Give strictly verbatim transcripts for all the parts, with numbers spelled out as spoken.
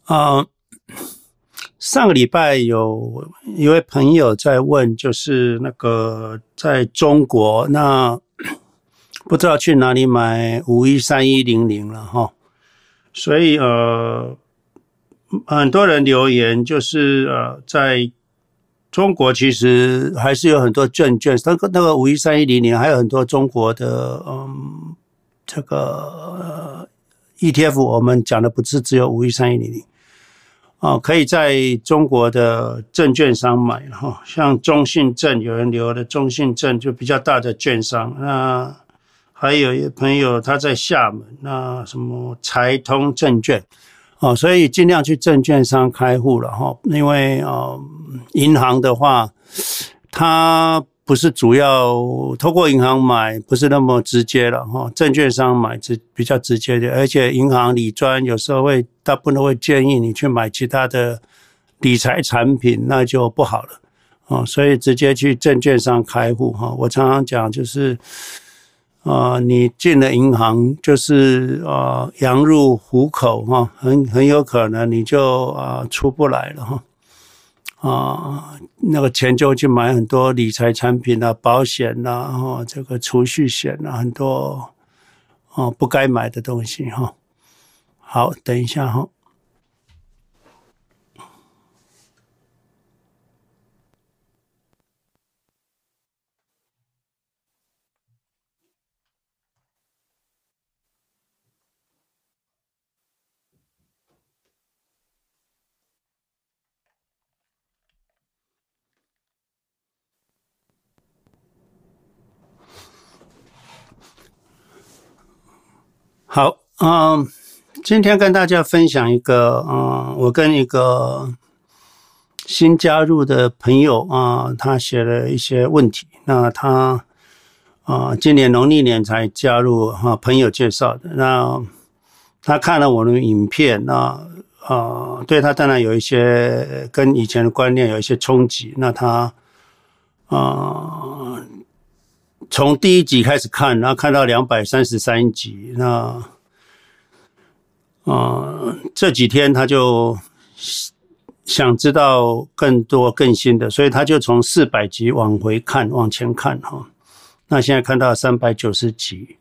呃，上个礼拜有一位朋友在问，就是那个在中国，那不知道去哪里买五一三一零零了哈，所以呃，很多人留言就是呃，在中国其实还是有很多证券，那个那个五一三一零零还有很多中国的嗯这个、呃、E T F， 我们讲的不是只有五一三一零零。哦，可以在中国的证券商买哈，像中信证有人留的中信证就比较大的券商，那还有一朋友他在厦门，那什么财通证券，哦，所以尽量去证券商开户了哈，因为呃银行的话，它不是主要透过银行买，不是那么直接了哈。证券商买直比较直接的，而且银行理专有时候会大部分都会建议你去买其他的理财产品，那就不好了哦。所以直接去证券商开户哈。我常常讲就是，呃，你进了银行就是呃羊入虎口哈，很很有可能你就啊、呃、出不来了哈。啊，那个钱就去买很多理财产品啊、保险啦、啊、哦，这个储蓄险啊，很多哦不该买的东西哈。好，等一下哈。好，嗯，今天跟大家分享一个，嗯，我跟一个新加入的朋友啊，他写了一些问题。那他啊，今年农历年才加入哈，朋友介绍的。那他看了我的影片，那啊，对他当然有一些跟以前的观念有一些冲击。那他啊。从第一集开始看，然后看到两百三十三集，那呃这几天他就想知道更多更新的，所以他就从四百集往回看，往前看哈。那现在看到三百九十集，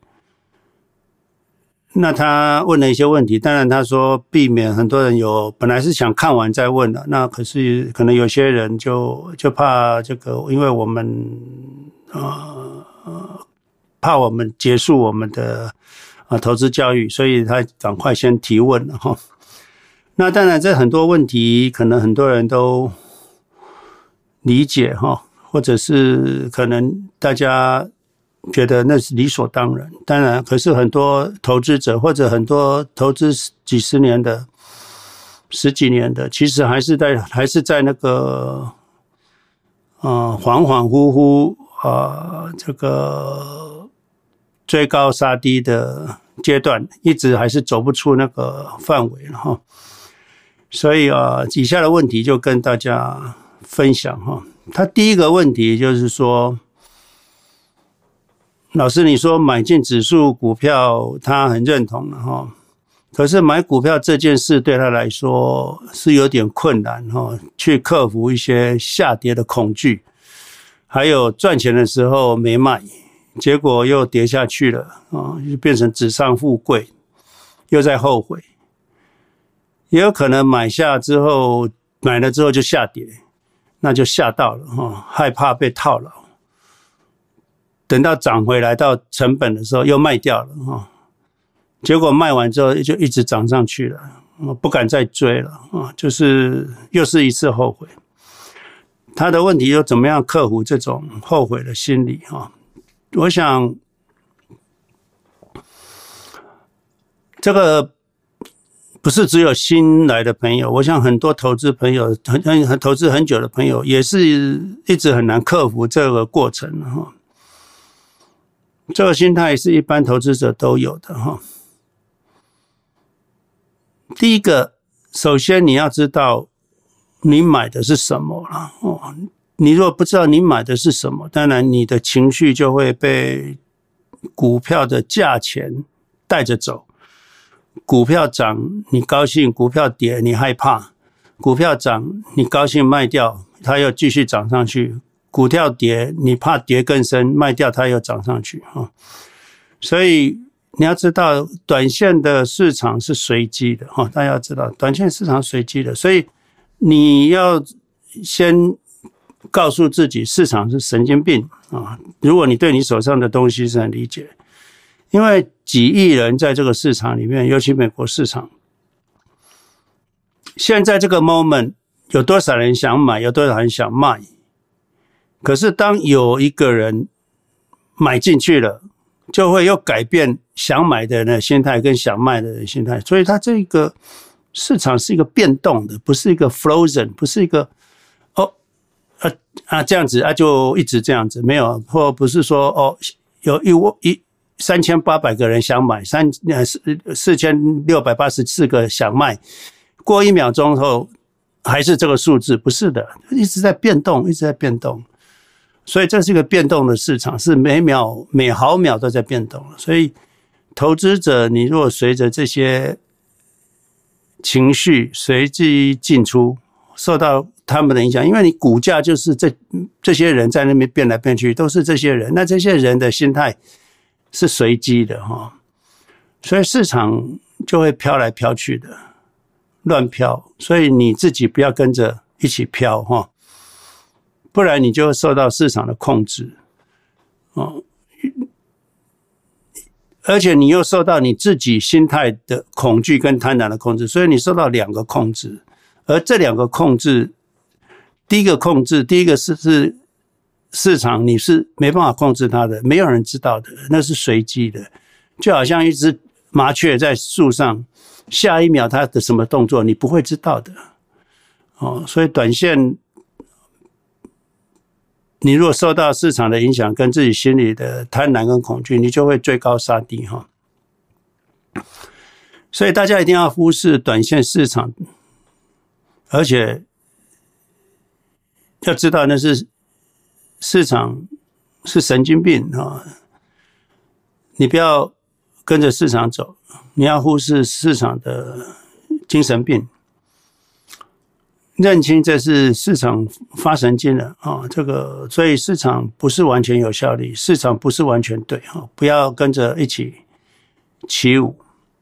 那他问了一些问题，当然他说避免很多人有本来是想看完再问的，那可是可能有些人就就怕这个，因为我们呃。呃，怕我们结束我们的啊投资教育，所以他赶快先提问了哈。那当然，这很多问题可能很多人都理解哈，或者是可能大家觉得那是理所当然。当然，可是很多投资者或者很多投资几十年的、十几年的，其实还是在还是在那个呃恍恍惚惚。呃，这个追高杀低的阶段，一直还是走不出那个范围了哈。所以啊，以下的问题就跟大家分享哈。他第一个问题就是说，老师你说买进指数股票，他很认同了哈。可是买股票这件事对他来说是有点困难哈，去克服一些下跌的恐惧。还有赚钱的时候没卖，结果又跌下去了啊，就变成纸上富贵，又在后悔。也有可能买下之后，买了之后就下跌，那就吓到了哈，害怕被套牢。等到涨回来到成本的时候又卖掉了哈，结果卖完之后就一直涨上去了，不敢再追了啊，就是又是一次后悔。他的问题又怎么样克服这种后悔的心理哈？我想这个不是只有新来的朋友，我想很多投资朋友很很投资很久的朋友也是一直很难克服这个过程哈。这个心态是一般投资者都有的哈。第一个，首先你要知道你买的是什么啦哦，你如果不知道你买的是什么，当然你的情绪就会被股票的价钱带着走。 股票涨你高兴，股票跌你害怕，股票涨你高兴卖掉，它又继续涨上去，股票跌你怕跌更深，卖掉它又涨上去。所以你要知道短线的市场是随机的，大家要知道短线市场随机的，所以你要先告诉自己市场是神经病啊！如果你对你手上的东西是很理解，因为几亿人在这个市场里面，尤其美国市场，现在这个 moment 有多少人想买，有多少人想卖？可是当有一个人买进去了，就会又改变想买的人的心态跟想卖的人的心态，所以它这个市场是一个变动的，不是一个 frozen， 不是一个哦啊啊这样子啊就一直这样子，没有，或不是说哦有一一三千八百个人想买，三四四千六百八十四个想卖，过一秒钟后还是这个数字，不是的，一直在变动，一直在变动。所以这是一个变动的市场，是每秒每毫秒都在变动。所以投资者，你如果随着这些情绪随机进出，受到他们的影响，因为你股价就是这这些人在那边变来变去，都是这些人，那这些人的心态是随机的哈，所以市场就会飘来飘去的，乱飘。所以你自己不要跟着一起飘哈。不然你就会受到市场的控制，哦，而且你又受到你自己心态的恐惧跟贪婪的控制，所以你受到两个控制，而这两个控制，第一个控制，第一个是是市场你是没办法控制它的，没有人知道的，那是随机的，就好像一只麻雀在树上，下一秒它的什么动作你不会知道的，哦，所以短线。你如果受到市场的影响跟自己心里的贪婪跟恐惧，你就会追高杀低哈。所以大家一定要忽视短线市场，而且要知道那是市场是神经病啊！你不要跟着市场走，你要忽视市场的精神病。认清这是市场发神经了啊！这个，所以市场不是完全有效率，市场不是完全对哈，不要跟着一起起舞。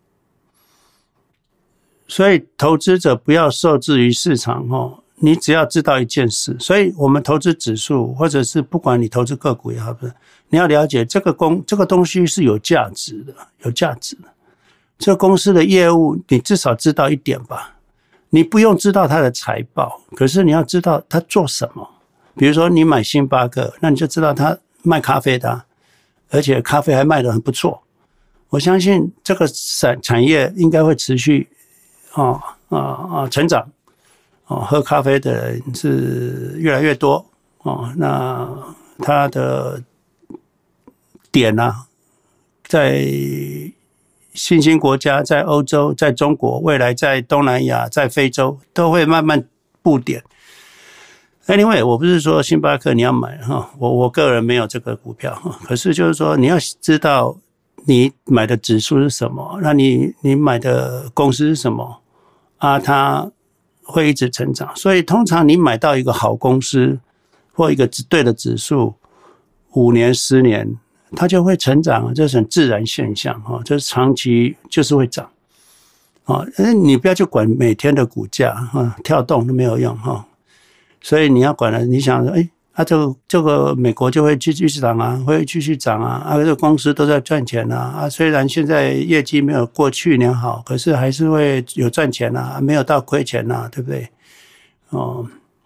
所以投资者不要受制于市场哈，你只要知道一件事。所以我们投资指数，或者是不管你投资个股也好，不是你要了解这个公这个东西是有价值的，有价值的。这个公司的业务，你至少知道一点吧。你不用知道他的财报，可是你要知道他做什么。比如说你买星巴克，那你就知道他卖咖啡的，而且咖啡还卖得很不错。我相信这个产产业应该会持续啊啊啊成长。哦，喝咖啡的人是越来越多哦。那他的点啊，在新兴国家，在欧洲，在中国，未来在东南亚，在非洲都会慢慢布点。Anyway， 我不是说星巴克你要买哈，我我个人没有这个股票哈，可是就是说你要知道你买的指数是什么，那你你买的公司是什么啊？它会一直成长，所以通常你买到一个好公司或一个对的指数，五年、十年。它就会成长，这是很自然现象哈，这是长期就是会涨啊。你不要去管每天的股价哈，跳动都没有用哈。所以你要管了，你想说，哎，啊，这个这个美国就会继续涨啊，会继续涨啊，啊，这个公司都在赚钱啊，啊，虽然现在业绩没有过去年好，可是还是会有赚钱啊，没有到亏钱啊，对不对？哦。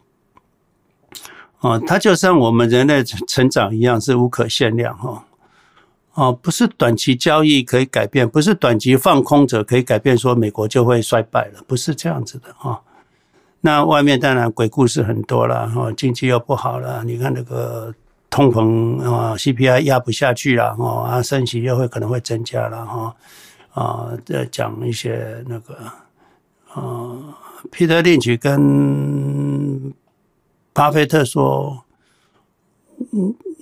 哦，它就像我们人类成长一样，是无可限量哈。哦，不是短期交易可以改变，不是短期放空者可以改变，说美国就会衰败了，不是这样子的哈。那外面当然鬼故事很多了哈，经济又不好了，你看那个通膨啊 ，C P I 压不下去了哈，啊，升息又会可能会增加了哈，啊，再讲一些那个啊，彼得林奇跟巴菲特说，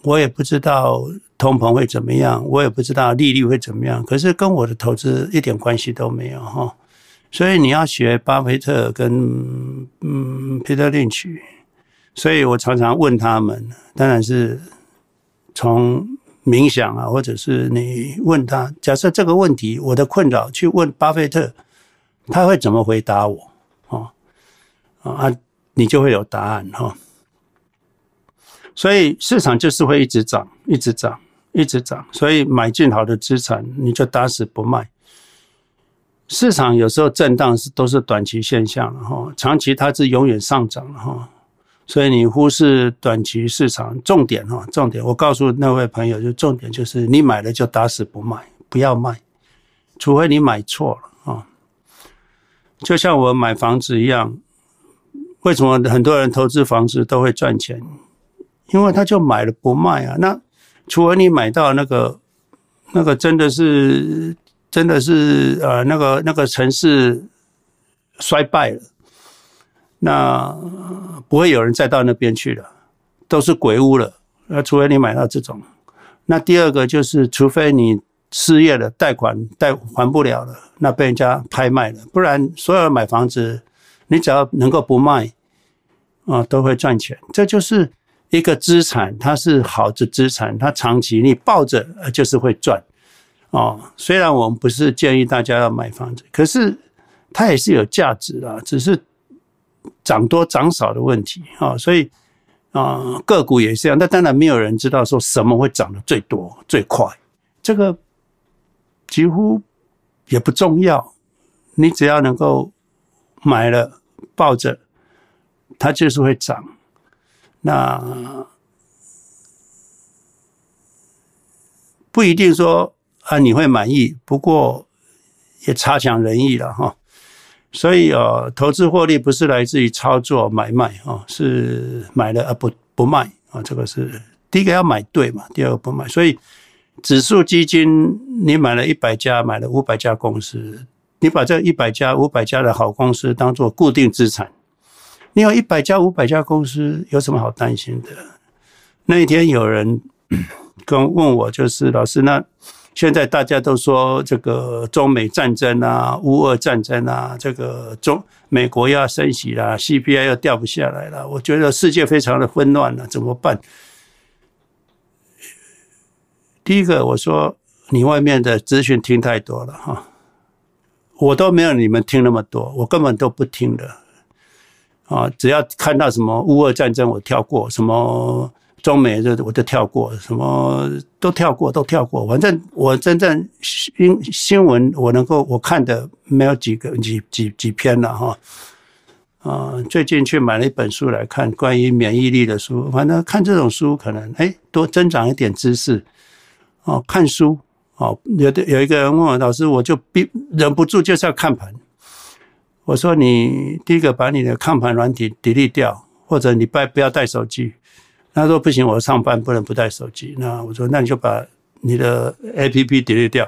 我也不知道通膨会怎么样，我也不知道利率会怎么样，可是跟我的投资一点关系都没有哈。所以你要学巴菲特跟嗯 Peter Lynch， 所以我常常问他们，当然是从冥想啊，或者是你问他，假设这个问题我的困扰去问巴菲特，他会怎么回答我？哦啊，你就会有答案哈。所以市场就是会一直涨，一直涨，一直涨。所以买进好的资产，你就打死不卖。市场有时候震荡是都是短期现象了哈，长期它是永远上涨了哈。所以你忽视短期市场，重点哈，重点我告诉那位朋友，就重点就是你买了就打死不卖，不要卖，除非你买错了啊。就像我买房子一样，为什么很多人投资房子都会赚钱？因为他就买了不卖啊。那除非你买到那个那个真的是真的是呃那个那个城市衰败了，那不会有人再到那边去了，都是鬼屋了。那除非你买到这种。那第二个就是，除非你失业了，贷款贷还不了了，那被人家拍卖了，不然所有人买房子，你只要能够不卖啊，都会赚钱。这就是一个资产，它是好的资产，它长期你抱着就是会赚哦。虽然我们不是建议大家要买房子，可是它也是有价值的，只是涨多涨少的问题啊。所以啊，个股也是这样。但当然没有人知道说什么会涨得最多最快，这个几乎也不重要。你只要能够买了抱着，它就是会涨。那不一定说啊你会满意，不过也差强人意了哈。所以呃，投资获利不是来自于操作买卖啊，是买了而不不卖啊。这个是第一个要买对嘛，第二个不卖。所以指数基金你买了一百家，买了五百家公司，你把这一百家、五百家的好公司当作固定资产。你有一百家、五百家公司，有什么好担心的？那一天有人跟问我，就是老师，那现在大家都说这个中美战争啊、乌俄战争啊，这个中美国要升息啦 ，C P I 又掉不下来了，我觉得世界非常的混乱了，怎么办？第一个，我说你外面的资讯听太多了哈，我都没有你们听那么多，我根本都不听的。啊，只要看到什么乌俄战争我跳过，什么中美的我就跳过，什么都跳过，都跳过。反正我真正新新闻我能够我看的没有几个几几几篇了哈。啊，最近去买了一本书来看，关于免疫力的书。反正看这种书可能哎多增长一点知识。哦，看书哦，有的有一个人问我老师，我就逼忍不住就是要看盘。我说你第一个把你的看盘软体 delete 掉，或者你不不要带手机。他说不行，我上班不能不带手机。那我说那你就把你的 A P P delete 掉。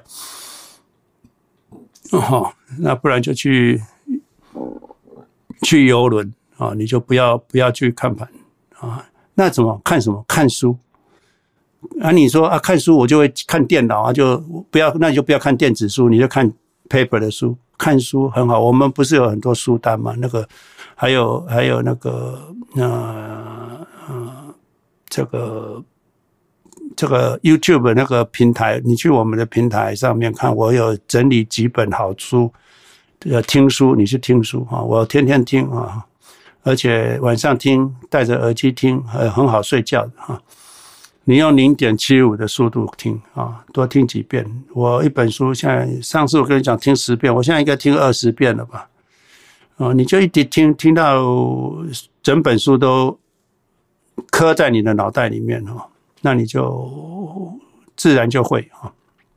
哦，那不然就去去邮轮啊，你就不要不要去看盘啊。那怎么看什么？看书啊？你说啊，看书我就会看电脑啊，就不要，那你就不要看电子书，你就看 paper 的书。看书很好，我们不是有很多书单嘛？那个还有还有那个呃呃这个这个 YouTube 那个平台，你去我们的平台上面看，我有整理几本好书，呃听书，你去听书啊，我天天听啊，而且晚上听，戴着耳机听，很好睡觉的啊。你用 零点七五 的速度听啊，多听几遍。我一本书现在上次我跟你讲听十遍，我现在应该听二十遍了吧？哦，你就一直听听到整本书都刻在你的脑袋里面哦，那你就自然就会啊。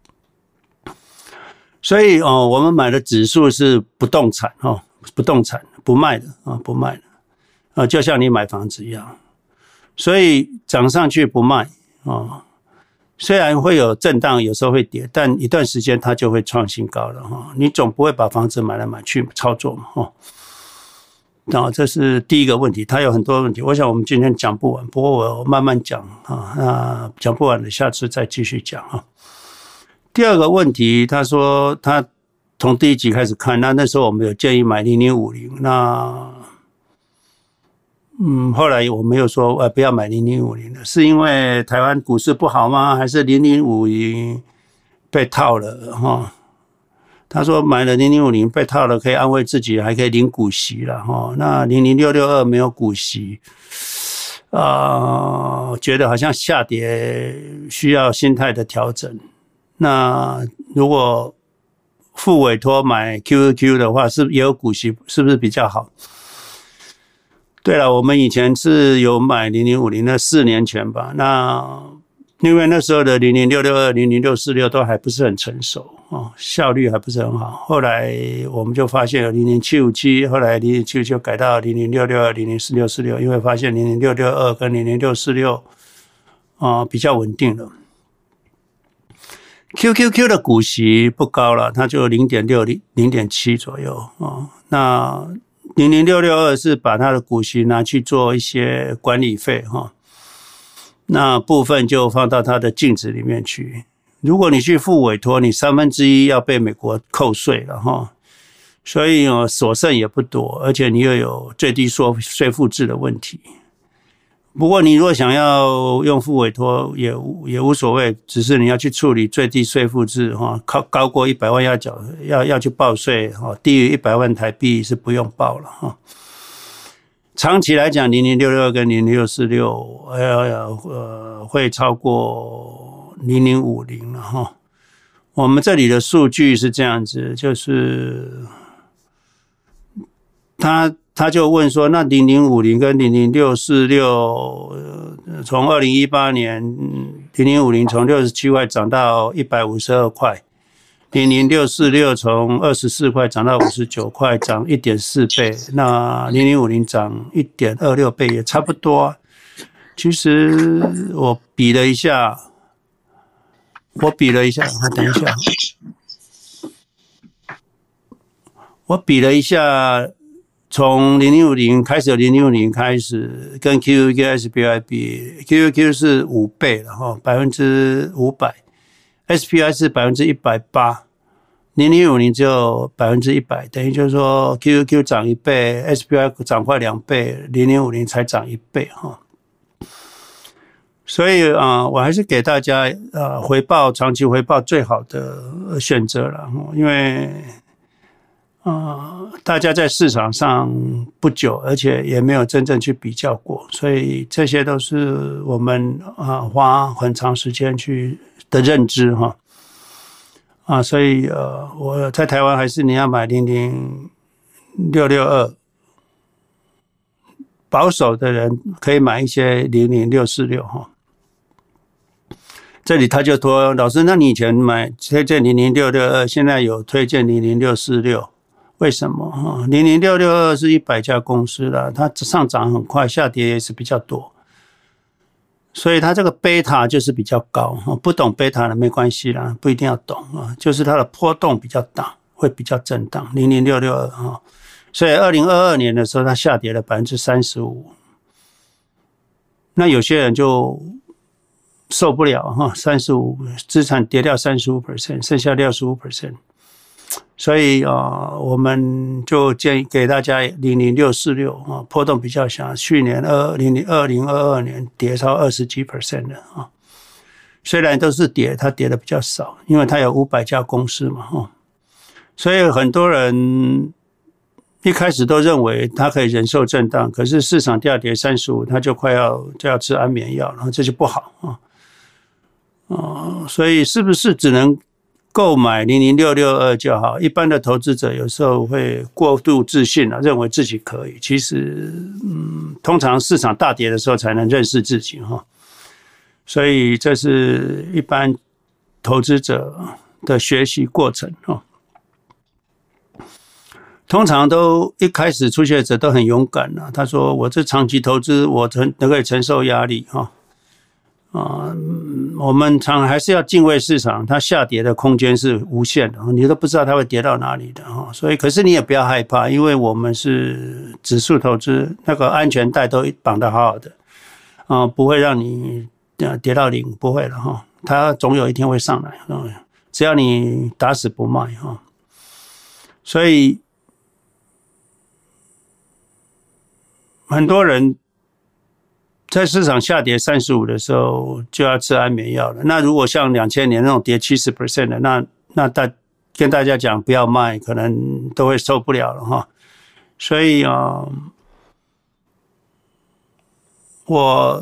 所以哦，我们买的指数是不动产哦，不动产不卖的啊，不卖的啊，就像你买房子一样。所以涨上去不卖啊，虽然会有震荡，有时候会跌，但一段时间它就会创新高了哈。你总不会把房子买来买去操作嘛哈。 啊，这是第一个问题，他有很多问题，我想我们今天讲不完，不过我慢慢讲啊，那讲不完的，下次再继续讲啊。第二个问题，他说他从第一集开始看，那那时候我们有建议买零零五零，那嗯，后来我没有说呃不要买零零五零了，是因为台湾股市不好吗？还是零零五零被套了哈？他说买了零零五零被套了，可以安慰自己，还可以领股息了哈。那零零六六二没有股息，啊、呃，觉得好像下跌需要心态的调整。那如果付委托买 Q Q Q 的话，是也有股息，是不是比较好？对了，我们以前是有买零零五零，那四年前吧。那因为那时候的零零六六二、零零六四六都还不是很成熟哦，效率还不是很好。后来我们就发现有零零七五七，后来零零七五七就改到零零六六二、零零四六四六，因为发现零零六六二跟零零六四六啊比较稳定了。Q Q Q 的股息不高了，它就 零点六、零点七 左右哦。那零零六六二是把它的股息拿去做一些管理费哈。那部分就放到它的净值里面去。如果你去付委托，你三分之一要被美国扣税了哈，所以哦所剩也不多，而且你又有最低税税负制的问题。不过你如果想要用付委托也也无所谓，只是你要去处理最低税负制哈，高高过一百万要缴要要去报税哈，低于一百万台币是不用报了哈。长期来讲，零零六六二跟零零六四六呃呃会超过零零五零了哈。我们这里的数据是这样子，就是他他就问说，那零零五零跟零零六四六从二零一八年零零五零从六十七块涨到一百五十二块。零零六四六从二十四块涨到五十九块，涨 一点四 倍。那零零五零涨 一点二六 倍也差不多啊。其实我比了一下，我比了一下，等一下，我比了一下，从零零五零开始，零零五零开始跟 Q Q Q S P Y 比 ，Q Q Q 是五倍了哈，百分之五百。S P I 是百分之一百八，零零五零只有百分之一百，等于就是说 Q Q Q 涨一倍 ，S P I 涨快两倍，零零五零才涨一倍哈。所以啊、呃，我还是给大家呃回报长期回报最好的选择了，因为啊、呃、大家在市场上不久，而且也没有真正去比较过，所以这些都是我们啊、呃、花很长时间去。的认知哈啊，所以呃，我在台湾还是你要买零零六六二，保守的人可以买一些零零六四六哈。这里他就说，老师，那你以前买推荐零零六六二，现在有推荐零零六四六，为什么哈？零零六六二是一百家公司啦，它上涨很快，下跌也是比较多。所以它这个贝塔就是比较高，不懂贝塔的没关系啦，不一定要懂啊，就是它的波动比较大，会比较震荡。零零六六二哈，所以二零二二年的时候它下跌了百分之三十五，那有些人就受不了哈，三十五资产跌掉三十五 percent， 剩下六十五 percent。所以啊、呃，我们就建议给大家零零六四六啊，波动比较小。去年二零二零二二年跌超二十几 percent 的啊，虽然都是跌，它跌的比较少，因为它有五百家公司嘛哈。所以很多人一开始都认为它可以忍受震荡，可是市场掉跌三十五，它就快要就要吃安眠药，然后这就不好啊啊，所以是不是只能购买零零六六二就好？一般的投资者有时候会过度自信啊，认为自己可以。其实，嗯，通常市场大跌的时候才能认识自己哈。所以这是一般投资者的学习过程哈。通常都一开始初学者都很勇敢啊，他说：“我这长期投资，我承可以承受压力哈。” 啊、呃，我们常还是要敬畏市场，它下跌的空间是无限的，你都不知道它会跌到哪里的哈。所以，可是你也不要害怕，因为我们是指数投资，那个安全带都绑得好好的啊、呃，不会让你跌到零，不会了哈。它总有一天会上来，嗯，只要你打死不卖哈。所以很多人在市场下跌三十五的时候就要吃安眠药了。那如果像两千年那种跌 百分之七十 的，那那大跟大家讲不要卖，可能都会受不了了哈。所以啊、呃，我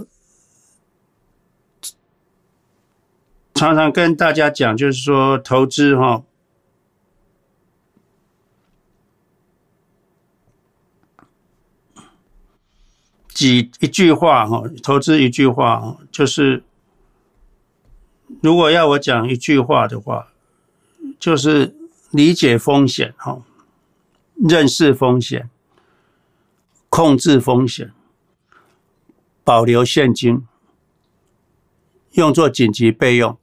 常常跟大家讲，就是说投资哈，几一句话哈，投资一句话就是，如果要我讲一句话的话，就是理解风险哈，认识风险，控制风险，保留现金，用作紧急备用。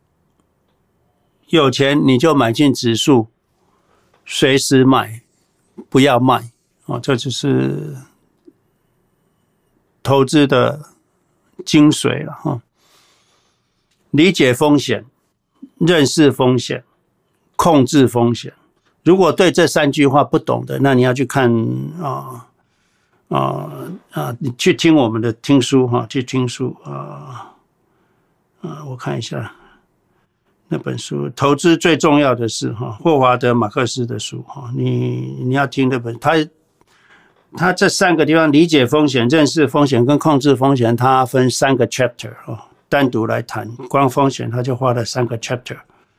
有钱你就买进指数，随时买，不要卖哦，这就是投资的精髓了哈。理解风险，认识风险，控制风险。如果对这三句话不懂的，那你要去看啊啊啊，你去听我们的听书哈，去听书啊啊，我看一下那本书，投资最重要的是哈，霍华德马克思的书哈，你你要听那本他。他这三个地方理解风险、认识风险跟控制风险，他分三个 chapter 哦，单独来谈。光风险他就画了三个 chapter。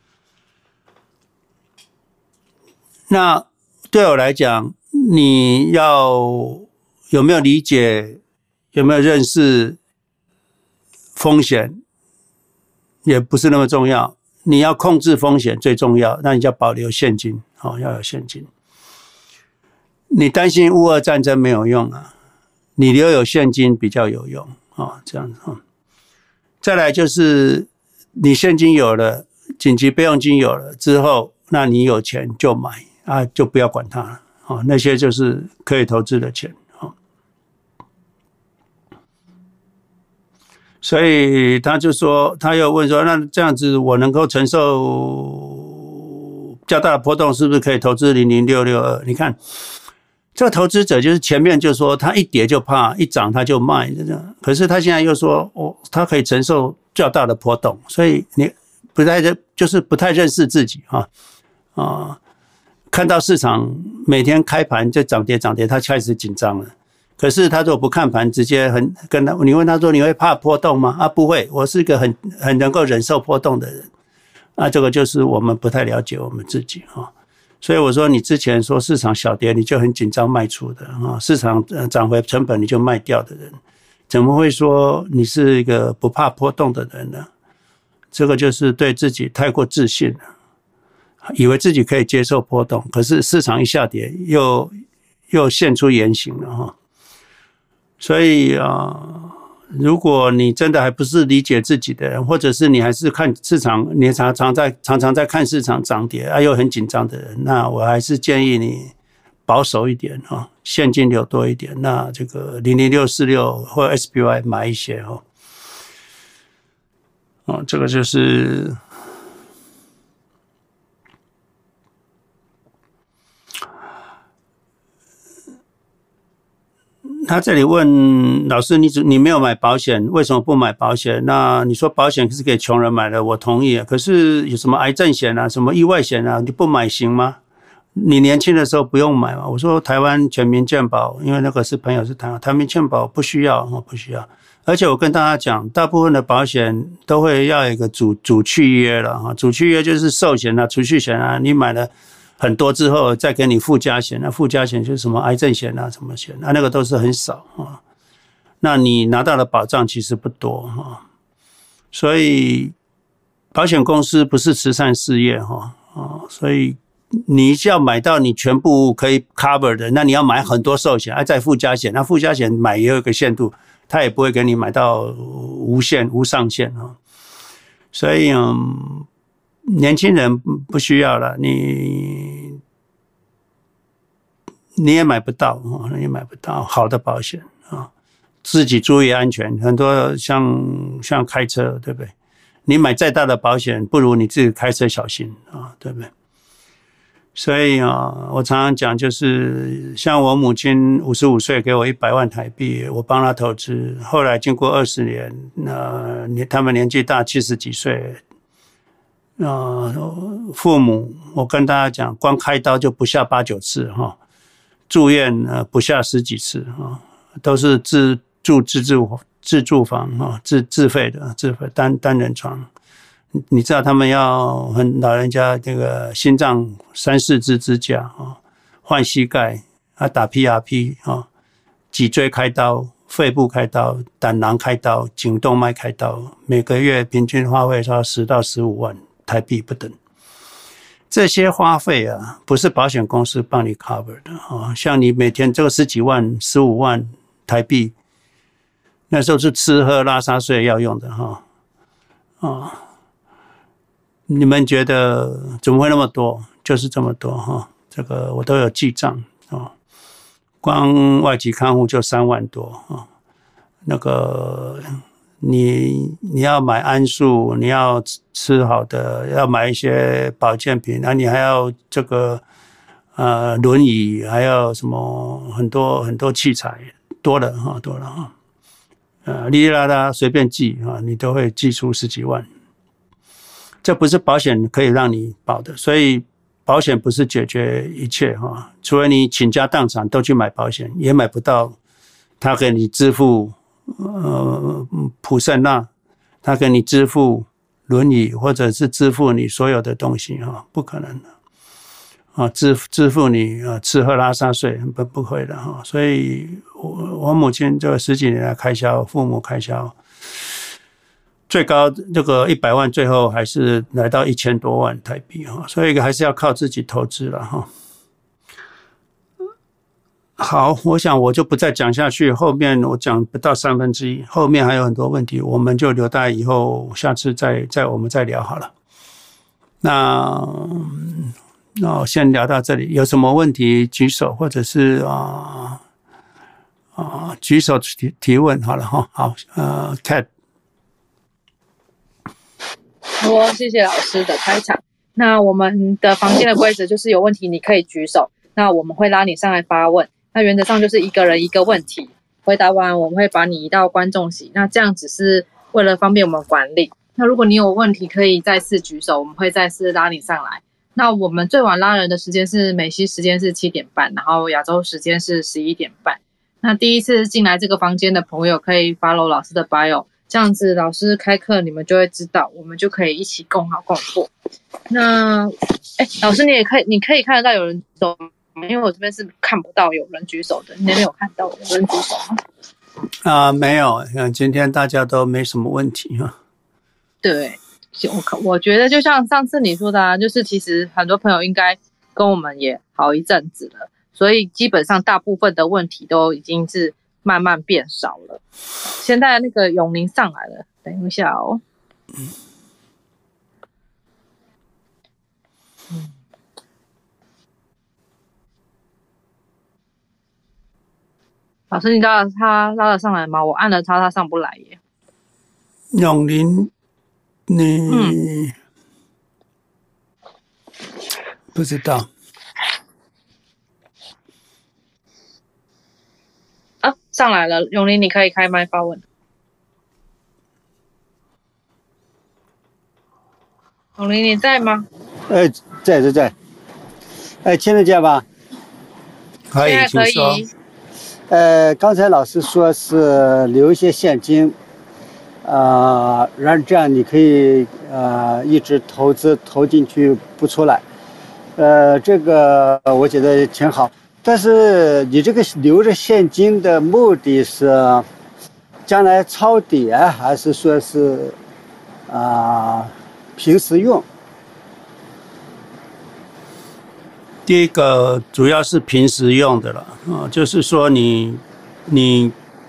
那对我来讲，你要有没有理解、有没有认识风险，也不是那么重要。你要控制风险最重要，那你就要保留现金，哦，要有现金。你担心乌俄战争没有用啊，你留有现金比较有用啊、哦，这样子、哦。再来就是你现金有了，紧急备用金有了之后，那你有钱就买啊，就不要管它了啊、哦，那些就是可以投资的钱啊、哦。所以他就说，他又问说，那这样子我能够承受较大的波动，是不是可以投资零零六六二？你看。这个投资者就是前面就说他一跌就怕，一涨他就卖，可是他现在又说哦，他可以承受较大的波动，所以你不太就是不太认识自己啊啊！看到市场每天开盘就涨跌涨跌，他开始紧张了。可是他如果不看盘，直接很跟他你问他说你会怕波动吗？啊，不会，我是一个很很能够忍受波动的人。啊，这个就是我们不太了解我们自己啊。所以我说，你之前说市场小跌，你就很紧张卖出的啊；市场涨回成本，你就卖掉的人，怎么会说你是一个不怕波动的人呢？这个就是对自己太过自信了，以为自己可以接受波动，可是市场一下跌，又又现出原形了哈。所以啊。如果你真的还不是理解自己的人，或者是你还是看市场，你常常在常常在看市场涨跌，啊又很紧张的人，那我还是建议你保守一点哈，现金流多一点。那这个零零六四六或 S P Y 买一些哈，哦，这个就是。他这里问老师，你你没有买保险，为什么不买保险？那你说保险是给穷人买的，我同意。可是有什么癌症险啊，什么意外险啊，你不买行吗？你年轻的时候不用买嘛。我说台湾全民健保，因为那个是朋友是台湾台民健保不需要，不需要。而且我跟大家讲，大部分的保险都会要有一个主主契约了哈，主契约就是寿险啊、储蓄险啊，你买了。很多之后再给你附加险，那附加险就是什么癌症险啊、什么险啊，那个都是很少啊。那你拿到的保障其实不多啊，所以保险公司不是慈善事业哈啊，所以你要买到你全部可以 cover 的，那你要买很多寿险，还再附加险，那附加险买也有一个限度， 他也不会给你买到无限无上限啊。所以嗯，年轻人不需要了，你你也买不到啊，你也买不到好的保险啊。自己注意安全，很多像像开车，对不对？你买再大的保险，不如你自己开车小心啊，对不对？所以啊，我常常讲，就是像我母亲五十五岁给我一百万台币，我帮她投资。后来经过二十年，呃，他们年纪大，七十几岁，呃，父母，我跟大家讲，光开刀就不下八九次哈，住院呃不下十几次哈，都是自住自住自住房哈，自自费的自费单单人床。你知道他们要很老人家这个心脏三四支支架啊，换膝盖啊，打 P R P 啊，脊椎开刀、肺部开刀、胆囊开刀、颈动脉开刀，每个月平均花费要十到十五万台币不等。这些花费啊，不是保险公司帮你 cover 的啊，像你每天这个十几万、十五万台币，那时候是吃喝拉撒睡要用的哈啊。你们觉得怎么会那么多？就是这么多哈，这个我都有记账啊。光外籍看护就三万多啊。那个你你要买安素，你要吃好的，要买一些保健品，那你还要这个呃轮椅，还要什么很多很多器材，多了哈，多了哈。呃，哩哩啦啦随便记啊，你都会记出十几万。这不是保险可以让你保的，所以保险不是解决一切哈。除非你倾家荡产都去买保险，也买不到他给你支付呃普胜纳，他给你支付轮椅，或者是支付你所有的东西哈，不可能的啊，支支付你啊吃喝拉撒睡不不会的哈。所以我我母亲这十几年的开销，父母开销。最高这个一百万，最后还是来到一千多万台币哈，所以还是要靠自己投资了哈。好，我想我就不再讲下去，后面我讲不到三分之一，后面还有很多问题，我们就留待以后下次再再我们再聊好了。那那我先聊到这里，有什么问题举手，或者是啊啊举手提提问好了哈。好，呃 ，Cat。 好，谢谢老师的开场。那我们的房间的规则就是有问题你可以举手，那我们会拉你上来发问。那原则上就是一个人一个问题，回答完我们会把你移到观众席。那这样只是为了方便我们管理。那如果你有问题可以再次举手，我们会再次拉你上来。那我们最晚拉人的时间是美西时间是七点半，然后亚洲时间是十一点半。那第一次进来这个房间的朋友可以 follow 老师的 bio。这样子老师开课你们就会知道，我们就可以一起共好共过。那哎，老师你也可以你可以看得到有人举手吗？因为我这边是看不到有人举手的，你那边有看到有人举手吗？ 啊、呃，没有，今天大家都没什么问题哈。 对，我我觉得就像上次你说的啊，就是其实很多朋友应该跟我们也好一阵子了，所以基本上大部分的问题都已经是慢慢变少了。现在那个永宁上来了，等一下哦。嗯。老师，你拉他拉得上来吗？我按了他，他上不来耶。 永宁，你、嗯、不知道。 啊，上来了，永宁，你可以开麦发问。永宁，你在吗？ 哎，在在在。哎，听得见吧？ 可以， 现在可以。 呃，刚才老师说是留一些现金，呃，然后这样你可以呃一直投资投进去不出来，呃，这个我觉得挺好。但是你这个留着现金的目的是将来抄底啊，还是说是啊、呃、平时用？ 第一个主要是平时用的了啊，就是说你你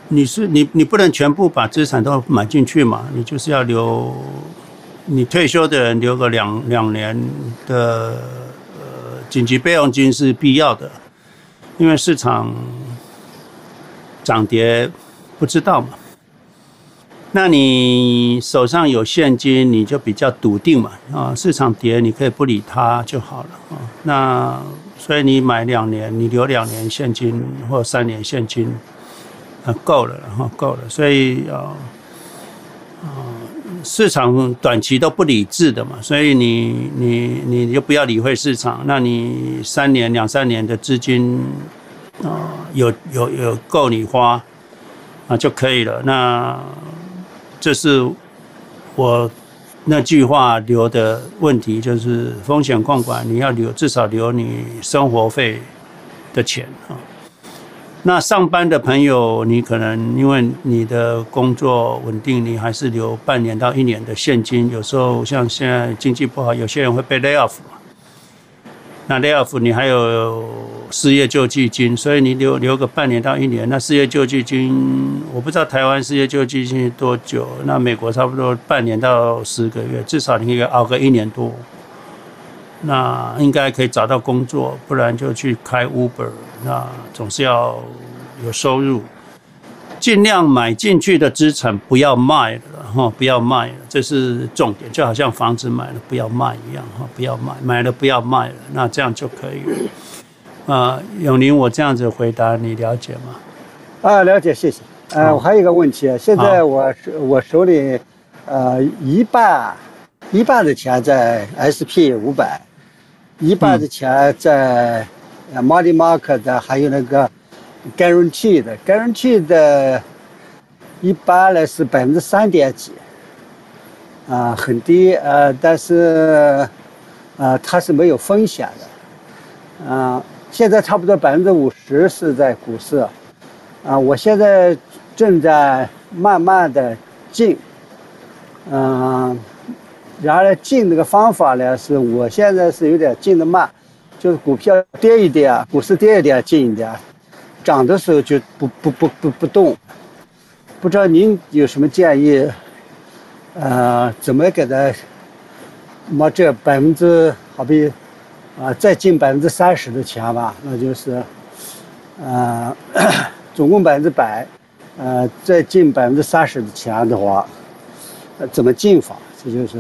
你是你你不能全部把资产都买进去嘛，你就是要留，你退休的人留个两两年的呃紧急备用金是必要的，因为市场涨跌不知道嘛。那你手上有现金，你就比较笃定嘛啊，市场跌你可以不理它就好了啊。那所以你买两年，你留两年现金或三年现金，啊够了哈，够了。所以啊啊，市场短期都不理智的嘛，所以你你你就不要理会市场。那你三年两三年的资金啊，有有有够你花啊就可以了。那这是我那句话留的问题，就是风险控管，你要留至少留你生活费的钱啊。那上班的朋友，你可能因为你的工作稳定，你还是留半年到一年的现金。有时候像现在经济不好，有些人会被 lay off 嘛。那 lay off 你还有失业救济金，所以你留留个半年到一年。那失业救济金，我不知道台湾失业救济金多久，那美国差不多半年到十个月，至少你可以熬个一年多。那应该可以找到工作，不然就去开 Uber， 那总是要有收入。尽量买进去的资产不要卖了，不要卖了，这是重点。就好像房子买了不要卖一样，不要卖，买了不要卖了，那这样就可以了。啊、呃，永林，我这样子回答你了解吗？ 啊，了解，谢谢。呃，我还有一个问题，现在我我手里呃一半一半的钱在 S P 五百，一半的钱在 Money Market， 还有那个。guarantee 的 guarantee 的，一般来是百分之三点几，啊，很低，呃，但是，呃，它是没有风险的，啊，现在差不多百分之五十是在股市，啊，我现在正在慢慢的进，嗯，然后呢，进这个方法呢，是我现在是有点进的慢，就是股票跌一跌，股市跌一跌进一点。涨的时候就不不不不不动，不知道您有什么建议？呃，怎么给他把这百分之好比啊、呃、再进百分之三十的钱吧，那就是呃总共百分之百，呃再进百分之三十的钱的话，呃怎么进法？这就是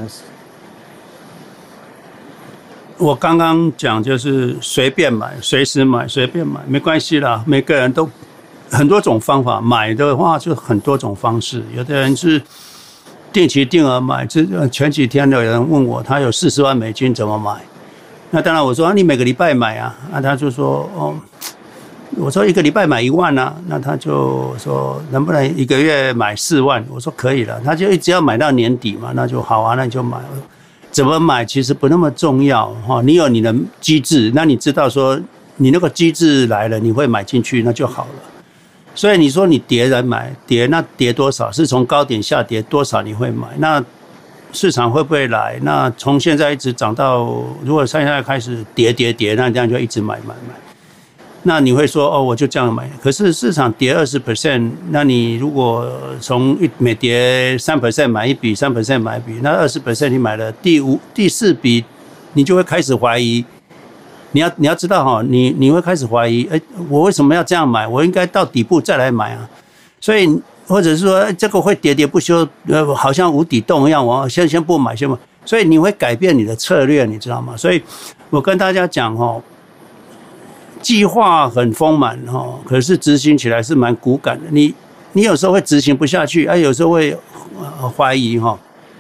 我刚刚讲就是随便买，随时买，随便买，没关系啦。每个人都很多种方法，买的话就很多种方式。有的人是定期定额买，这前几天有人问我，他有四十万美金怎么买？那当然我说、啊、你每个礼拜买啊，啊他就说哦，我说一个礼拜买一万啊，那他就说能不能一个月买四万？我说可以了，他就一直要买到年底嘛，那就好啊，那你就买。怎么买其实不那么重要哈，你有你的机制，那你知道说你那个机制来了，你会买进去那就好了。所以你说你跌来买跌，那跌多少是从高点下跌多少你会买？那市场会不会来？那从现在一直涨到，如果现在开始跌跌跌，那这样就一直买买买。那你会说哦，我就这样买。可是市场跌二十 percent， 那你如果从每跌三 percent 买一笔，三 percent 买一笔，那二十 percent 你买了第五、第四笔，你就会开始怀疑。你要你要知道哈，你你会开始怀疑，哎，我为什么要这样买？我应该到底部再来买啊。所以或者是说这个会喋喋不休，呃，好像无底洞一样，我先先不买，先不。所以你会改变你的策略，你知道吗？所以我跟大家讲哈。计划很丰满哈，可是执行起来是蛮骨感的。你你有时候会执行不下去，啊，有时候会怀疑哈。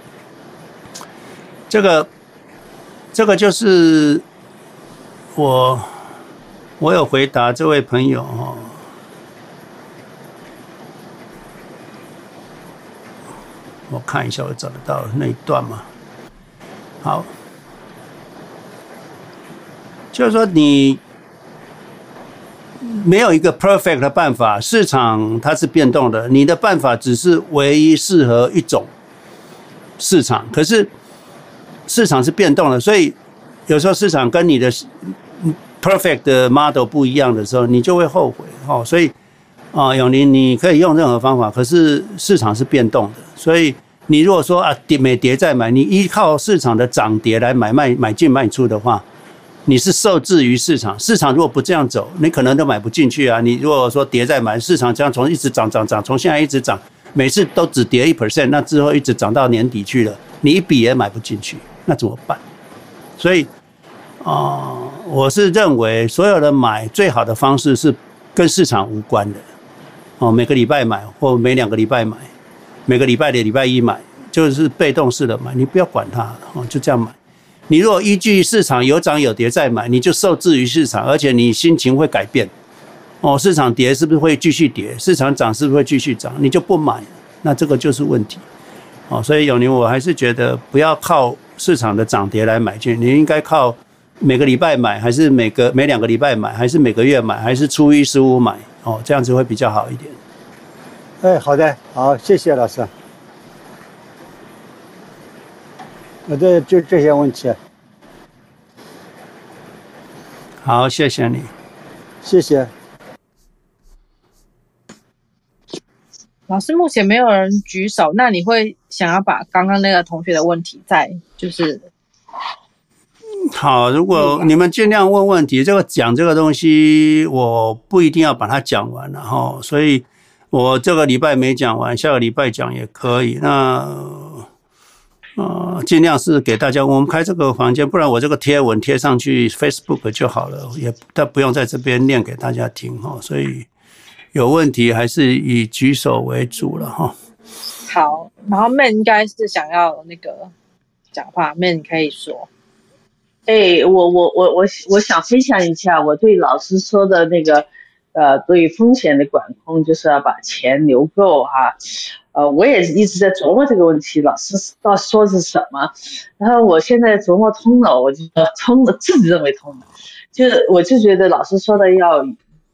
这个这个就是我我有回答这位朋友哈。我看一下，我找得到那一段嘛。好，就是说你。没有一个 perfect 的办法，市场它是变动的，你的办法只是唯一适合一种市场，可是市场是变动的，所以有时候市场跟你的 perfect 的 model 不一样的时候，你就会后悔哦。所以啊，永林，你可以用任何方法，可是市场是变动的，所以你如果说啊跌每跌再买，你依靠市场的涨跌来买卖买进卖出的话，你是受制于市场。市场如果不这样走，你可能都买不进去啊。你如果说跌再买，市场这样从一直涨涨涨，从现在一直涨，每次都只跌一 percent， 那之后一直涨到年底去了，你一笔也买不进去，那怎么办？所以啊、呃，我是认为所有的买最好的方式是跟市场无关的。哦，每个礼拜买或每两个礼拜买，每个礼拜的礼拜一买，就是被动式的买，你不要管它，哦，就这样买。你如果依据市场有涨有跌再买，你就受制于市场，而且你心情会改变。哦，市场跌是不是会继续跌？市场涨是不是会继续涨？你就不买，那这个就是问题。哦，所以永宁，我还是觉得不要靠市场的涨跌来买进，你应该靠每个礼拜买，还是每个每两个礼拜买，还是每个月买，还是初一十五买？哦，这样子会比较好一点。 哎，好的，好，谢谢老师。我的就这些问题。 好，谢谢你。 谢谢。 老师，目前没有人举手，那你会想要把刚刚那个同学的问题再就是好，如果你们尽量问问题，这个讲这个东西，我不一定要把它讲完了哈，所以我这个礼拜没讲完，下个礼拜讲也可以。那呃，尽量是给大家，我们开这个房间，不然我这个贴文贴上去 Facebook 就好了，也但不用在这边念给大家听哈。所以有问题还是以举手为主了哈。 好，然后 Man 应该是想要那个讲话 ，Man 可以说。 哎，我我我我我想分享一下我对老师说的那个，呃，对风险的管控，就是要把钱留够哈。呃，我也一直在琢磨这个问题，老师到说是什么，然后我现在琢磨通了，我就通了，自己认为通了，就我就觉得老师说的要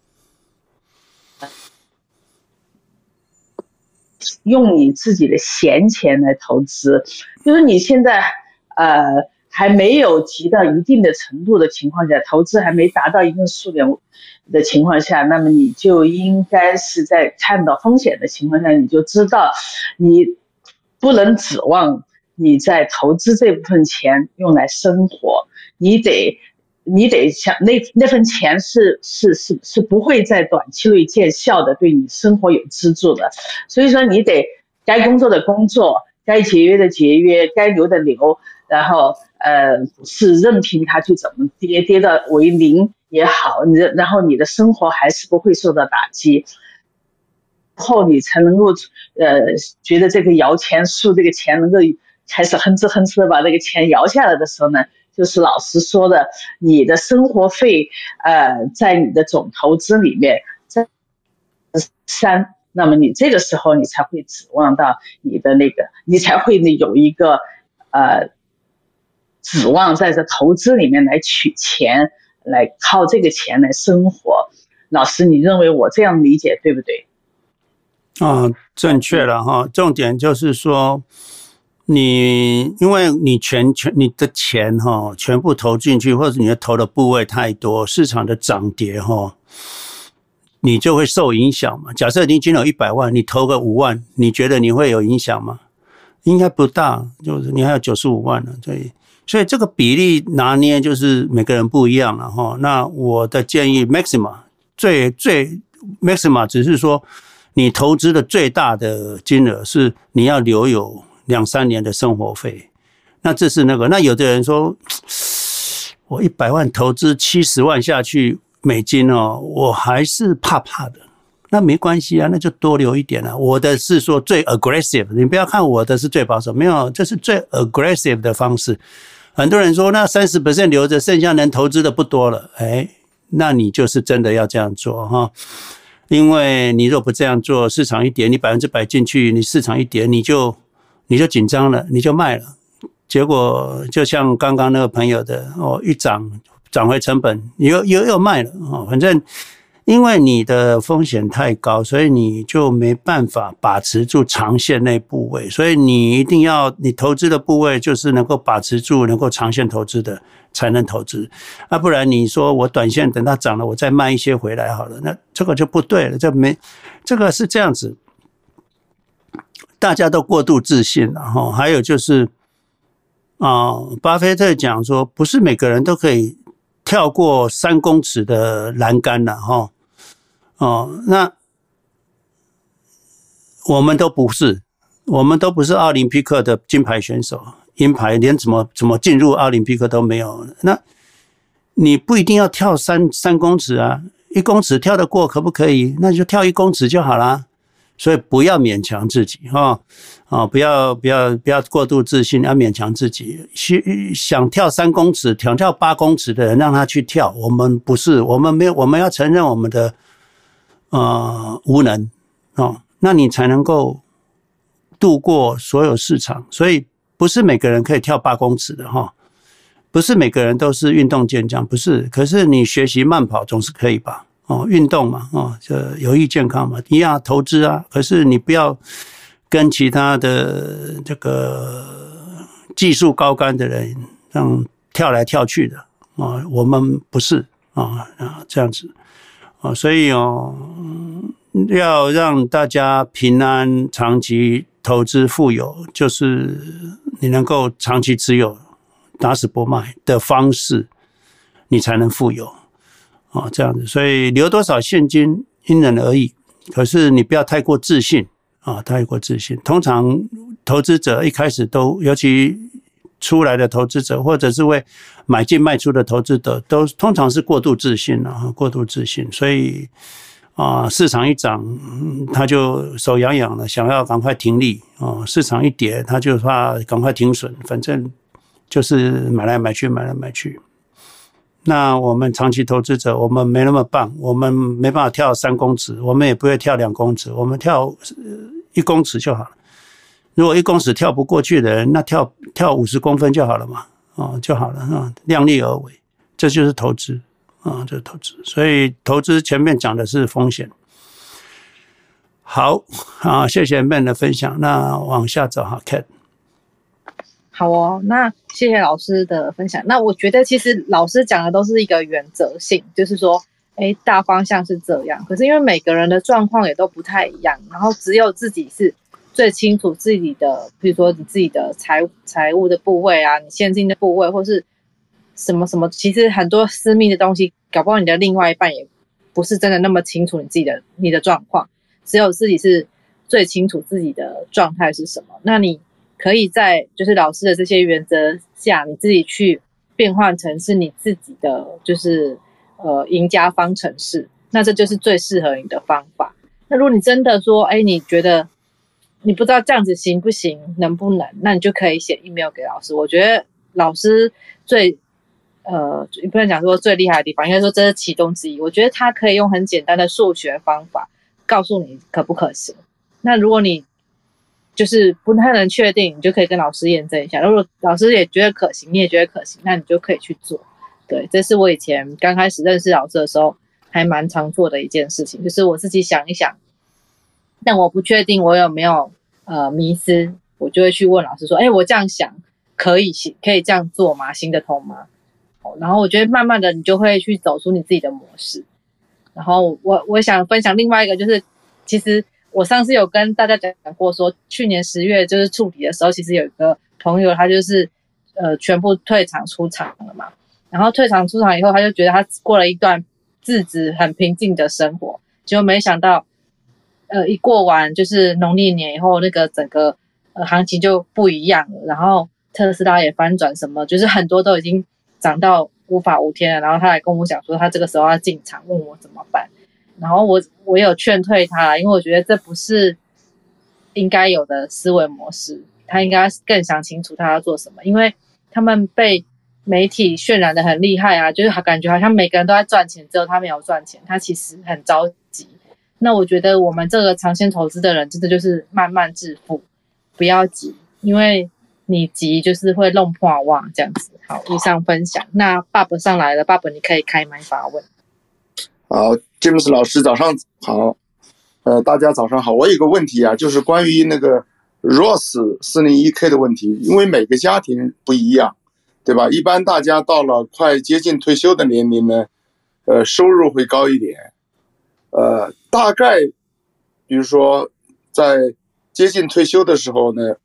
用你自己的闲钱来投资，就是你现在呃。还没有提到一定的程度的情况下，投资还没达到一定数量的情况下，那么你就应该是在看到风险的情况下，你就知道你不能指望你在投资这部分钱用来生活，你得你得想那那份钱是是是是不会在短期内见效的，对你生活有资助的，所以说你得该工作的工作，该节约的节约，该留的留，然后呃是任凭它去怎么跌，跌到为零也好，你然后你的生活还是不会受到打击，后你才能够呃觉得这个摇钱树这个钱能够开始哼哧哼哧的把这个钱摇下来的时候呢，就是老师说的，你的生活费呃在你的总投资里面在三。那么你这个时候你才会指望到你的那个，你才会有一个呃指望在这投资里面来取钱，来靠这个钱来生活。老师，你认为我这样理解对不对？ 啊、哦，正确了哈。重点就是说，你因为你全全你的钱哈全部投进去，或者你的投的部位太多，市场的涨跌哈。你就会受影响嘛？假设你今天有一百万，你投个五万，你觉得你会有影响吗？应该不大，就是你还有九十五万呢，所以所以这个比例拿捏就是每个人不一样了哈。那我的建议 maxima 最最 maxima 只是说你投资的最大的金额是你要留有两三年的生活费。那这是那个，那有的人说我一百万投资七十万下去。美金哦，我还是怕怕的，那没关系啊，那就多留一点啊。我的是说最 aggressive， 你不要看我的是最保守，没有，这是最 aggressive 的方式。很多人说那 百分之三十 留着，剩下能投资的不多了，哎，那你就是真的要这样做哈。因为你若不这样做，市场一跌，你百分之百进去，你市场一跌，你就你就紧张了，你就卖了，结果就像刚刚那个朋友的哦，一涨。涨回成本，又又又卖了啊！反正因为你的风险太高，所以你就没办法把持住长线内部位，所以你一定要你投资的部位就是能够把持住、能够长线投资的， 才能投资，啊，不然你说我短线等它涨了，我再卖一些回来好了，那这个就不对了，这没这个是这样子，大家都过度自信了哈。还有就是啊，巴菲特讲说，不是每个人都可以跳过三公尺的栏杆了哈。哦，那我们都不是，我们都不是奥林匹克的金牌选手。银牌连怎么怎么进入奥林匹克都没有，那你不一定要跳三三公尺啊，一公尺跳得过可不可以？那就跳一公尺就好啦。所以不要勉强自己哈，啊，不要不要不要过度自信，要勉强自己。想跳三公尺、想跳八公尺的人，让他去跳。我们不是，我们没有，我们要承认我们的呃无能哦，那你才能够度过所有市场。所以。不是每个人可以跳八公尺的哈，不是每个人都是运动健将，不是。可是你学习慢跑总是可以吧？哦，运动嘛，哦，这有益健康嘛，一样投资啊。可是你不要跟其他的这个技术高竿的人让跳来跳去的啊，我们不是啊啊这样子啊，所以哦，要让大家平安长期投资富有，就是你能够长期持有打死不卖的方式，你才能富有啊，这样子。所以留多少现金因人而异，可是你不要太过自信啊，太过自信。通常投资者一开始都，尤其出来的投资者，或者是会买进卖出的投资者，都通常是过度自信啊，过度自信，所以。啊，市场一涨，他就手痒痒了，想要赶快停利啊；市场一跌，他就怕赶快停损，反正就是买来买去，买来买去。那我们长期投资者，我们没那么棒，我们没办法跳三公尺，我们也不会跳两公尺，我们跳一公尺就好了。如果一公尺跳不过去的人，那跳跳五十公分就好了嘛，哦就好了啊，量力而为，这就是投资。啊，这是投资，所以投资前面讲的是风险。好啊，谢谢 Man 的分享。那往下走哈 ，Cat。 好哦，那谢谢老师的分享。那我觉得其实老师讲的都是一个原则性，就是说，哎，大方向是这样。可是因为每个人的状况也都不太一样，然后只有自己是最清楚自己的，比如说你自己的财财务的部位啊，你现金的部位，或是。什么什么，其实很多私密的东西，搞不好你的另外一半也不是真的那么清楚你自己的你的状况，只有自己是最清楚自己的状态是什么。那你可以在就是老师的这些原则下，你自己去变换成是你自己的就是呃赢家方程式，那这就是最适合你的方法。那如果你真的说，哎，你觉得你不知道这样子行不行，能不能，那你就可以写 email 给老师。我觉得老师最呃，不能讲说最厉害的地方，应该说这是其中之一。我觉得他可以用很简单的数学方法告诉你可不可行。那如果你就是不太能确定，你就可以跟老师验证一下。如果老师也觉得可行，你也觉得可行，那你就可以去做。对，这是我以前刚开始认识老师的时候还蛮常做的一件事情，就是我自己想一想，但我不确定我有没有呃迷思，我就会去问老师说，哎，我这样想可以行，可以这样做吗？行得通吗？然后我觉得慢慢的你就会去走出你自己的模式。然后我我想分享另外一个，就是其实我上次有跟大家讲过说，去年十月就是触底的时候，其实有一个朋友他就是呃全部退场出场了嘛。然后退场出场以后，他就觉得他过了一段日子很平静的生活，结果没想到呃一过完就是农历年以后，那个整个呃行情就不一样了。然后特斯拉也翻转什么，就是很多都已经涨到无法无天了，然后他来跟我讲说他这个时候要进场，问我怎么办。然后我我有劝退他，因为我觉得这不是应该有的思维模式，他应该更想清楚他要做什么。因为他们被媒体渲染的很厉害啊，就是感觉好像每个人都在赚钱，只有他没有赚钱，他其实很着急。那我觉得我们这个长线投资的人真的就是慢慢致富，不要急，因为你急就是会弄破袜这样子。好，以上分享。那爸爸上来了，爸爸你可以开麦发问。 好，詹姆斯老师早上好，呃，大家早上好。我有个问题啊，就是关于那个 Roth 四零一 K 的问题，因为每个家庭不一样， 对吧？一般大家到了快接近退休的年龄呢，呃，收入会高一点，呃，大概比如说在接近退休的时候呢 ，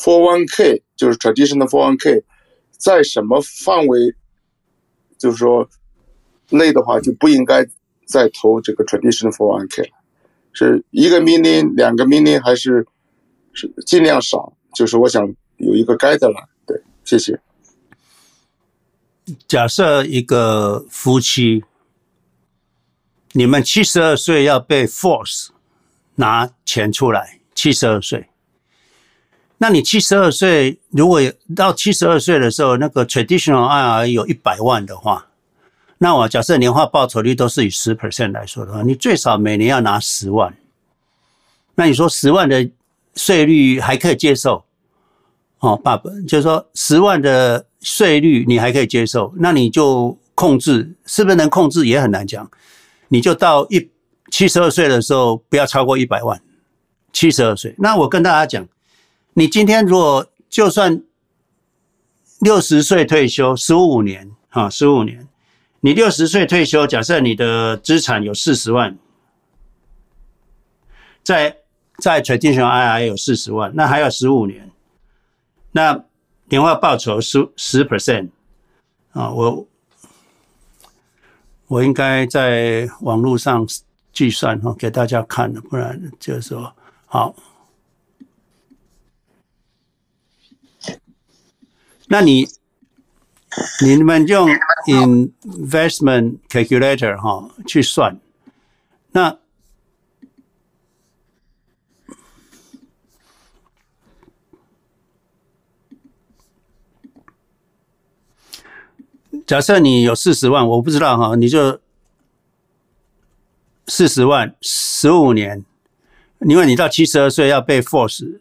四一 K 就是 traditional 四一 K， 在什么范围，就是说内的话就不应该再投这个 traditional 四一 K 了，是一个 million 两个 million 还是是尽量少？就是我想有一个 guideline。对，谢谢。 假设一个夫妻，你们七十二岁要被 force 拿钱出来，七十二岁，那你七十二岁如果到七十二岁的时候，那个 traditional I R A 有一百万的话，那我假设年化报酬率都是以 百分之十 来说的话，你最少每年要拿十万。那你说十万的税率还可以接受？哦，爸爸就是说十万的税率你还可以接受，那你就控制，是不是能控制也很难讲。你就到一七十二岁的时候不要超过一百万，七十二岁。那我跟大家讲，你今天如果就算六十岁退休，十五年啊，十五年，你六十岁退休，假设你的资产有四十万，在在 traditional I R A 有四十万，那还有十五年。那年化报酬 百分之十 啊，我我应该在网络上计算哈，给大家看的，不然就是说好。那你你们用 investment calculator 哈去算，那假设你有四十万，我不知道哈，你就四十万，十五年，因为你到七十二岁要被 force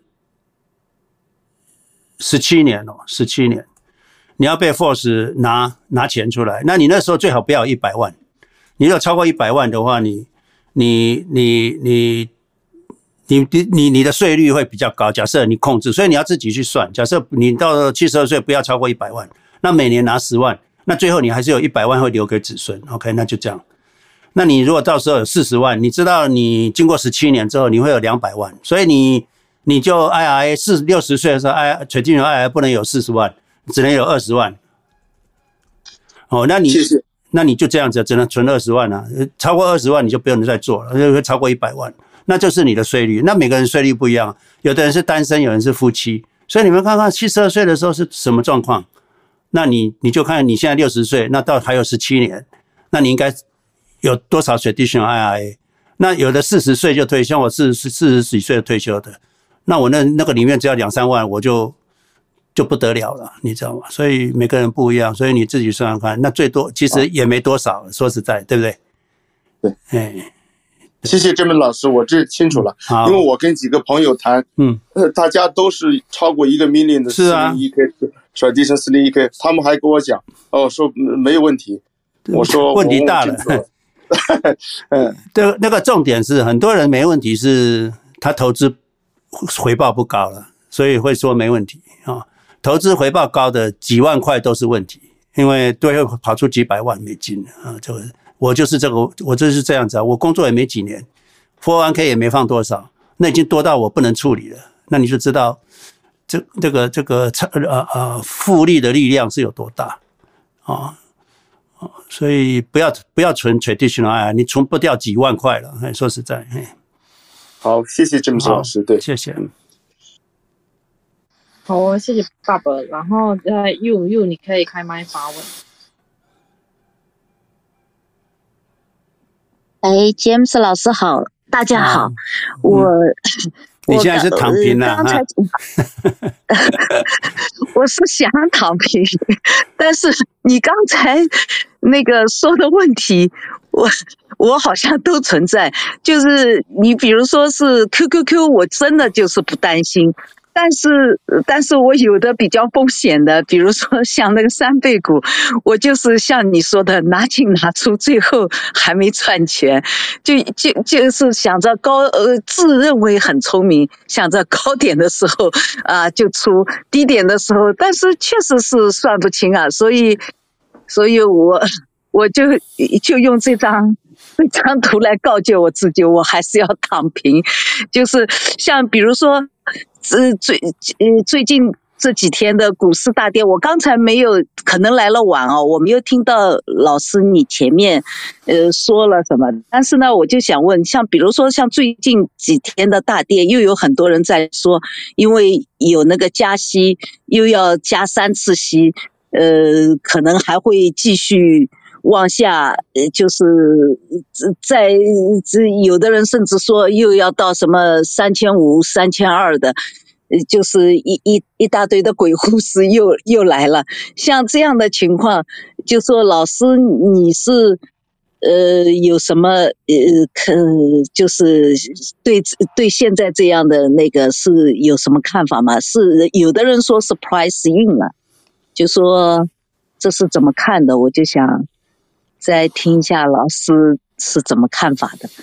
十七年哦，十七年，你要被 force 拿拿钱出来，那你那时候最好不要一百万，你如果超过一百万的话，你你你你你你你的税率会比较高。假设你控制，所以你要自己去算。假设你到七十二岁不要超过一百万，那每年拿十万。那最后你还是有一百万会留给子孙 ，OK， 那就这样。那你如果到时候有四十万，你知道你经过十七年之后你会有两百万，所以你你就 I R A 四六十岁的时候 ，I traditional I R A 不能有四十万，只能有二十万。哦，那你谢谢那你就这样子，只能存二十万啊，超过二十万你就不用再做了，会超过一百万，那就是你的税率。那每个人税率不一样，有的人是单身，有人是夫妻，所以你们看看七十二岁的时候是什么状况？那你你就看你现在六十岁，那到还有十七年，那你应该有多少 traditional I R A？ 那有的四十岁就退休，我四十四十几岁就退休的，那我那那个里面只要两三万，我就就不得了了，你知道吗？所以每个人不一样，所以你自己算算看，那最多其实也没多少，说实在，对不对？ 对， 哎， 谢谢郑明老师，我这清楚了，因为我跟几个朋友谈， 嗯， 呃，大家都是超过一个 million 的四零一 K。traditional 四零一 K， 他们还跟我讲，哦，说没有问题。我说问题大了。嗯，对，那个重点是很多人没问题，是他投资回报不高了，所以会说没问题啊。投资回报高的几万块都是问题，因为都会跑出几百万美金啊。这个我就是这个，我就是这样子啊。我工作也没几年 ，四一 K 也没放多少，那已经多到我不能处理了。那你就知道。这这个这个呃呃复利的力量是有多大啊？所以不要不要存 traditional I R A， 你存不掉几万块了。说实在， 好，谢谢郑老师，对， 谢谢。 好，谢谢爸爸。然后呃 ，you you 你可以开麦发问。 哎 ，James 老师好，大家好，嗯、我。 你现在是躺平了啊？ 我是想躺平，但是你刚才那个说的问题，我我好像都存在。就是你比如说是 Q Q Q， 我真的就是不担心。 但是，但是我有的比较风险的，比如说像那个三倍股，我就是像你说的拿进拿出，最后还没赚钱，就就就是想着高呃自认为很聪明，想着高点的时候啊、呃、就出，低点的时候，但是确实是算不清啊，所以，所以我我就就用这张。这张图来告诫我自己，我还是要躺平。就是像比如说，呃，最呃最近这几天的股市大跌，我刚才没有，可能来了晚哦，我没有听到老师你前面呃说了什么。但是呢，我就想问，像比如说像最近几天的大跌，又有很多人在说，因为有那个加息，又要加三次息，呃，可能还会继续。往下，呃，就是在有的人甚至说又要到什么三千五、三千二的，就是一一一大堆的鬼故事又又来了。像这样的情况，就说老师你是呃有什么呃可就是对对现在这样的那个是有什么看法吗？是有的人说是 price in 了，就说这是怎么看的？我就想。再听一下老师是怎么看法的。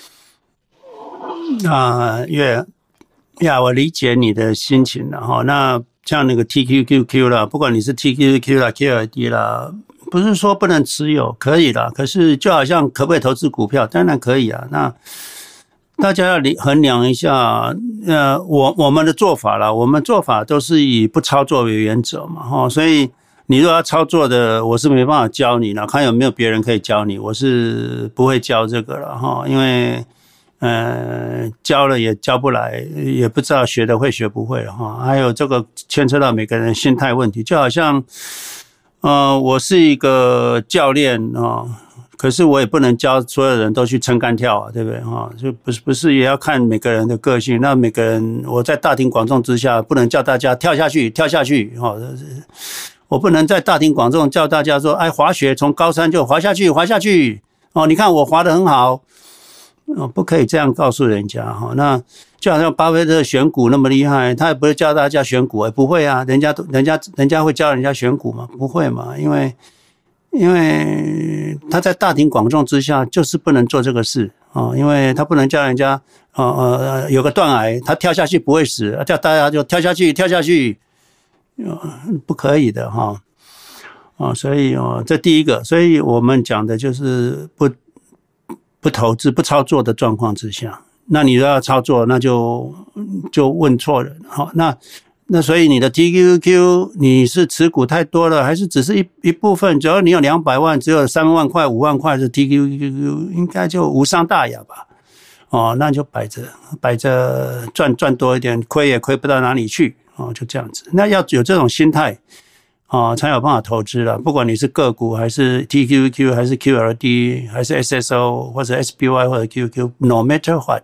啊，月呀，我理解你的心情了哈。那像那个 T Q Q Q 啦，不管你是 T Q Q Q 啦 Q R D 啦，不是说不能持有，可以啦。可是就好像可不可以投资股票，当然可以啊。那大家要衡量一下，呃，我我们的做法啦，我们做法都是以不操作为原则嘛，哈，所以。你如果要操作的，我是没办法教你了，看有没有别人可以教你，我是不会教这个了哈，因为呃教了也教不来，也不知道学的会学不会哈，还有这个牵扯到每个人心态问题，就好像呃我是一个教练啊，可是我也不能教所有人都去撑杆跳啊，对不对哈？就不是不是也要看每个人的个性，那每个人我在大庭广众之下不能叫大家跳下去跳下去哈。我不能在大庭广众叫大家说，哎，滑雪从高山就滑下去，滑下去哦！你看我滑得很好，哦，不可以这样告诉人家哈。那就好像巴菲特选股那么厉害，他也不是教大家选股，不会啊，人家人家人家会教人家选股吗？不会嘛，因为因为他在大庭广众之下就是不能做这个事啊，因为他不能叫人家呃呃有个断崖，他跳下去不会死，叫大家就跳下去，跳下去。不可以的哈，啊，所以哦，这第一个，所以我们讲的就是不不投资、不操作的状况之下，那你要操作，那就就问错人哈。那那所以你的 T Q Q 你是持股太多了，还是只是一一部分？只要你有两百万，只有三万块、五万块是 T Q Q， 应该就无伤大雅吧？哦，那就摆着摆着赚赚多一点，亏也亏不到哪里去。哦，就这样子。那要有这种心态，哦，才有办法投资了。不管你是个股，还是 T Q Q， 还是 Q L D， 还是 S S O， 或者 S P Y， 或者 Q Q，no matter what，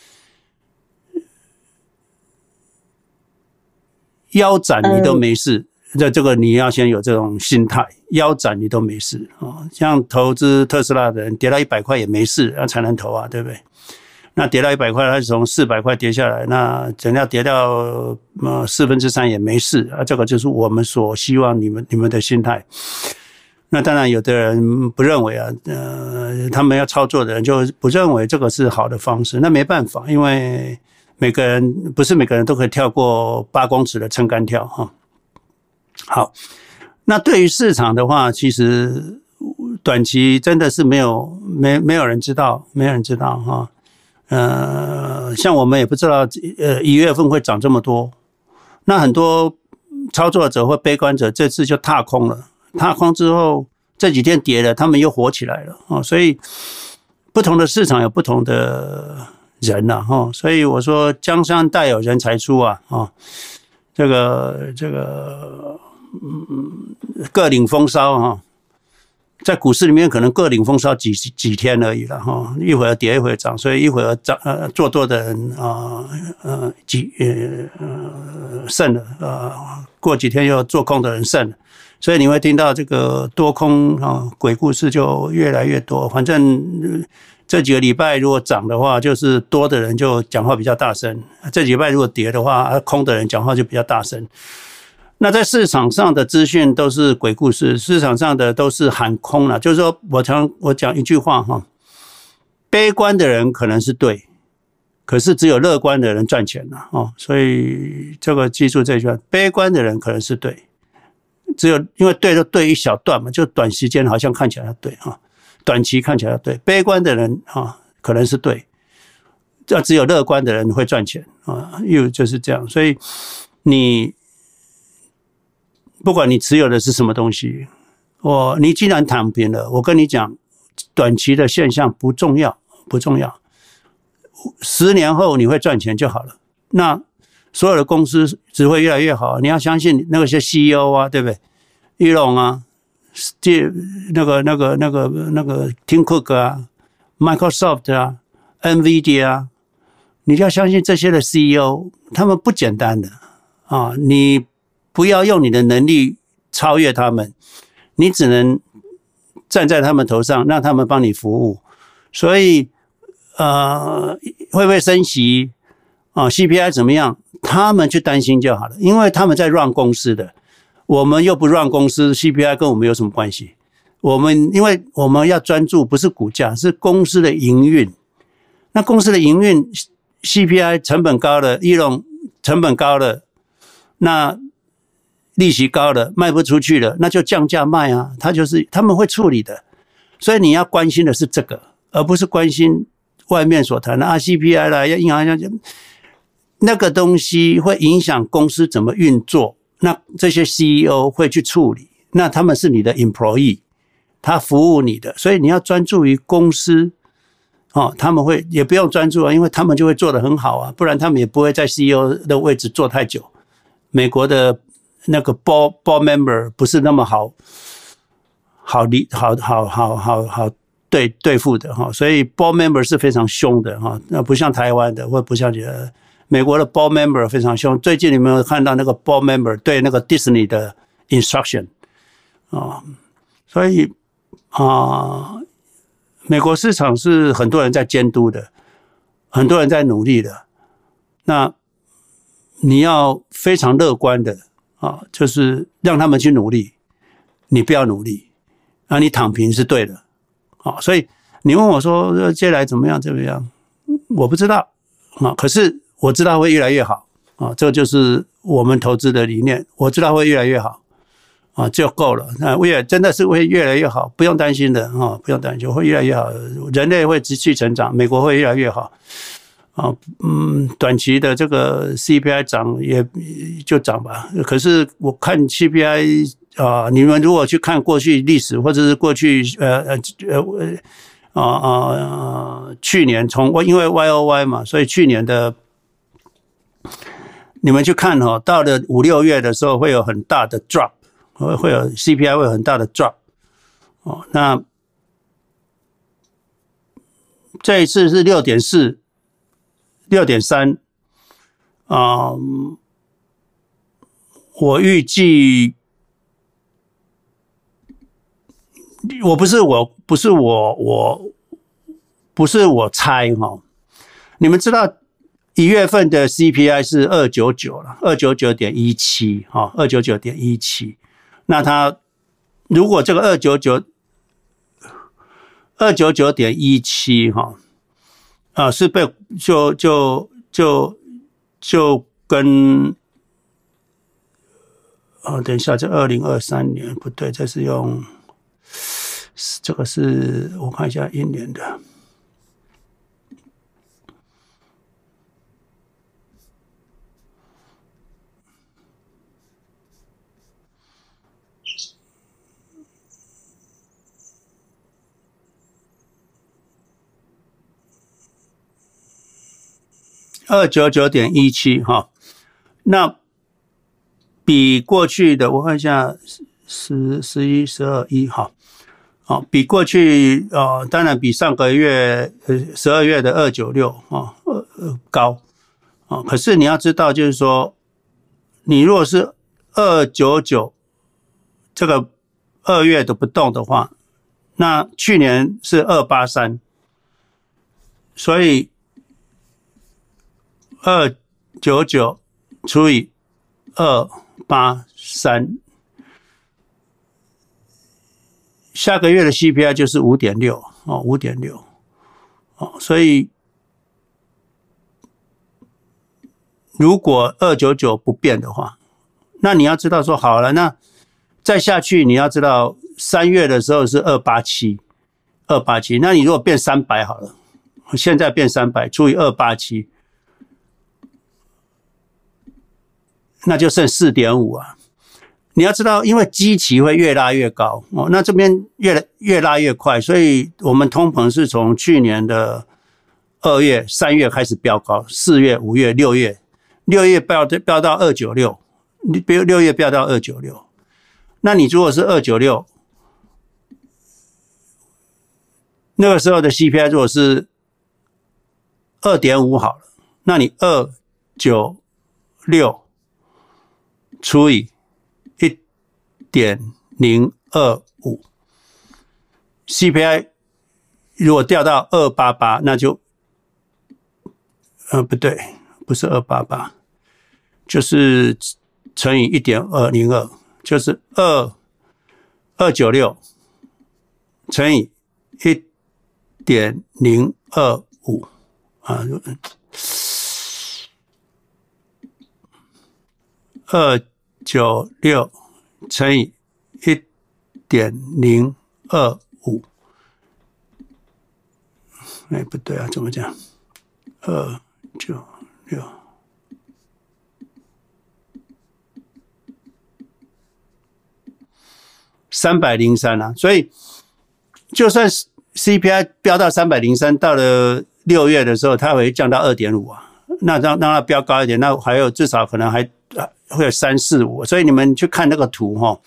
腰斩你都没事。这、嗯、这个你要先有这种心态，腰斩你都没事啊、哦。像投资特斯拉的人，跌到一百块也没事，那才能投啊，对不对？那跌到一百块，它是从四百块跌下来，那整要跌到呃四分之三也没事啊。这个就是我们所希望你们你们的心态。那当然，有的人不认为啊，呃，他们要操作的人就不认为这个是好的方式。那没办法，因为每个人不是每个人都可以跳过八公尺的撑杆跳哈。好，那对于市场的话，其实短期真的是没有没没有人知道，没有人知道哈。呃，像我们也不知道，呃，一月份会涨这么多。那很多操作者或悲观者这次就踏空了，踏空之后这几天跌了，他们又火起来了哦。所以不同的市场有不同的人呐、啊，哈。所以我说江山代有人才出啊，啊，这个这个嗯各领风骚哈。在股市里面，可能各领风骚几几天而已了哈，一会儿跌一会儿涨，所以一会儿涨呃做多的人啊呃几呃呃胜了呃，过几天又做空的人胜了，所以你会听到这个多空啊鬼故事就越来越多。反正这几个礼拜如果涨的话，就是多的人就讲话比较大声；这几个礼拜如果跌的话，空的人讲话就比较大声。那在市场上的资讯都是鬼故事，市场上的都是喊空了。就是说我常我讲一句话哈，悲观的人可能是对，可是只有乐观的人赚钱了哦。所以这个记住这句话，悲观的人可能是对，只有因为对就对一小段嘛，就短时间好像看起来对哈，短期看起来对。悲观的人啊可能是对，这只有乐观的人会赚钱啊，又就是这样。所以你。不管你持有的是什么东西，我你既然躺平了，我跟你讲，短期的现象不重要，不重要。十年后你会赚钱就好了。那所有的公司只会越来越好，你要相信那些 C E O 啊，对不对？伊隆啊，那个那个那个那个 Tim Cook 啊 ，Microsoft 啊 ，NVIDIA 啊，你就要相信这些的 C E O， 他们不简单的啊，你。不要用你的能力超越他们，你只能站在他们头上，让他们帮你服务。所以，呃，会不会升息啊 ？C P I 怎么样？他们去担心就好了，因为他们在 run 公司的，我们又不 run 公司 ，C P I 跟我们有什么关系？我们因为我们要专注不是股价，是公司的营运。那公司的营运 C P I 成本高了，一种成本高了，那利息高了，卖不出去了，那就降价卖啊，他就是他们会处理的。所以你要关心的是这个，而不是关心外面所谈的啊 C P I 啦，要银行要那个东西会影响公司怎么运作，那这些 C E O 会去处理，那他们是你的 employee， 他服务你的，所以你要专注于公司哦，他们会也不用专注啊，因为他们就会做得很好啊，不然他们也不会在 C E O 的位置做太久。美国的那个 board board member 不是那么好，好理好好好好好对对付的哈，所以 board member 是非常凶的哈，那不像台湾的，或不像呃美国的 board member 非常凶。最近你们有看到那个 board member 对那个 Disney 的 instruction 啊，所以啊，美国市场是很多人在监督的，很多人在努力的，那你要非常乐观的。啊，就是让他们去努力，你不要努力，啊，你躺平是对的，啊，所以你问我说接下来怎么样怎么样，我不知道啊，可是我知道会越来越好啊，这就是我们投资的理念，我知道会越来越好啊，就够了，那也真的是会越来越好，不用担心的啊，不用担心，会越来越好，人类会持续成长，美国会越来越好。啊，嗯，短期的这个 C P I 涨也就涨吧。可是我看 C P I 啊、呃，你们如果去看过去历史，或者是过去呃呃呃啊啊去年从因为 Y O Y 嘛，所以去年的你们去看哦，到了五六月的时候会有很大的 drop， 会有 C P I 会有很大的 drop。哦，那这一次是 六点四。六点三，啊，我预计，我不是我不是我我不是我猜哈，你们知道一月份的 C P I 是二九九了，二九九点一七哈，二九九点一七，那它如果这个二九九二九九点一七哈。啊，是被就就就就跟啊，等一下，这二零二三年不对，这是用这个是我看一下一年的，二九九点一七哈，那比过去的我看一下十、十一、十二、一哈，好，比过去呃，当然比上个月呃十二月的二九六啊呃呃高啊，可是你要知道，就是说，你如果是二九九这个二月的不动的话，那去年是二八三。 所以二九九除以二八三，下个月的 C P I 就是 五点六 哦 ,五点六 哦，所以如果二九九不变的话，那你要知道说好了，那再下去你要知道三月的时候是二八七 二八七，那你如果变三百好了，现在变三百除以二八七，那就剩 四点五 啊。你要知道，因为基期会越拉越高哦，那这边越越拉越快，所以我们通膨是从去年的二月、三月开始飙高，四月、五月、六月，六月飙飙到二九六，六六月飙到二九六。那你如果是二九六，那个时候的 C P I 如果是 二点五 好了，那你二九六除以 一点零二五 C P I 如果掉到二八八，那就呃不对，不是二八八，就是乘以 一点二零二， 就是二二九六乘以 一点零二五 啊，二九六乘以 一点零二五， 哎，不对啊，怎么讲？二九六三百零三啊，所以就算 C P I 飙到三百零三，到了六月的时候，它会降到 二点五 啊，那让让它飙高一点，那还有至少可能还会有三四五，所以你们去看那个图哈，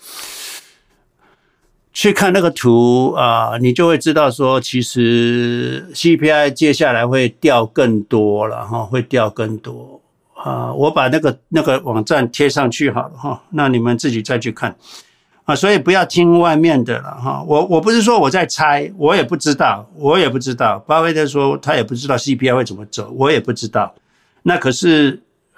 去看那个图啊、呃，你就会知道说，其实 C P I 接下来会掉更多了哈，会掉更多啊、呃。我把那个那个网站贴上去好了哈，那你们自己再去看。啊，所以不要听外面的了哈。我我不是说我在猜，我也不知道，我也不知道。巴菲特说他也不知道 C P I 会怎么走，我也不知道。那可是，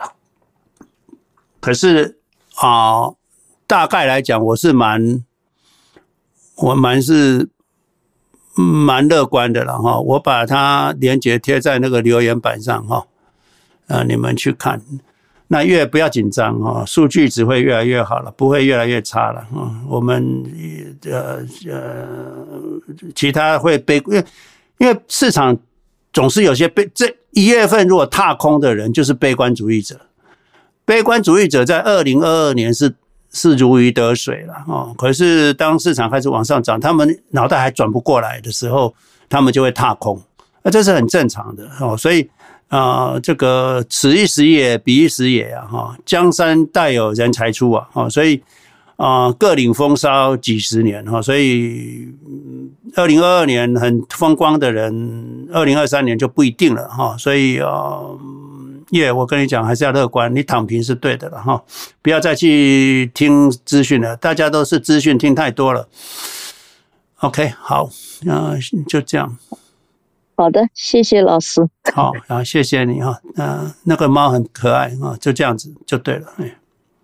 可是啊、呃，大概来讲，我是蛮，我蛮是蛮乐观的了哈。我把它连结贴在那个留言板上哈，啊，你们去看。那越不要紧张哈，数据只会越来越好了，不会越来越差了啊。我们呃呃，其他会悲，因为因为市场总是有些悲，这一月份如果踏空的人就是悲观主义者，悲观主义者在二零二二年是是如鱼得水了哦。可是当市场开始往上涨，他们脑袋还转不过来的时候，他们就会踏空，那这是很正常的哦。所以。啊、呃，这个此一时也，彼一时也啊！哈，江山代有人才出啊！哈，所以啊、呃，各领风骚几十年哈，所以二零二二年很风光的人，二零二三年就不一定了哈。所以啊，耶、呃，我跟你讲，还是要乐观，你躺平是对的了哈，不要再去听资讯了，大家都是资讯听太多了。OK， 好，那、呃、就这样。 好的，谢谢老师。 好，然后谢谢你哈。呃，那个猫很可爱啊，就这样子就对了。哎，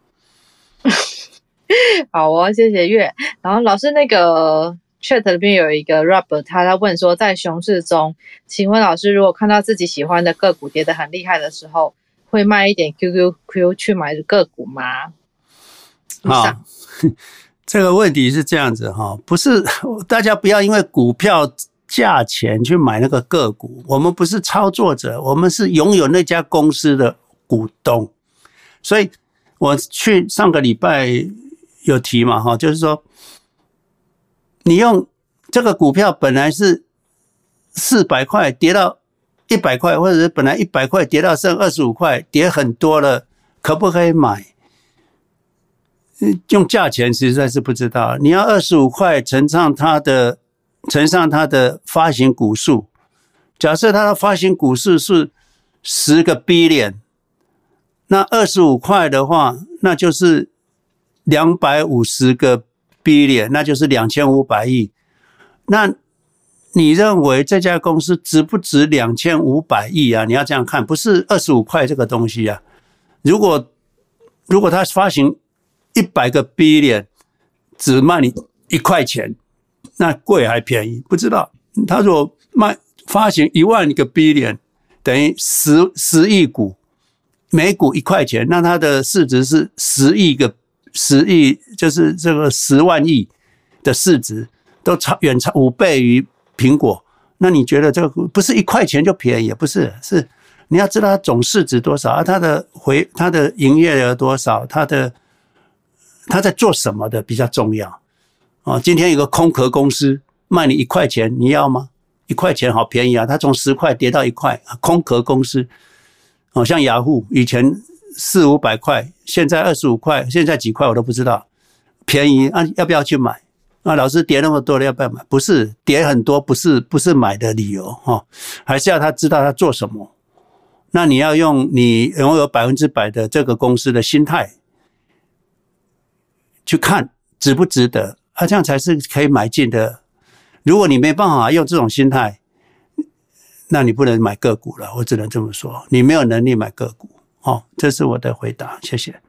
好哦，谢谢月。然后老师那个 chat 里面有一个 Robert， 他在问说，在熊市中，请问老师，如果看到自己喜欢的个股跌得很厉害的时候，会卖一点 Q Q Q 去买个股吗？ 好，这个问题是这样子哈，不是大家不要因为股票价钱去买那个个股，我们不是操作者，我们是拥有那家公司的股东。所以我去上个礼拜有提嘛哈，就是说你用这个股票本来是四百块跌到一百块，或者是本来一百块跌到剩二十五块，跌很多了，可不可以买？用价钱实在是不知道，你要二十五块乘上它的乘上它的发行股数，假设它的发行股数是十个 billion， 那二十五块的话，那就是两百五十个 billion， 那就是两千五百亿。那你认为这家公司值不值两千五百亿啊？你要这样看，不是二十五块这个东西啊。如果如果他发行一百个 billion， 只卖你一块钱，那贵还便宜？不知道。他如果卖发行一万个 billion， 等于十十亿股，每股一块钱，那它的市值是十亿个十亿，就是这个十万亿的市值，都超远超五倍于苹果。那你觉得这个不是一块钱就便宜？不是，是你要知道它总市值多少，它的回它的营业额多少，它的它在做什么的比较重要。哦，今天有个空壳公司卖你一块钱，你要吗？一块钱好便宜啊！它从十块跌到一块，空壳公司。哦，像雅虎以前四五百块，现在二十五块，现在几块我都不知道，便宜啊，要不要去买？啊，老师跌那么多了，要不要买？不是跌很多，不是不是买的理由哦，还是要他知道他做什么。那你要用你拥有百分之百的这个公司的心态去看值不值得啊，这样才是可以买进的。如果你没办法用这种心态，那你不能买个股了，我只能这么说，你没有能力买个股。哦，这是我的回答，谢谢。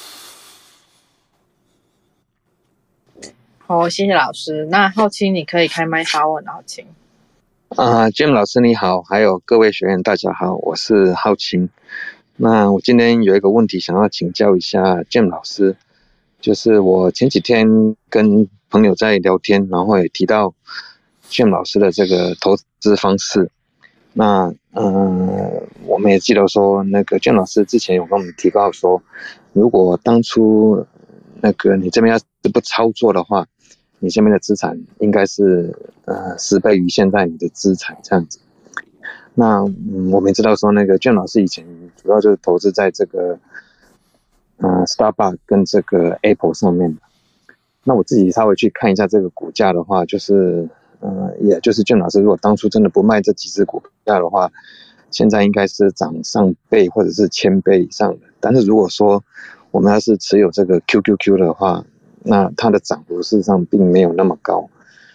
好，谢谢老师。那浩清，你可以开麦发问，浩清。 啊 ，Jim 老师你好，还有各位学员大家好，我是浩清。那我今天有一个问题想要请教一下 Jim 老师，就是我前几天跟朋友在聊天，然后也提到 Jim 老师的这个投资方式。那嗯、呃，我们也记得说，那个 Jim 老师之前有跟我们提到说，如果当初那个你这边要是不操作的话，你这边的资产应该是呃十倍于现在你的资产这样子。那、嗯、我们也知道说，那个 Jim 老师以前主要就是投资在这个呃 Starbucks 跟这个 Apple 上面的。那我自己稍微去看一下这个股价的话，就是呃，也就是Jim老师如果当初真的不卖这几只股票的话，现在应该是涨上倍或者是千倍以上的。但是如果说我们要是持有这个 Q Q Q 的话，那它的涨幅事实上并没有那么高。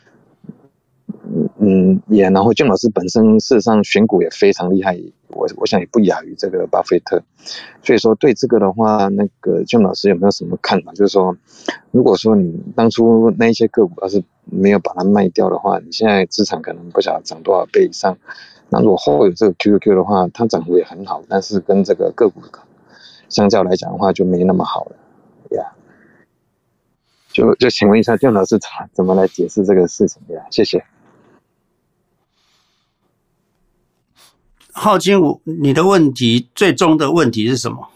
嗯，也然后Jim老师本身事实上选股也非常厉害，我我想也不亚于这个巴菲特。所以说对这个的话，那个Jim老师有没有什么看法？就是说，如果说你当初那一些个股要是没有把它卖掉的话，你现在资产可能不晓得涨多少倍以上。那如果后有这个 Q Q Q 的话，它涨幅也很好，但是跟这个个股相较来讲的话就没那么好了，呀、yeah.。就就请问一下Jim老师怎么来解释这个事情呀？谢谢。 浩清，你的问题最终的问题是什么？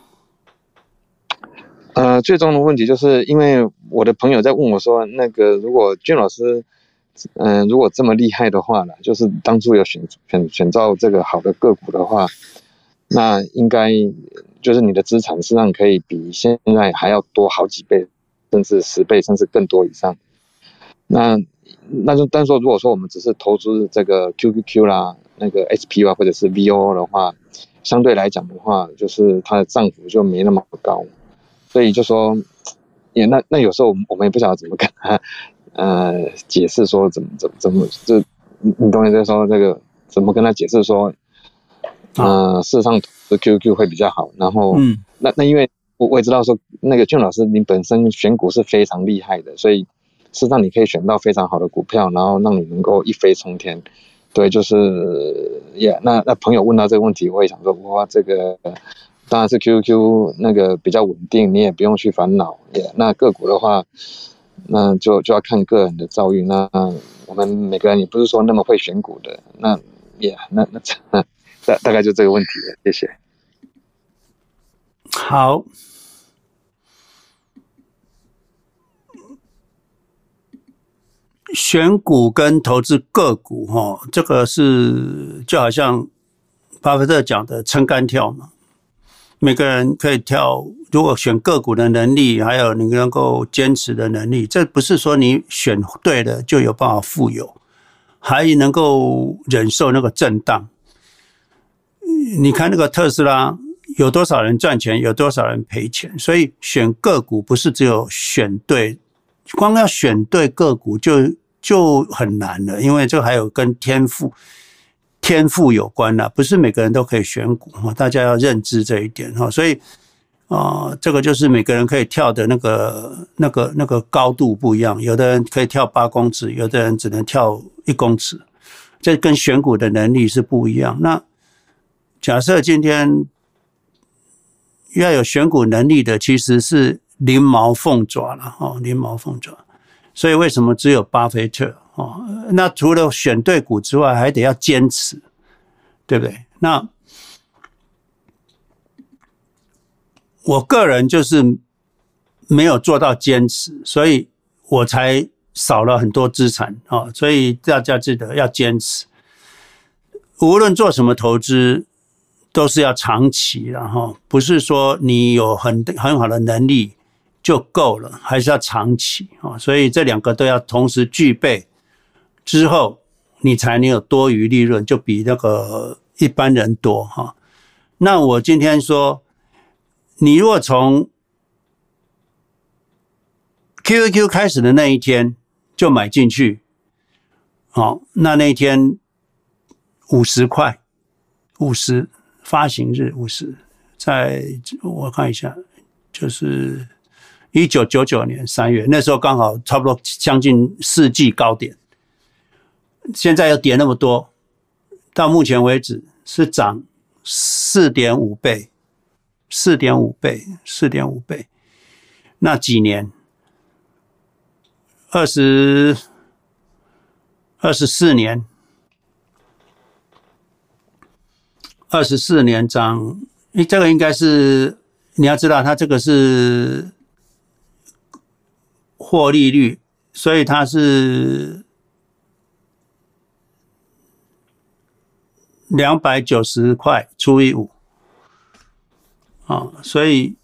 呃，最终的问题就是因为我的朋友在问我说，那个如果Jim老师，嗯、呃，如果这么厉害的话呢，就是当初有选选选到这个好的个股的话，那应该就是你的资产实际上可以比现在还要多好几倍，甚至十倍，甚至更多以上。那那就单说，如果说我们只是投资这个 Q Q Q 啦，那个 S P U 啊，或者是 V O O 的话，相对来讲的话，就是它的涨幅就没那么高。所以就说，也那那有时候我们也不晓得怎么跟他呃解释说怎么怎么怎么就你你懂我在说这个怎么跟他解释说，呃，事实上投资 Q Q Q 会比较好。然后，嗯，那那因为我我也知道说那个Jim老师你本身选股是非常厉害的，所以事实上你可以选到非常好的股票，然后让你能够一飞冲天。对，就是也、yeah, 那那朋友问到这个问题，我也想说，哇，这个。当然是 Q Q Q 那个比较稳定，你也不用去烦恼。也那个股的话，那就就要看个人的造诣。那我们每个人也不是说那么会选股的。那也那那大大概就这个问题了。谢谢。 好，选股跟投资个股哈，这个是就好像巴菲特讲的撑杆跳嘛。每个人可以跳，如果选个股的能力，还有你能够坚持的能力，这不是说你选对了就有办法富有，还能够忍受那个震荡。你看那个特斯拉，有多少人赚钱，有多少人赔钱，所以选个股不是只有选对，光要选对个股就就很难了，因为这还有跟天赋天赋有关啦，不是每个人都可以选股，大家要认知这一点哈。所以啊、呃，这个就是每个人可以跳的那个那个那个高度不一样，有的人可以跳八公尺，有的人只能跳一公尺，这跟选股的能力是不一样。那假设今天要有选股能力的，其实是灵毛凤爪了哦，灵毛凤爪。所以为什么只有巴菲特哦？那除了选对股之外，还得要坚持，对不对？那我个人就是没有做到坚持，所以我才少了很多资产哦。所以大家记得要坚持，无论做什么投资，都是要长期的哈，不是说你有很很好的能力就够了，还是要长期啊。所以这两个都要同时具备之后，你才能有多余利润，就比那个一般人多哈。那我今天说，你如果从 Q Q Q 开始的那一天就买进去，好，那那一天五十块，五十发行日五十，在我看一下，就是一九九九年三月，那时候刚好差不多将近世纪高点，现在又跌那么多，到目前为止是涨 四点五 倍 ,四点五 倍 ,四点五 倍。那几年二十二十四年二十四年涨，这个应该是你要知道，它这个是获利率，所以它是两百九十块除以五啊，所以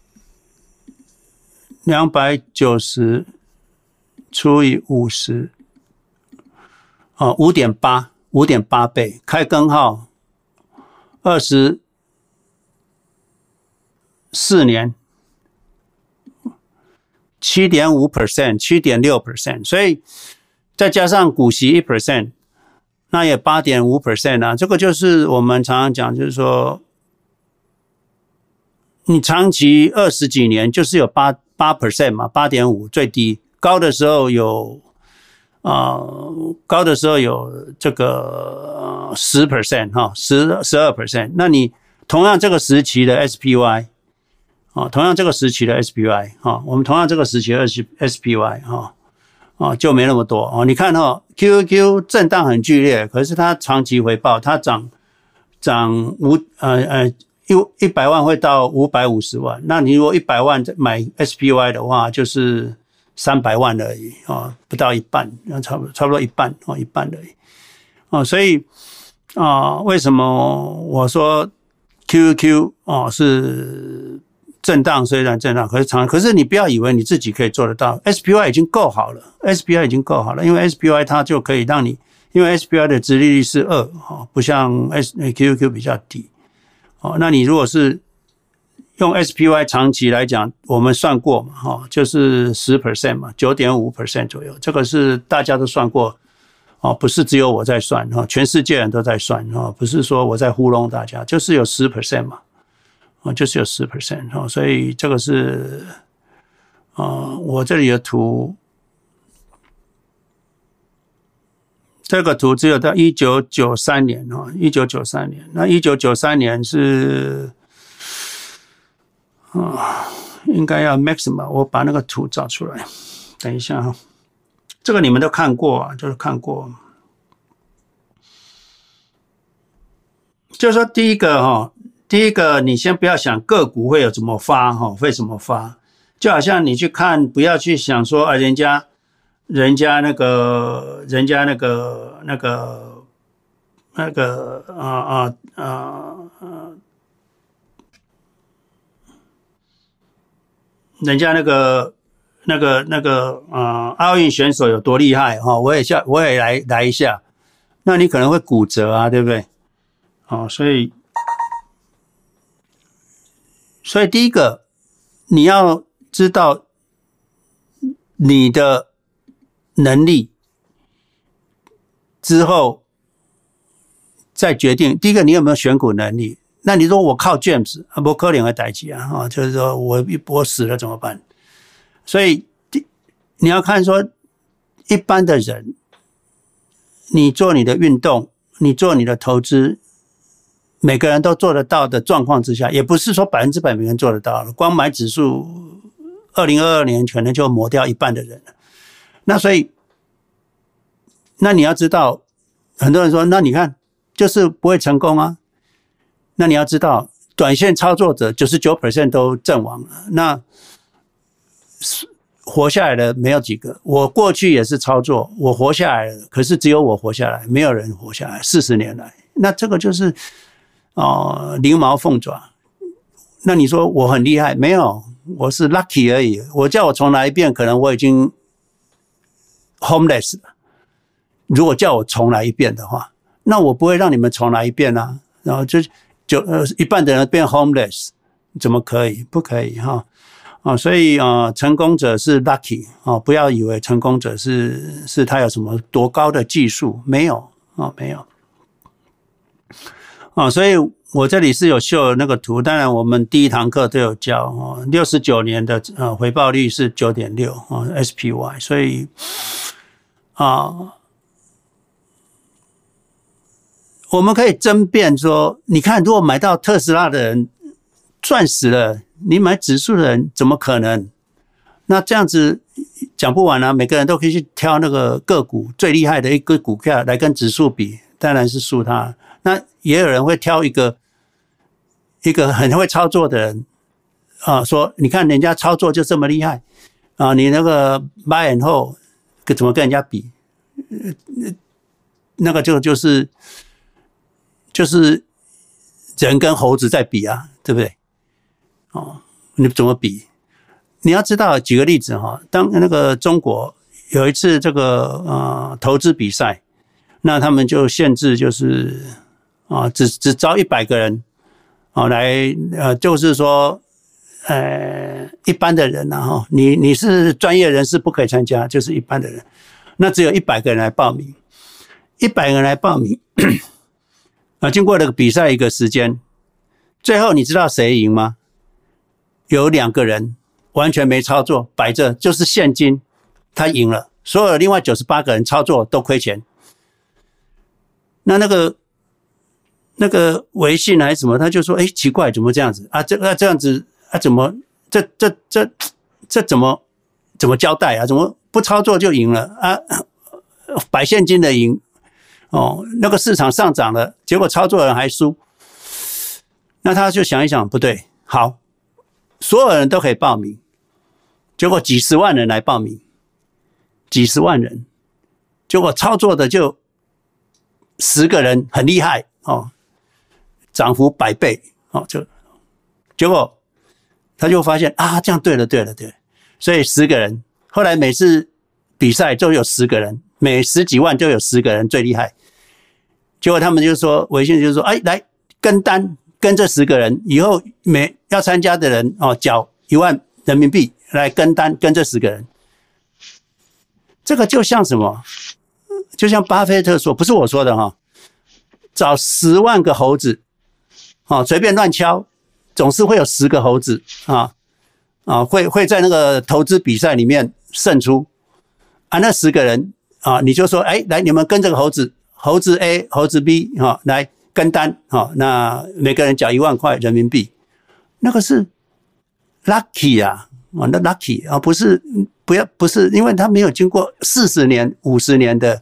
两百九十除以五十啊，五点八，五点八倍，开根号二十四年 七点五 percent 七点六 percent， 所以再加上股息 百分之一， 那也 八点五 percent 啊。这个就是我们常常讲，就是说你长期二十几年就是有 八 八 percent 嘛， 八点五 最低，高的时候有呃高的时候有这个 百分之十 哈 ,十 十二 percent。那你同样这个时期的 S P Y 啊，同样这个时期的 S P Y 哈，我们同样这个时期的 S P Y 哈啊就没那么多哦。你看哈 ，Q Q Q 震荡很剧烈，可是它长期回报，它涨涨五呃呃一一百万会到五百五十万。那你如果一百万买 S P Y 的话，就是三百万而已啊，不到一半，差不多差不多一半啊，一半而已啊。所以啊，为什么我说 Q Q Q 啊是震荡，虽然震荡，可是长，可是你不要以为你自己可以做得到 ，S P Y 已经够好了 ，S P Y 已经够好了，因为 S P Y 它就可以让你，因为 S P Y 的殖利率是二哈，不像 S Q Q Q 比较低哦。那你如果是用 S P Y 长期来讲，我们算过嘛哈，就是 百分之十 嘛 ,九点五 percent 左右，这个是大家都算过哦，不是只有我在算哈，全世界人都在算哈，不是说我在糊弄大家，就是有 百分之十 嘛。就是有 百分之十 所以这个是呃，我这里的图，这个图只有到一九九三年哦，一九九三年，那一九九三年是啊，应该要 maximum， 我把那个图找出来，等一下哈，这个你们都看过啊，就是看过，就是说第一个哈。第一个，你先不要想个股会有怎么发哈，会怎么发，就好像你去看，不要去想说啊，人家，人家那个，人家那个那个那个啊啊啊啊，人家那个那个那个啊，奥运选手有多厉害哈，我也下我也来来一下，那你可能会骨折啊，对不对？哦，所以。所以第一个，你要知道你的能力之后再决定。第一个，你有没有选股能力？那你说我靠 James 啊，不可能的代志啊，啊，就是说我我死了怎么办？所以你要看说一般的人，你做你的运动，你做你的投资，每个人都做得到的状况之下，也不是说百分之百每个人做得到了。光买指数，二零二二年可能就抹掉一半的人了。那所以，那你要知道，很多人说，那你看就是不会成功啊。那你要知道，短线操作者 百分之九十九 都阵亡了。那活下来的没有几个。我过去也是操作，我活下来了，可是只有我活下来，没有人活下来。四十年来，那这个就是哦、呃、灵毛凤爪。那你说我很厉害？没有，我是 lucky 而已。我叫我重来一遍，可能我已经 homeless 了。如果叫我重来一遍的话，那我不会让你们重来一遍啊。然后就就呃一半的人变 homeless， 怎么可以？不可以哈啊！所以啊、呃，成功者是 lucky 啊，不要以为成功者是是他有什么多高的技术，没有啊，没有啊。所以我这里是有秀那个图，当然我们第一堂课都有教啊，六十九年的呃回报率是 九点六 啊 S P Y， 所以啊。我们可以争辩说，你看，如果买到特斯拉的人赚死了，你买指数的人怎么可能？那这样子讲不完啊！每个人都可以去挑那个个股最厉害的一个股票来跟指数比，当然是输它。那也有人会挑一个一个很会操作的人啊，说你看人家操作就这么厉害啊，你那个 buy and hold 怎么跟人家比？那个就就是。就是人跟猴子在比啊，对不对？哦，你怎么比？你要知道，举个例子哈，当那个中国有一次这个呃投资比赛，那他们就限制就是啊，只只招一百个人啊来呃，就是说呃一般的人然后你你是专业人士不可以参加，就是一般的人，那只有一百个人来报名，一百个人来报名。啊，经过了比赛一个时间，最后你知道谁赢吗？有两个人完全没操作，摆着就是现金，他赢了，所有另外九十八个人操作都亏钱。那那个那个微信还是什么，他就说：“哎，奇怪，怎么这样子啊？这那这样子啊？怎么这这这这怎么怎么交代啊？怎么不操作就赢了啊？摆现金的赢。”哦，那个市场上涨了，结果操作人还输，那他就想一想，不对，好，所有人都可以报名，结果几十万人来报名，几十万人，结果操作的就十个人很厉害哦，涨幅百倍哦，就结果他就发现啊，这样对了，对了，对了，所以十个人，后来每次比赛就有十个人。每十几万就有十个人最厉害，结果他们就说，微信就说，哎，来跟单，跟这十个人，以后每要参加的人哦，缴一万人民币来跟单，跟这十个人。这个就像什么？就像巴菲特说，不是我说的哈，找十万个猴子，哦，随便乱敲，总是会有十个猴子啊啊，会会在那个投资比赛里面胜出啊，那十个人。啊，你就说，哎，来，你们跟这个猴子，猴子 A、猴子 B 哈、哦，来跟单，哈、哦，那每个人缴一万块人民币，那个是 lucky 啊，啊，那 lucky 啊，不是不要不是，因为他没有经过四十年、五十年的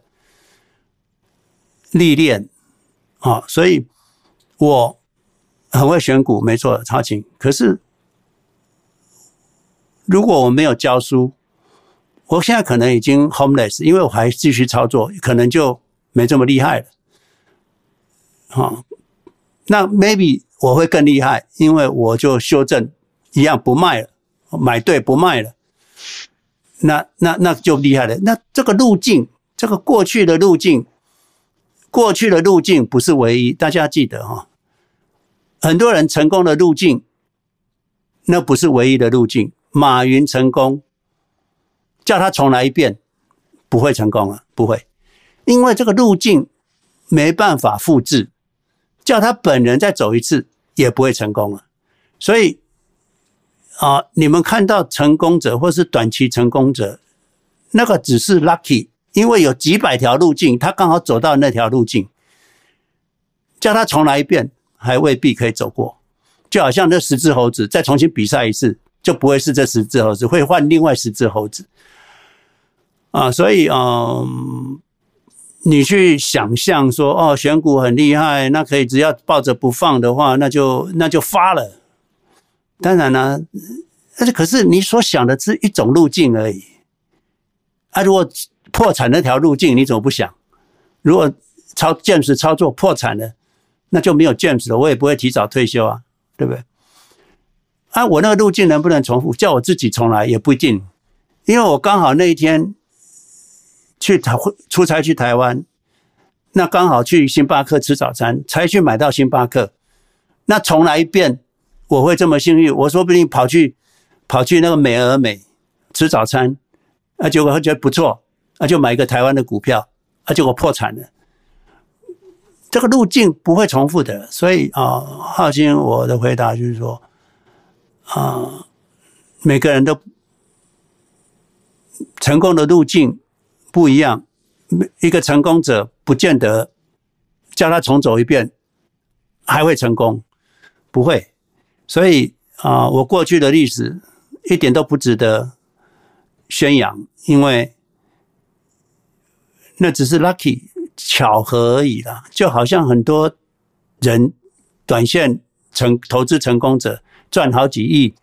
历练啊，所以我很会选股，没错，超勤。可是如果我没有教书，我现在可能已经 homeless， 因为我还继续操作，可能就没这么厉害了。好，那 maybe 我会更厉害，因为我就修正一样不卖了，买对不卖了，那那那就厉害了。那这个路径，这个过去的路径，过去的路径不是唯一，大家记得哈。很多人成功的路径，那不是唯一的路径。马云成功。叫他重来一遍，不会成功了，不会。 因为这个路径没办法复制，叫他本人再走一次也不会成功了。所以啊，你们看到成功者或是短期成功者，那个只是 lucky， 因为有几百条路径，他刚好走到那条路径，叫他重来一遍还未必可以走过。就好像那十只猴子再重新比赛一次，就不会是这十只猴子，会换另外十只猴子啊。所以嗯，你去想象说哦，选股很厉害，那可以只要抱着不放的话，那就那就发了。当然了，但是可是你所想的是一种路径而已啊。如果破产那条路径，你怎么不想？如果操 James 操作破产了，那就没有 James 了，我也不会提早退休啊。对不对？啊，我那个路径能不能重复？叫我自己重来也不一定，因为我刚好那一天去台出差去台湾，那刚好去星巴克吃早餐，才去买到星巴克。那重来一遍，我会这么幸运？我说不定跑去跑去那个美而美吃早餐，啊，结果觉得不错，啊，就买一个台湾的股票，啊，结果破产了。这个路径不会重复的，所以啊，浩鑫，我的回答就是说，啊，每个人都成功的路径不一样，一个成功者不见得叫他重走一遍还会成功，不会。所以啊，我过去的历史一点都不值得宣扬，因为那只是 lucky。巧合而已啦，就好像很多人短线成投资成功者赚好几亿，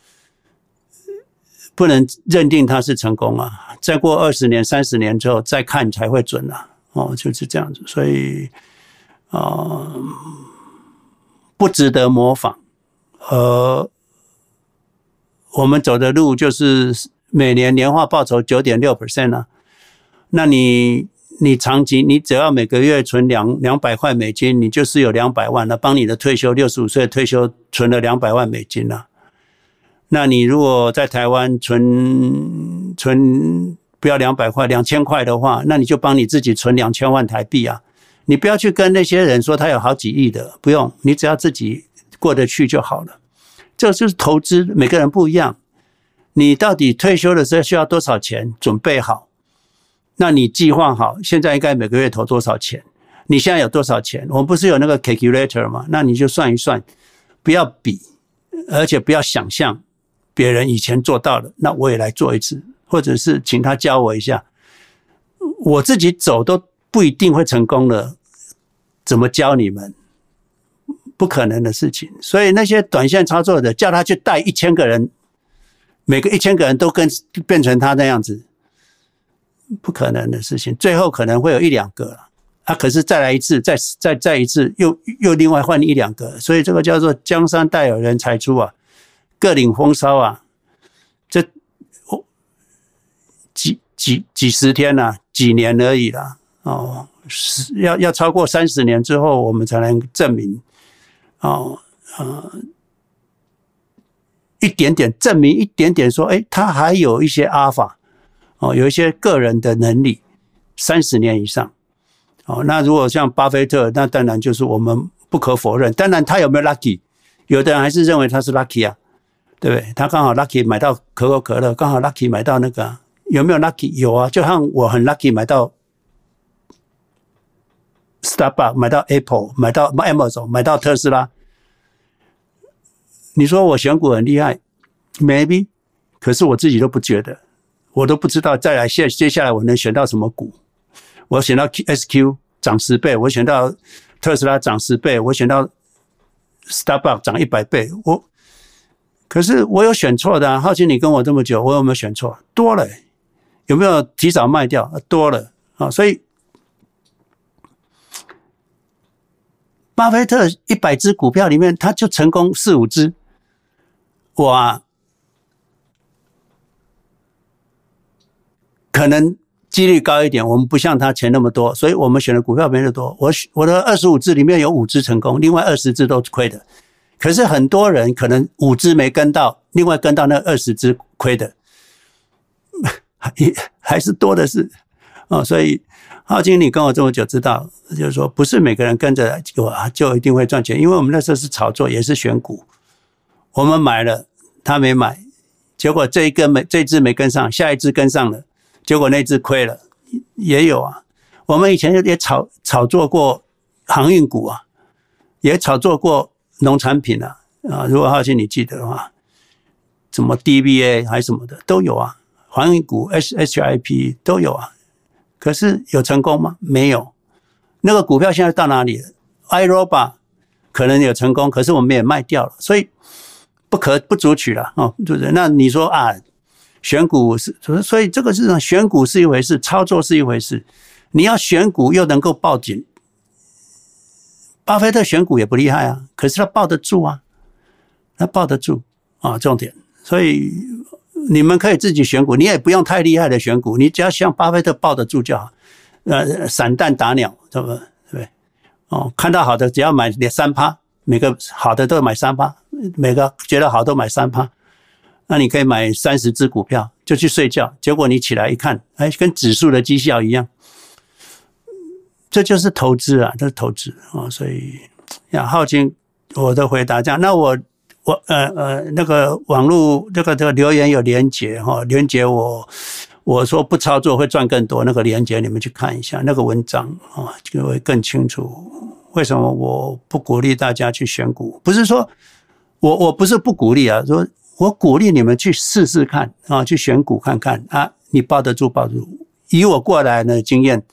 不能认定他是成功啊。再过二十年、三十年之后再看才会准啊。哦，就是这样子，所以啊、呃，不值得模仿。呃，我们走的路就是每年年化报酬 百分之九点六 啊，那你。你长期，你只要每个月存两两百块美金，你就是有两百万了，帮你的退休六十五岁退休存了两百万美金了。那你如果在台湾存存不要两百块，两千块的话，那你就帮你自己存两千万台币啊！你不要去跟那些人说他有好几亿的，不用，你只要自己过得去就好了。这就是投资，每个人不一样。你到底退休的时候需要多少钱？准备好。那你计划好，现在应该每个月投多少钱？你现在有多少钱？我们不是有那个 calculator 吗？那你就算一算，不要比，而且不要想象别人以前做到了，那我也来做一次，或者是请他教我一下。我自己走都不一定会成功了，怎么教你们？不可能的事情。所以那些短线操作的，叫他去带一千个人，每个一千个人都跟变成他那样子。不可能的事情，最后可能会有一两个了啊！可是再来一次，再再再一次，又又另外换一两个，所以这个叫做江山代有人才出啊，各领风骚啊！这几几几十天啊，几年而已啦哦，要要超过三十年之后，我们才能证明哦呃一点点证明一点点说，哎，他还有一些阿法。哦，有一些个人的能力，三十年以上，哦，那如果像巴菲特，那当然就是我们不可否认。当然，他有没有 lucky？ 有的人还是认为他是 lucky 啊，对不对？他刚好 lucky 买到可口可乐，刚好 lucky 买到那个、啊，有没有 lucky？ 有啊，就像我很 lucky 买到 Starbucks， 买到 Apple， 买到 Amazon， 买到特斯拉。你说我选股很厉害 ，maybe， 可是我自己都不觉得。我都不知道再来接接下来我能选到什么股，我选到 S Q 涨十倍，我选到特斯拉涨十倍，我选到 Starbucks 涨一百倍，我可是我有选错的啊！浩鑫，你跟我这么久，我有没有选错？多了，有没有提早卖掉？多了啊！所以巴菲特一百只股票里面，他就成功四五只，我啊。可能几率高一点，我们不像他钱那么多，所以我们选的股票没那么多。我我的二十五只里面有五只成功，另外二十只都亏的。可是很多人可能五只没跟到，另外跟到那二十只亏的，还是多的是哦，所以浩经理跟我这么久知道，就是说不是每个人跟着我就一定会赚钱，因为我们那时候是炒作，也是选股，我们买了，他没买，结果这一根没这一只没跟上，下一只跟上了，结果那只亏了，也有啊。我们以前也炒炒作过航运股啊，也炒作过农产品啊，啊，如果浩经你记得的话，什么 D B A 还是什么的都有啊，航运股 H H I P 都有啊。可是有成功吗？没有。那个股票现在到哪里了 ？iRobot 可能有成功，可是我们也卖掉了，所以不可不足取了哦，对不对？那你说啊，选股是，所以这个是选股是一回事，操作是一回事。你要选股又能够抱紧，巴菲特选股也不厉害啊，可是他抱得住啊，他抱得住啊，重点。所以你们可以自己选股，你也不用太厉害的选股，你只要像巴菲特抱得住就好。呃，散弹打鸟，对不对？对不对？哦，看到好的只要买三趴，每个好的都买三趴，每个觉得好都买三趴。那你可以买三十只股票，就去睡觉，结果你起来一看，哎，跟指数的绩效一样。这就是投资啊，这是投资啊、哦。所以呀，浩经我的回答这样。那我我呃呃那个网络这个这个留言有连结哈，连结我。我说不操作会赚更多，那个连结你们去看一下那个文章啊，就会更清楚为什么我不鼓励大家去选股。不是说我我不是不鼓励啊，说我鼓励你们去试试看啊，去选股看看啊，你抱得住抱得住。以我过来的经验，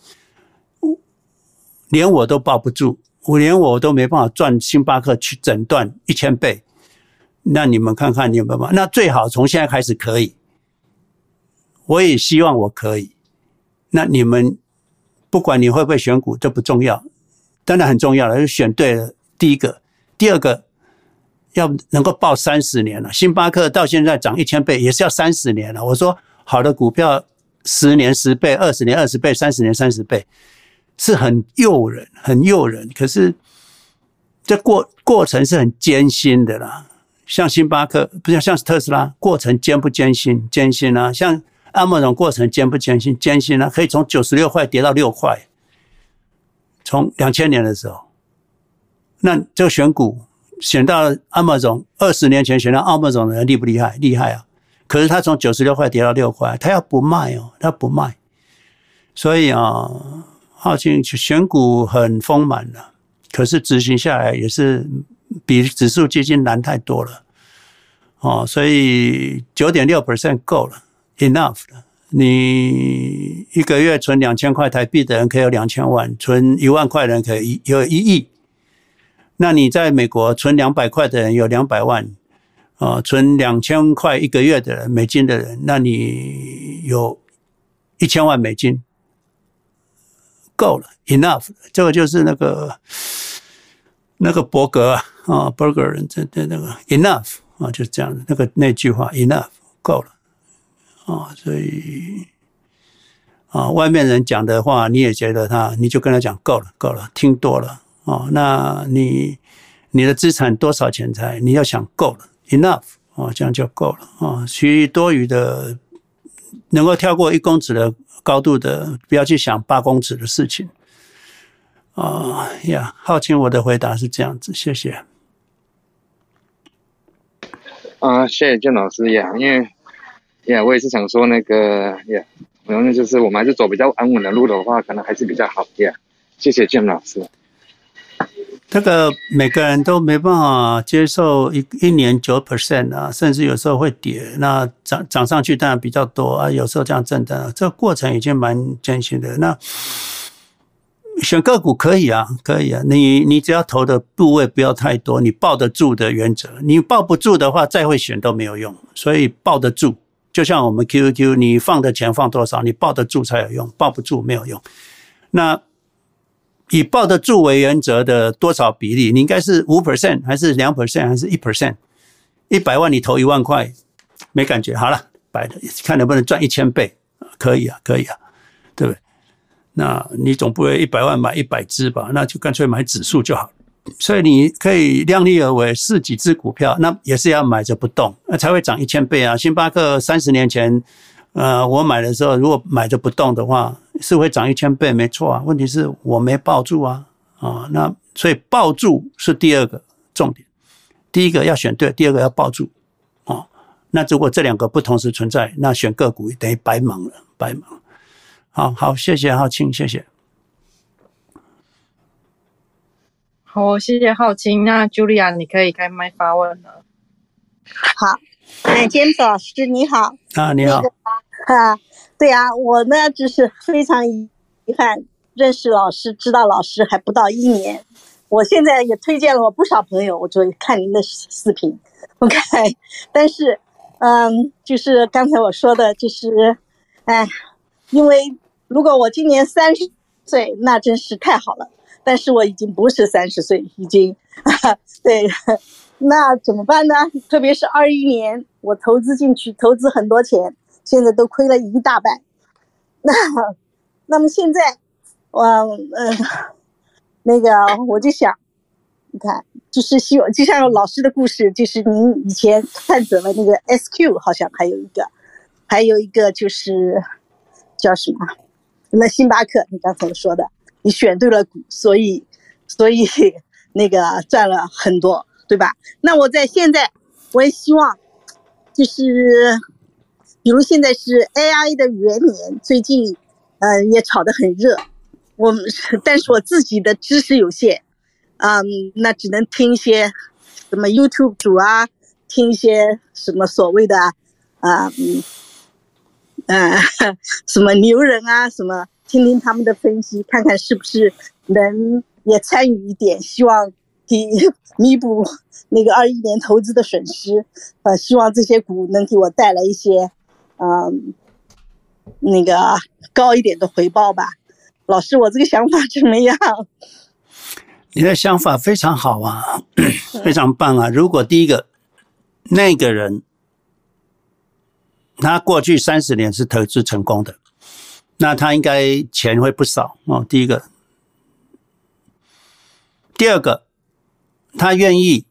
连我都抱不住，我连我都没办法赚星巴克去诊断一千倍。那你们看看你有没有办法？那最好从现在开始可以。我也希望我可以。那你们不管你会不会选股，这不重要，当然很重要了，就选对了。第一个，第二个要能够抱三十年了。星巴克到现在涨一千倍，也是要三十年了。我说好的股票，十年十倍，二十年二十倍，三十年三十倍，是很诱人，很诱人。可是这过过程是很艰辛的啦。像星巴克，不像像特斯拉，过程艰不艰辛？艰辛啊！像Amazon过程艰不艰辛？艰辛啊！可以从九十六块跌到六块，从两千年的时候，那这个选股选到 Amazon， 二十年前选到 Amazon 的人厉不厉害？厉害啊！可是他从九十六块跌到六块，他要不卖哦，他不卖，所以啊，浩经选股很丰满了，可是执行下来也是比指数基金难太多了，哦，所以 百分之九点六 够了。enough 了，你一个月存两千块台币的人可以有两千万，存一万块的人可以有一亿。那你在美国存两百块的人有两百万，啊、呃，存两千块一个月的人美金的人，那你有一千万美金，够了 ，enough。这个就是那个那个伯格啊，啊，伯格人这这那个 enough 啊，就是这样的那个那句话 enough 够了。啊，所以啊，外面人讲的话，你也觉得他，你就跟他讲够了，够了，听多了啊。那你你的资产多少钱财，你要想够了 ，enough 啊，这样就够了啊。其余多余的，能够跳过一公尺的高度的，不要去想八公尺的事情啊呀。浩清，我的回答是这样子，谢谢。 啊，谢谢建老师呀，因为。呀，我也是想说那个呀，然后就是我们还是走比较安稳的路的话，可能还是比较好呀。谢谢建老师。 这个每个人都没办法接受一一年九 percent 啊，甚至有时候会跌，那涨涨上去当然比较多啊，有时候这样震荡，这个过程已经蛮艰辛的。那选个股可以啊，可以啊，你你只要投的部位不要太多，你抱得住的原则，你抱不住的话，再会选都没有用，所以抱得住。就像我们 Q Q， 你放的钱放多少，你抱得住才有用，抱不住没有用。那以抱得住为原则的多少比例，你应该是 百分之五 还是 百分之二 还是 百分之一？ 一百万你投一万块，没感觉，好了，摆的看能不能赚一千倍，可以啊，可以啊，对不对？那你总不会一百万买一百只吧？那就干脆买指数就好了。所以你可以量力而为，试几只股票，那也是要买着不动，那才会涨一千倍啊！星巴克三十年前，呃，我买的时候，如果买着不动的话， 是会涨一千倍，没错啊。问题是我没抱住啊，啊，那所以抱住是第二个重点。第一个要选对，第二个要抱住，哦。那如果这两个不同时存在，那选个股等于白忙了，白忙了。好好，谢谢浩清，谢谢。 好，谢谢浩清。那 Julia 你可以开麦发问了。 好，哎 ，James 老师你好。 啊，你好。 那个啊，对啊，我呢就是非常遗憾，认识老师、知道老师还不到一年。我现在也推荐了我不少朋友，我就看您的视频 ，OK。但是，嗯，就是刚才我说的，就是，哎，因为如果我今年三十岁，那真是太好了。但是我已经不是三十岁，已经，啊、对，那怎么办呢？特别是二一年，我投资进去，投资很多钱，现在都亏了一大半。那，那么现在，我，嗯。那个我就想，你看，就是希望就像老师的故事，就是您以前看准了那个 S Q， 好像还有一个，还有一个就是叫什么？那星巴克，你刚才说的，你选对了股，所以所以那个赚了很多，对吧？那我在现在，我也希望，就是比如现在是 A I 的元年，最近呃也炒得很热。我但是我自己的知识有限，嗯，那只能听一些什么 YouTube 主啊，听一些什么所谓的啊嗯呃什么牛人啊，什么听听他们的分析，看看是不是能也参与一点，希望给弥补那个二一年投资的损失，呃，希望这些股能给我带来一些嗯那个高一点的回报吧。老师，我这个想法怎么样？ 你的想法非常好啊，非常棒啊！如果第一个那个人他过去三十年是投资成功的，那他应该钱会不少哦。第一个，第二个，他愿意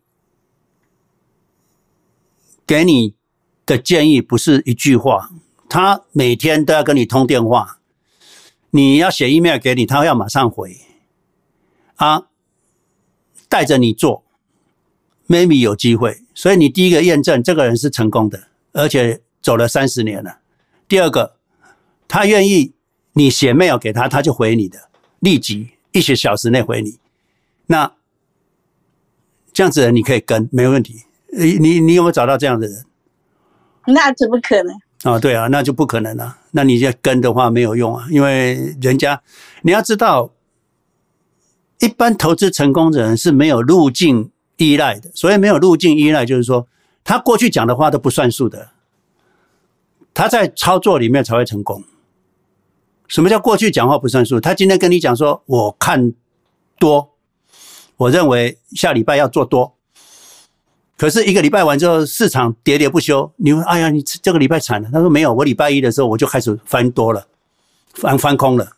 给你的建议不是一句话，他每天都要跟你通电话。你要写 email 给你，他要马上回啊，带着你做 maybe 有机会。所以你第一个验证这个人是成功的，而且走了三十年了。第二个，他愿意你写 mail 给他，他就回你的，立即一些小时内回你。那这样子的人你可以跟，没问题。你你有没有找到这样的人？ 那怎么可能？ 哦，对啊，那就不可能了。那你要跟的话没有用啊，因为人家你要知道，一般投资成功的人是没有路径依赖的。所以没有路径依赖，就是说他过去讲的话都不算数的，他在操作里面才会成功。什么叫过去讲话不算数？他今天跟你讲说，我看多，我认为下礼拜要做多。可是一个礼拜完之后，市场喋喋不休，你说哎呀，你这个礼拜惨了。他说没有，我礼拜一的时候我就开始翻多了，翻翻空了。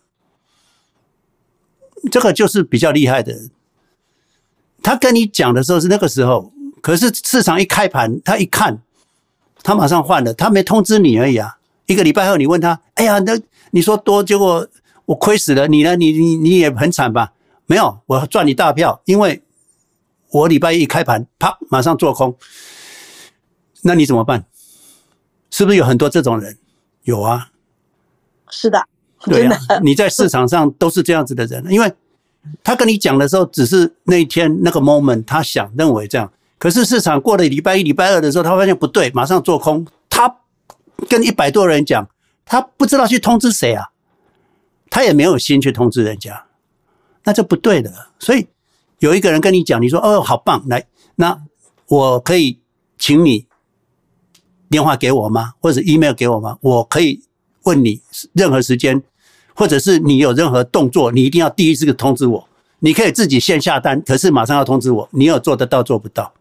这个就是比较厉害的人。他跟你讲的时候是那个时候，可是市场一开盘，他一看，他马上换了，他没通知你而已啊。一个礼拜后你问他，哎呀，那你说多，结果我亏死了，你呢？你你你也很惨吧？没有，我赚一大票，因为我礼拜一开盘，啪，马上做空，那你怎么办？是不是有很多这种人？有啊， 是的， 对啊，你在市场上都是这样子的人，因为他跟你讲的时候，只是那一天那个 moment， 他想认为这样，可是市场过了礼拜一、礼拜二的时候，他发现不对，马上做空。他跟一百多人讲，他不知道去通知谁啊，他也没有心去通知人家，那这不对的，所以。有一个人跟你讲，你说哦好棒，来，那我可以请你电话给我吗？或者 email 给我吗？我可以问你任何时间，或者是你有任何动作，你一定要第一次通知我。你可以自己先下单，可是马上要通知我，你有做得到做不到？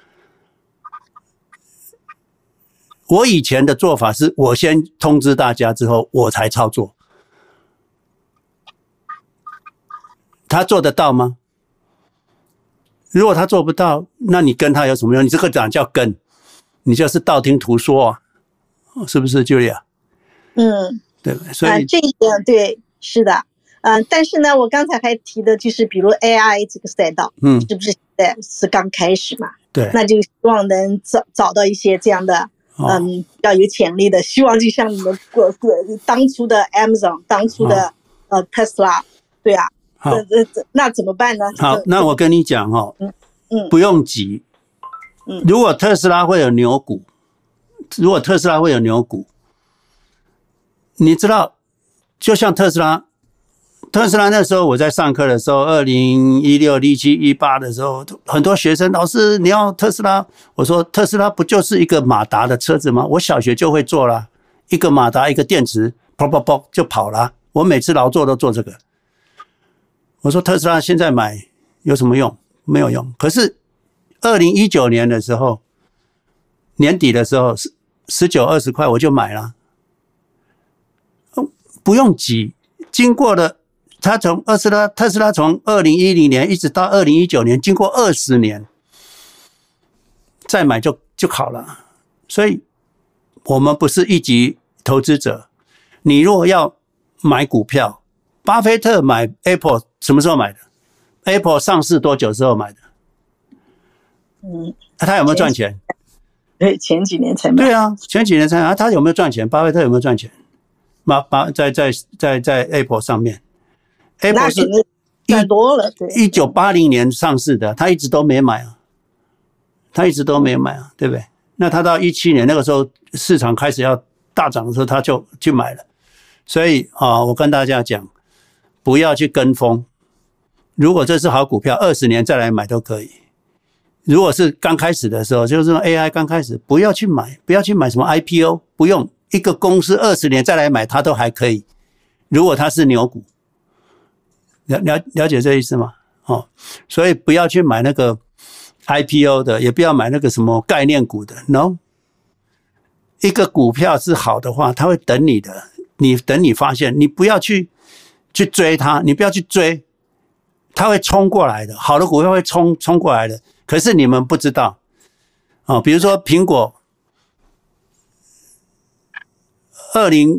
我以前的做法是我先通知大家之后，我才操作。他做得到吗？如果他做不到，那你跟他有什么用？你这个讲叫跟，你就是道听途说啊，是不是 ，Julia？ 嗯， 对，所以、 啊、这一点对， 是的，嗯、呃，但是呢，我刚才还提的就是，比如 A I 这个赛道， 嗯， 是不是现在是刚开始嘛？ 对， 那就希望能找找到一些这样的， 哦、 嗯，比较有潜力的，希望就像你们过过当初的 Amazon， 当初的、哦、呃 Tesla， 对啊， 好， 呃呃，那怎么办呢？ 好，那我跟你讲哦， 嗯嗯， 不用急， 嗯， 如果特斯拉会有牛股，如果特斯拉会有牛股，你知道，就像特斯拉。特斯拉那时候我在上课的时候，二零一六、一七、一八的时候，很多学生老师你要特斯拉，我说特斯拉不就是一个马达的车子吗？我小学就会做了，一个马达一个电池，砰砰砰就跑了。我每次劳作都做这个。我说特斯拉现在买有什么用？没有用。可是二零一九年的时候，年底的时候，十九二十块我就买了，不用急，经过了。他从特斯拉，特斯拉从二零一零年一直到二零一九年，经过二十年，再买就就好了。所以，我们不是一级投资者。你如果要买股票，巴菲特买 Apple 什么时候买的 ？Apple 上市多久之后买的？ 嗯， 他有没有赚钱？ 对，前几年才买。 对啊，前几年才买。他有没有赚钱？巴菲特有没有赚钱？巴巴在在在在 Apple 上面。Apple 是赚多了，对， 一九八零年上市的，他一直都没买啊，他一直都没买啊，对不对？那他到一七年那个时候市场开始要大涨的时候，他就去买了。所以啊，我跟大家讲，不要去跟风。如果这是好股票，二十年再来买都可以。如果是刚开始的时候，就是说 A I 刚开始，不要去买，不要去买什么 I P O， 不用一个公司二十年再来买，它都还可以。如果它是牛股。了了了解这意思吗？哦，所以不要去买那个 I P O 的，也不要买那个什么概念股的。No， 一个股票是好的话，它会等你的。你等你发现，你不要去去追它，你不要去追，它会冲过来的。好的股票会冲冲过来的。可是你们不知道，哦，比如说苹果，二零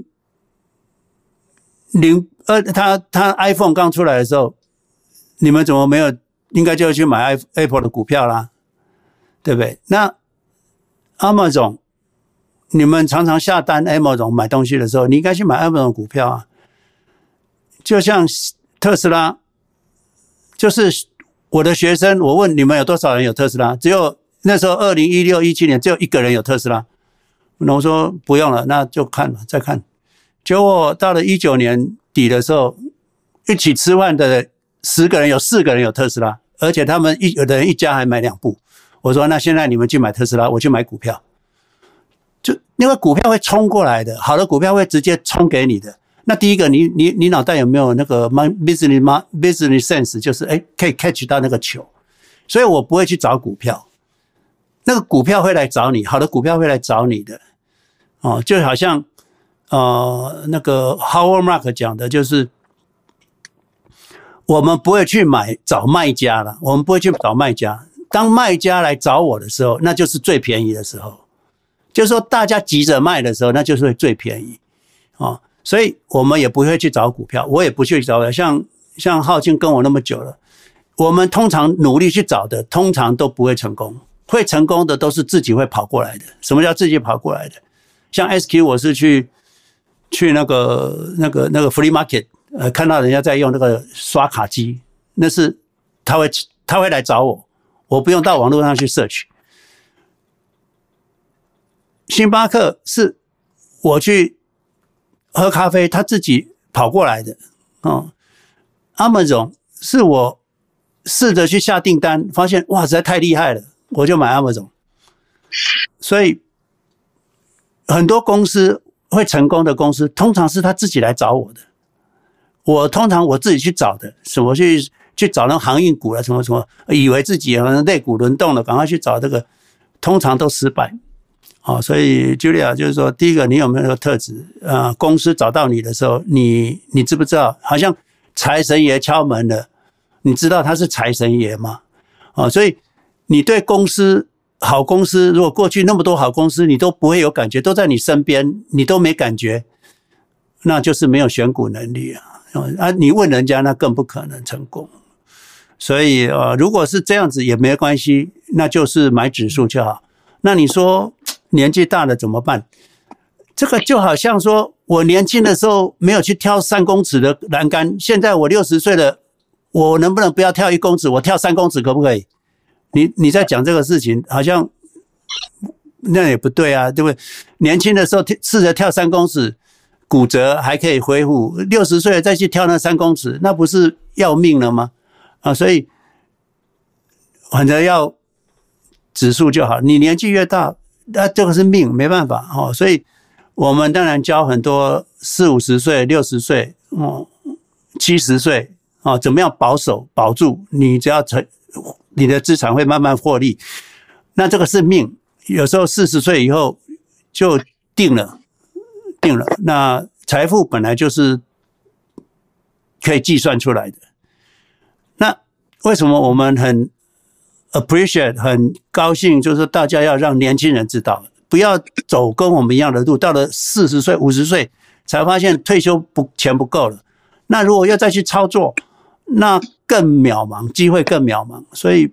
零。呃，他他 iPhone 刚出来的时候，你们怎么没有？应该就去买 Apple 的股票啦，对不对？那 Amazon， 你们常常下单 Amazon 买东西的时候，你应该去买 Amazon 股票啊。就像特斯拉，就是我的学生，我问你们有多少人有特斯拉？只有那时候二零一六、一七年只有一个人有特斯拉。那我说不用了，那就看了再看。结果到了一九年。底的时候，一起吃饭的十个人有四个人有特斯拉，而且他们一有的人一家还买两部。我说那现在你们去买特斯拉，我去买股票，就因为股票会冲过来的，好的股票会直接冲给你的。那第一个，你你你脑袋有没有那个 business business sense， 就是哎可以 catch 到那个球，所以我不会去找股票，那个股票会来找你，好的股票会来找你的，哦，就好像。呃，那个 Howard Mark 讲的就是，我们不会去买找卖家了，我们不会去找卖家。当卖家来找我的时候，那就是最便宜的时候。就是说，大家急着卖的时候，那就是最便宜哦。所以我们也不会去找股票，我也不去找。像像浩庆跟我那么久了，我们通常努力去找的，通常都不会成功。会成功的都是自己会跑过来的。什么叫自己跑过来的？像 S Q， 我是去。去那个那个那个 flea market， 呃，看到人家在用那个刷卡机，那是他会他会来找我，我不用到网络上去 search。星巴克是我去喝咖啡，他自己跑过来的哦。Amazon 是我试着去下订单，发现哇实在太厉害了，我就买 Amazon。所以很多公司。会成功的公司，通常是他自己来找我的。我通常我自己去找的，什么去去找那航运股了，什么什么，以为自己好像类股轮动了，赶快去找这个，通常都失败。哦，所以 Julia 就是说，第一个，你有没有那个特质？呃，公司找到你的时候，你你知不知道？好像财神爷敲门了，你知道他是财神爷吗？哦，所以你对公司。好公司，如果过去那么多好公司，你都不会有感觉，都在你身边，你都没感觉，那就是没有选股能力啊！ 啊，你问人家那更不可能成功。所以呃，如果是这样子也没关系，那就是买指数就好。那你说年纪大了怎么办？这个就好像说我年轻的时候没有去跳三公尺的栏杆，现在我六十岁了，我能不能不要跳一公尺，我跳三公尺可不可以？你你在讲这个事情，好像那也不对啊，对不对？年轻的时候试着跳三公尺，骨折还可以恢复，六十岁了再去跳那三公尺，那不是要命了吗？啊，所以反正要指数就好。你年纪越大，那这个是命，没办法哦。所以我们当然教很多四五十岁、六十岁、哦七十岁啊，怎么样保守保住？你只要成，你的资产会慢慢获利。那这个是命，有时候四十岁以后就定了，定了。那财富本来就是可以计算出来的。那为什么我们很 appreciate 很高兴，就是大家要让年轻人知道，不要走跟我们一样的路，到了四十岁、五十岁才发现退休不钱不够了。那如果要再去操作，那更渺茫，机会更渺茫。所以，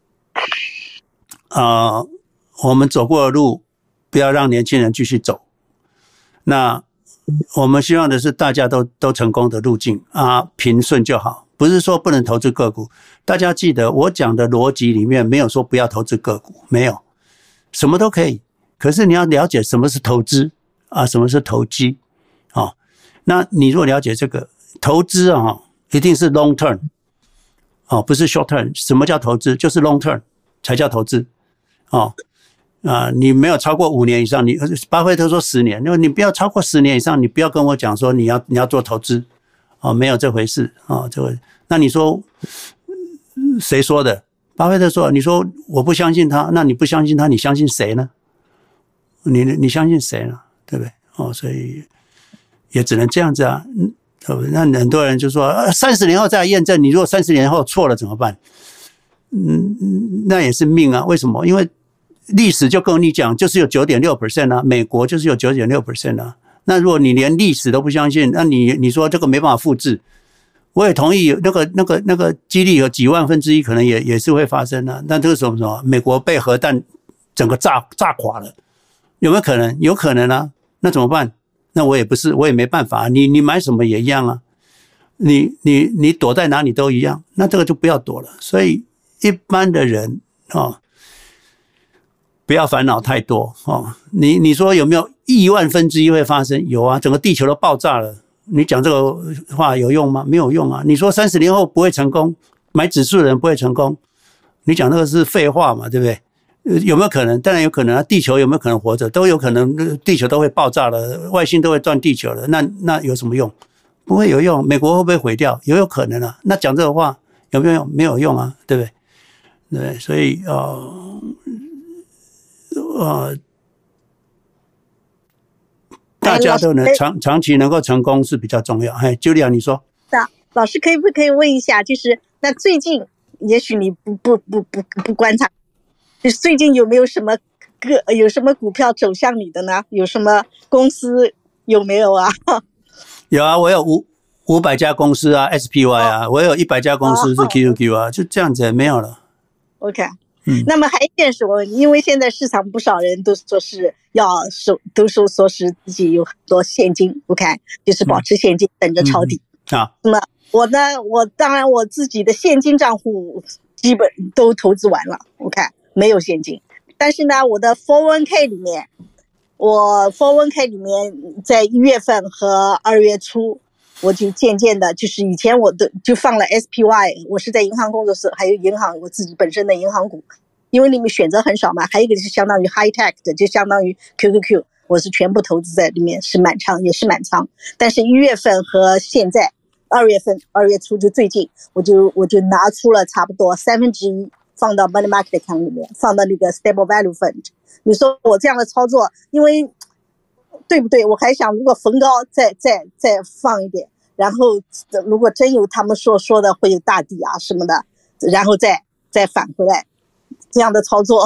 呃，我们走过的路，不要让年轻人继续走。那我们希望的是大家都都成功的路径啊，平顺就好。不是说不能投资个股，大家记得我讲的逻辑里面没有说不要投资个股，没有，什么都可以。可是你要了解什么是投资啊，什么是投机啊、哦？那你如果了解这个投资啊、哦，一定是 long term 哦，不是 short term。什么叫投资？就是 long term 才叫投资哦。啊，你没有超过五年以上，你巴菲特说十年，因为你不要超过十年以上，你不要跟我讲说你要你要做投资。哦，没有这回事啊！这个，那你说谁说的？巴菲特说，你说我不相信他，那你不相信他，你相信谁呢？你你相信谁呢？对不对？哦，所以也只能这样子啊。那很多人就说，三十年后再来验证，你如果三十年后错了怎么办？嗯，那也是命啊。为什么？因为历史就跟你讲，就是有 百分之九点六 啊，美国就是有 百分之九点六 啊。那如果你连历史都不相信，那你你说这个没办法复制，我也同意，那个那个那个几率有几万分之一，可能也也是会发生的、啊。那这个什么什么，美国被核弹整个炸炸垮了，有没有可能？有可能啊。那怎么办？那我也不是，我也没办法。你你买什么也一样啊，你你你躲在哪里都一样。那这个就不要躲了。所以一般的人啊、哦，不要烦恼太多哦。你你说有没有？亿万分之一会发生，有啊，整个地球都爆炸了。你讲这个话有用吗？没有用啊。你说三十年后不会成功，买指数的人不会成功，你讲那个是废话嘛，对不对？有没有可能？当然有可能啊。地球有没有可能活着？都有可能，地球都会爆炸了，外星都会撞地球了。那那有什么用？不会有用。美国会不会毁掉？也有可能啊。那讲这个话有没有用？没有用啊，对不对？对，所以呃呃。大家都能长长期能够成功是比较重要。哎 ，Julia， 你说。 是啊，老师可以不可以问一下，就是那最近，也许你不不不不不观察，就是最近有没有什么个有什么股票走向你的呢？有什么公司有没有啊？ 有啊，我有五五百家公司啊 ，S P Y 啊，哦、我有一百家公司是 Q Q Q 啊，哦、就这样子没有了。 OK。嗯，那么还有一件事，我因为现在市场不少人都说是要收，都说说是自己有很多现金 ，OK， 就是保持现金等着抄底、 嗯、啊。 那么我呢，我当然我自己的现金账户基本都投资完了 ，OK， 没有现金。但是呢，我的 四一 K 里面，我 四一 K 里面在一月份和二月初，我就渐渐的，就是以前我都就放了 S P Y， 我是在银行工作室，还有银行我自己本身的银行股，因为里面选择很少嘛，还有一个就是相当于 high tech 的，就相当于 Q Q Q， 我是全部投资在里面，是满仓也是满仓。但是一月份和现在二月份二月初就最近，我就我就拿出了差不多三分之一放到 money market account 里面，放到那个 stable value fund。你说我这样的操作，因为对不对？我还想如果逢高再再再放一点，然后如果真有他们说说的会有大底啊什么的，然后再再返回来，这样的操作，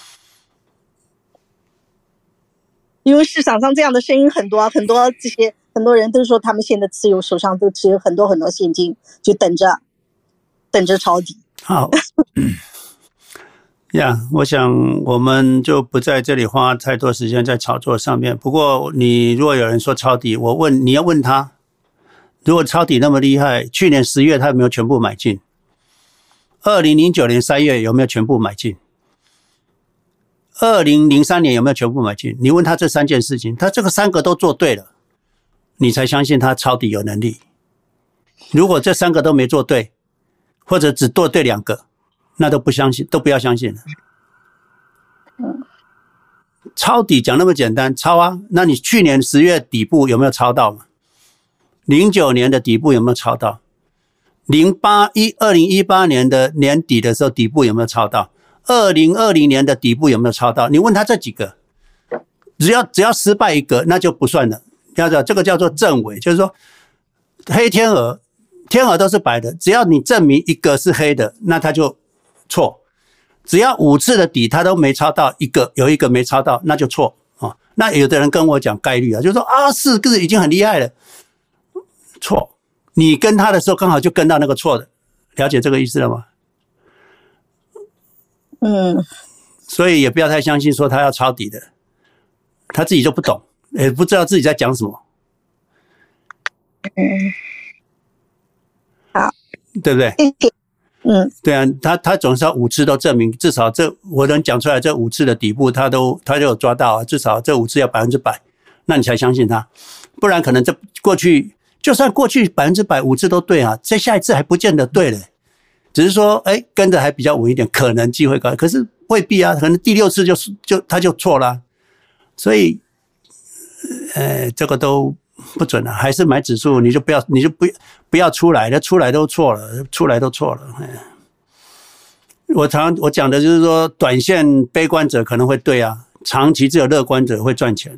因为市场上这样的声音很多很多，这些很多人都说他们现在持有手上都持有很多很多现金，就等着等着抄底。 好。呀， yeah, 我想我们就不在这里花太多时间在炒作上面。不过，你如果有人说抄底，我问你要问他，如果抄底那么厉害，去年十月他有没有全部买进？二零零九年三月有没有全部买进？二零零三年有没有全部买进？你问他这三件事情，他这个三个都做对了，你才相信他抄底有能力。如果这三个都没做对，或者只做对两个，那都不相信，都不要相信了。抄底讲那么简单，抄啊！那你去年十月底部有没有抄到嘛？零九年的底部有没有抄到？零八一二零一八年的年底的时候底部有没有抄到？二零二零年的底部有没有抄到？你问他这几个，只要只要失败一个，那就不算了。要知道这个叫做正伪，就是说黑天鹅，天鹅都是白的，只要你证明一个是黑的，那它就错。只要五次的底他都没抄到一个，有一个没抄到，那就错啊。那有的人跟我讲概率啊，就说啊四个已经很厉害了，错。你跟他的时候刚好就跟到那个错的，了解这个意思了吗？ 嗯， 所以也不要太相信说他要抄底的，他自己就不懂，也不知道自己在讲什么。 嗯，好， 对不对？ 嗯， 对啊，他他总是要五次都证明，至少这我能讲出来这五次的底部他都他就有抓到啊，至少这五次要百分之百，那你才相信他，不然可能这过去就算过去百分之百五次都对啊，这下一次还不见得对了，只是说哎跟着还比较稳一点，可能机会高，可是未必啊，可能第六次就就他就错了、啊，所以呃这个都不准了、啊，还是买指数你就不要你就不不要出来了，出来都错了，出来都错了。我常我讲的就是说，短线悲观者可能会对啊，长期只有乐观者会赚钱。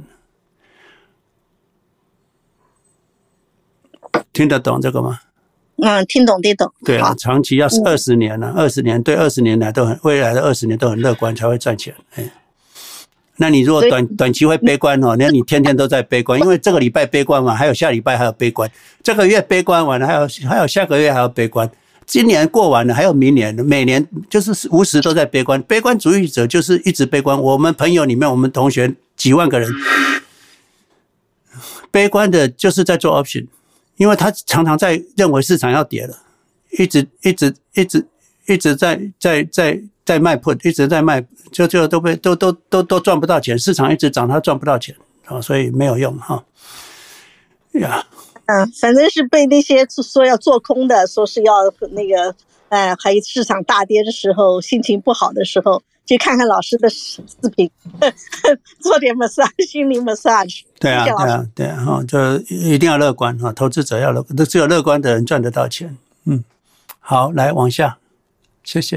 听得懂这个吗？ 嗯，听懂听懂。 对啊，长期要二十年了、啊，二十年对二十年来都很未来的二十年都很乐观才会赚钱。哎，那你如果短短期会悲观哦，那你天天都在悲观，因为这个礼拜悲观完，还有下礼拜还有悲观，这个月悲观完了，还有还有下个月还有悲观，今年过完了还有明年，每年就是无时都在悲观。悲观主义者就是一直悲观。我们朋友里面，我们同学几万个人，悲观的就是在做 option。因为他常常在认为市场要跌了，一直一直一直一直在在在在卖 put， 一直在卖，就就都被都都都都赚不到钱，市场一直涨，他赚不到钱啊，所以没有用哈。呀， 嗯，反正是被那些说要做空的，说是要那个，哎，还有市场大跌的时候，心情不好的时候，去看看老师的视频，做点 massage， 心理 massage。 对啊，对啊，对啊，哈，就一定要乐观哈，投资者要乐观，只有乐观的人赚得到钱。嗯，好，来往下，谢谢。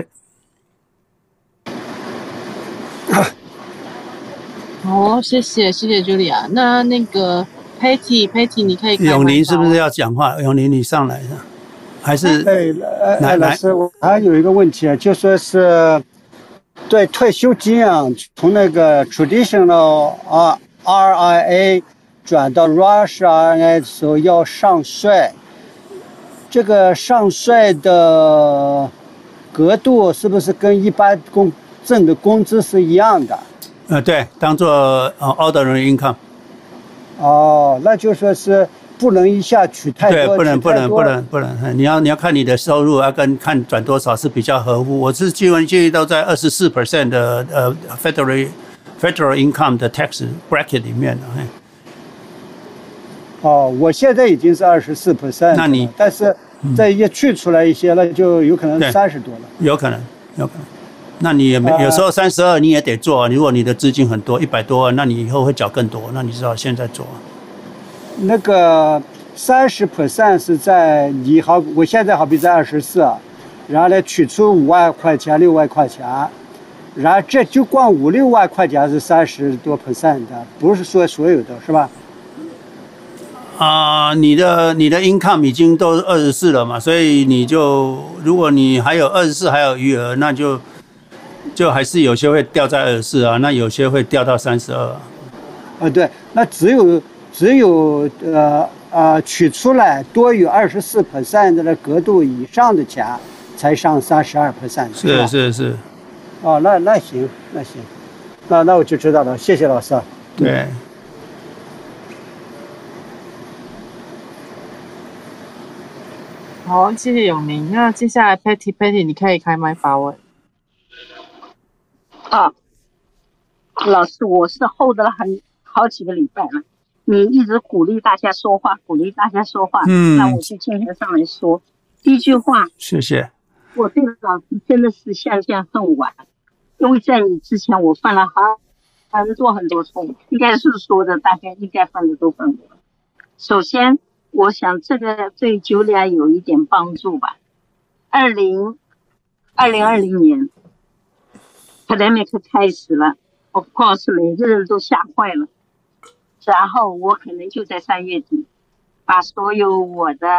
好，谢谢谢谢 Julia。那那个 Patty Patty， 你可以永林是不是要讲话？永林，你上来的，还是？ 对，呃，老师，我还有一个问题啊，就说是对退休金啊，从那个 traditional 啊。R I A 转到 Roth I R A 的时候要上税，这个上税的额度是不是跟一般工挣的工资是一样的？ 呃，对，当做呃 ordinary income。 哦，那就说是不能一下取太多， 对，不能不能不能不能，你要你要看你的收入，要跟看转多少是比较合乎。我是基本建议都在二十四 percent 的呃 federal。Federal income 的 tax bracket 里面的， 哦，我现在已经是二十四 percent， 那你但是这一去出来一些，那就有可能三十多了， 有可能，有可能。那你也没有时候三十二你也得做，如果你的资金很多，一百多万，那你以后会缴更多，那你至少现在做。 那个三十 percent 是在你好，我现在好比在二十四，然后呢取出五万块钱、六万块钱。然后这就光五六万块钱是三十多 percent 的，不是说所有的是吧？ 啊、呃，你的你的 income 已经都二十四了嘛，所以你就如果你还有二十四还有余额，那就就还是有些会掉在二十四啊，那有些会掉到三十二。 啊，对，那只有只有呃呃取出来多于二十四 percent 的额度以上的钱才上三十二 percent。 是是是。 哦，那那行那行，那那我就知道了，谢谢老师。 对。 好，谢谢永明。那接下来 Patty Patty 你可以开麦发问。 啊，老师，我是 hold 了很好几个礼拜了，你一直鼓励大家说话，鼓励大家说话， 嗯， 那我就今天上来说第一句话。 谢谢。 我对老师真的是相见恨晚，因为在你之前我犯了很很多很多错误，应该是说的大概应该犯的都犯过了。首先，我想这个对九里亚有一点帮助吧。二零二零二零年 pandemic 开始了 ，of course 每个人都吓坏了。然后我可能就在三月底，把所有我的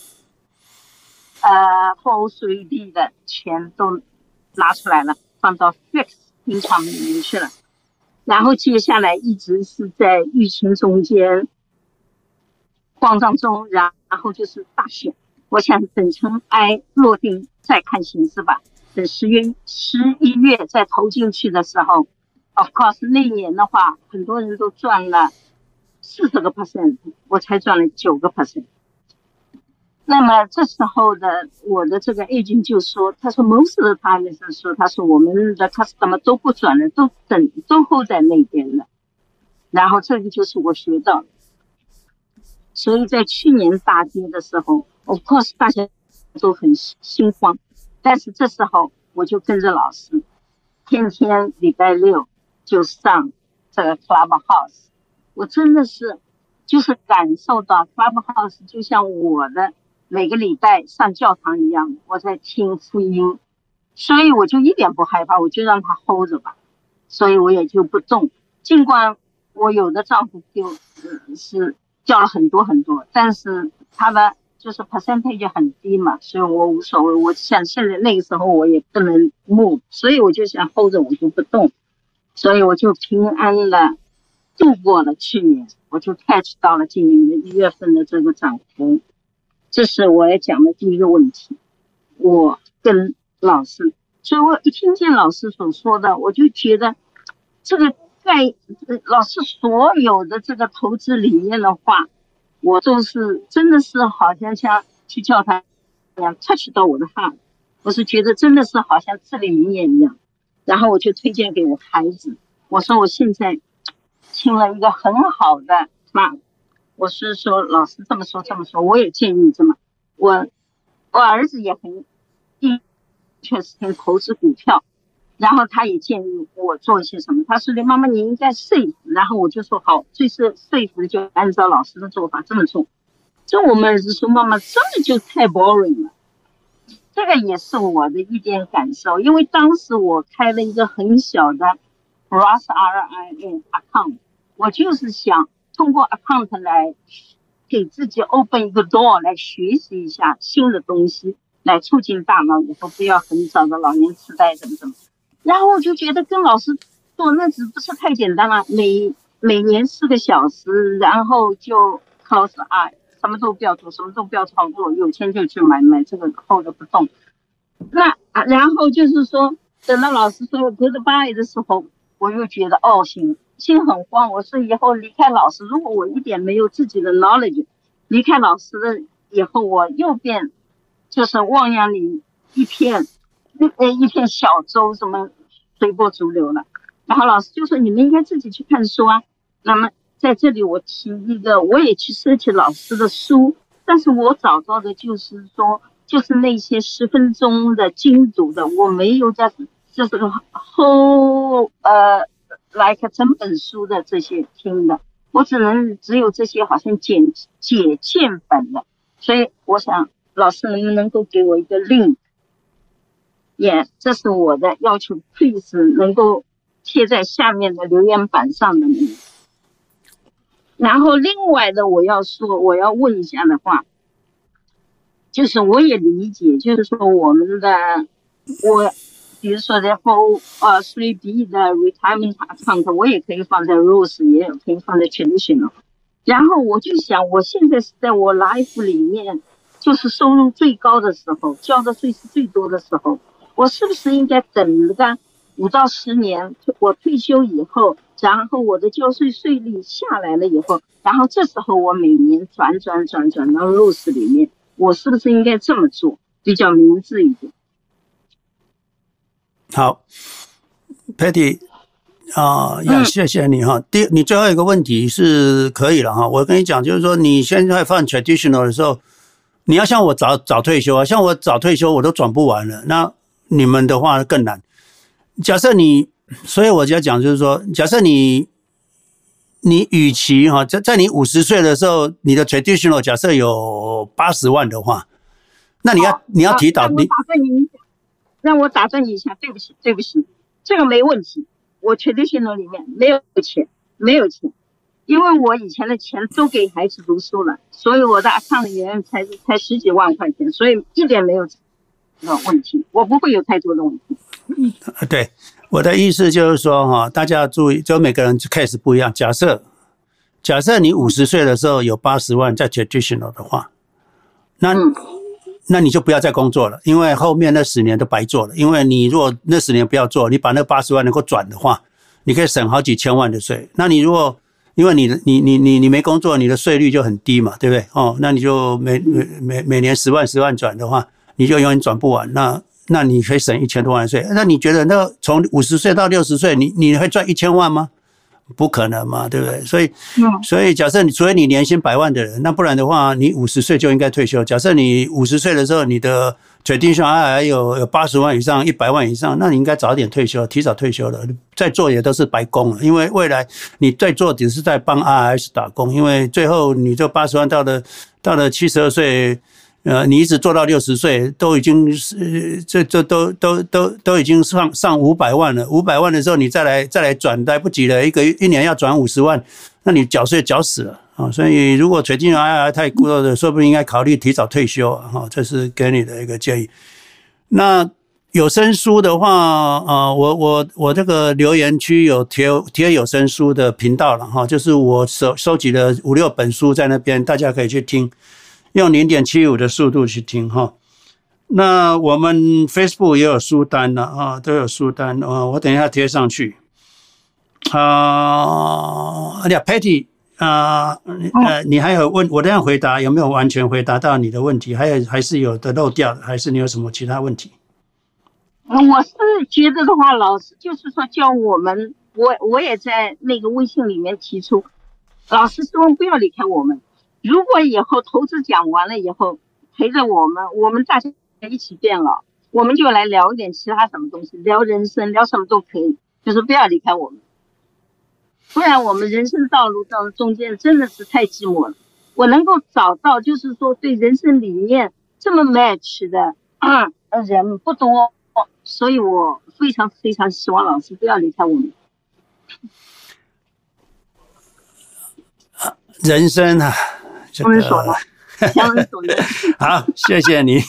呃 four oh three B 的钱都拿出来了，放到 fix income 里面去了。然后接下来一直是在疫情中间慌张中，然后就是大选。我想等尘埃落定再看形势吧。等十月十一月再投进去的时候 ，of course 那年的话，很多人都赚了四十个 percent， 我才赚了九个 percent。那么这时候的我的这个 agent 就说，他说 most of the time 是说，他说我们的 customer 都不转了，都等都 hold 在那边了。然后这个就是我学到的。所以在去年大跌的时候 ，of course 大家都很心慌，但是这时候我就跟着老师，天天礼拜六就上这个 Clubhouse， 我真的是就是感受到 Clubhouse 就像我的每个礼拜上教堂一样，我在听福音，所以我就一点不害怕，我就让他 hold 着吧，所以我也就不动。尽管我有的账户就是掉了很多很多，但是他的就是 percentage 很低嘛，所以我无所谓。我想现在那个时候我也不能 move， 所以我就想 hold 着，我就不动，所以我就平安的度过了去年，我就 catch 到了今年的一月份的这个涨幅。这是我要讲的第一个问题。我跟老师，所以我一听见老师所说的，我就觉得这个在老师所有的这个投资理念的话，我都是真的是好像像去教堂一样 touch 到我的 heart， 我是觉得真的是好像至理名言一样。然后我就推荐给我孩子，我说我现在听了一个很好的 plan， 我是说老师这么说这么说，我也建议这么，我我儿子也很确实很投资股票，然后他也建议我做一些什么，他说的妈妈你应该 safe， 然后我就说好，最是 safe 的就按照老师的做法这么做。就我们儿子说妈妈真的就太 boring 了，这个也是我的一点感受，因为当时我开了一个很小的 Roth I R A account， 我就是想通过 account 来给自己 open 一个 door 来学习一下新的东西，来促进大脑以后不要很早的老年痴呆等等。然后我就觉得跟老师做那只不是太简单了，每每年四个小时，然后就 close eye， 什么都不要做，什么都不要操作，有钱就去买买这个后的不动。那然后就是说等到老师说 goodbye 的时候，我又觉得哦心心很慌，我说以后离开老师，如果我一点没有自己的 knowledge， 离开老师的以后我又变就是汪洋里一片呃一片小舟，什么随波逐流了。然后老师就说你们应该自己去看书啊。那么在这里我提一个，我也去涉及老师的书，但是我找到的就是说就是那些十分钟的精读的，我没有在就是个 whole 呃 like 整本书的这些听的，我只能只有这些好像简解荐本的。所以我想老师能不能够给我一个 link， 也、yeah, 这是我的要求 please 能够贴在下面的留言板上的。然后另外的我要说我要问一下的话，就是我也理解，就是说我们的我比如说在 four uh three B 的 retirement account 我也可以放在 Rose， 也可以放在 traditional， 然后我就想，我现在是在我 life 里面，就是收入最高的时候，交的税是最多的时候，我是不是应该等个五到十年，我退休以后，然后我的交税税率下来了以后，然后这时候我每年转转转转到 Roth 里面，我是不是应该这么做，比较明智一点？ 好 ，Patty。啊，也谢谢你哈。第，你最后一个问题是可以了哈。我跟你讲，就是说你现在放 traditional 的时候，你要像我早早退休啊，像我早退休我都转不完了。那你们的话更难。假设你，所以我就要讲，就是说，假设你，你与其哈，在在你五十岁的时候，你的 traditional 假设有八十万的话，那你要你要提早你。 让我打断你一下，让我打断你一下，对不起，对不起，这个没问题。我 traditional 里面没有钱，没有钱，因为我以前的钱都给孩子读书了，所以我的 account 里面才才十几万块钱，所以一点没有这个问题，我不会有太多的问题。 对，我的意思就是说哈，大家要注意，就每个人 case 不一样。假设假设你五十岁的时候有八十万在 traditional 的话，那、嗯、那你就不要再工作了，因为后面那十年都白做了。因为你如果那十年不要做，你把那八十万能够转的话，你可以省好几千万的税。那你如果因为你你你你你没工作，你的税率就很低嘛，对不对？哦，那你就每每每每年十万十万转的话，你就永远转不完。那那你可以省一千多万的税。那你觉得那从五十岁到六十岁，你你会赚一千万吗？不可能嘛，对不对？所以，所以假设你除非你年薪百万的人，那不然的话，你五十岁就应该退休。假设你五十岁的时候，你的 traditional 还有有八十万以上、一百万以上，那你应该早点退休，提早退休了。再做也都是白工了，因为未来你再做只是在帮 I R S 打工，因为最后你这八十万到了到了七十二岁。呃，你一直做到六十岁，都已经是这这都都都都已经上上五百万了。五百万的时候，你再来再来转，来不及了。一个一年要转五十万，那你缴税缴死了啊！所以如果最近 I R 太过的，说不定应该考虑提早退休啊！哈，这是给你的一个建议。那有声书的话，啊、呃，我我我这个留言区有贴贴有声书的频道了哈，就是我收收集了五六本书在那边，大家可以去听。用 零点七五 的速度去听哈，那我们 Facebook 也有书单了啊，都有书单啊，我等一下贴上去。啊，哎呀 ，Patty 啊，呃，你还有问我这样回答有没有完全回答到你的问题？还有还是有的漏掉的？还是你有什么其他问题？ 我是觉得的话，老师就是说叫我们，我我也在那个微信里面提出，老师希望不要离开我们。如果以后投资讲完了以后，陪着我们，我们大家一起变老，我们就来聊一点其他什么东西，聊人生，聊什么都可以，就是不要离开我们。不然我们人生道路到中间真的是太寂寞了。我能够找到就是说对人生理念这么 match 的嗯人不多，所以我非常非常希望老师不要离开我们。 人生啊。 相人所难，相人所难。 好，谢谢你。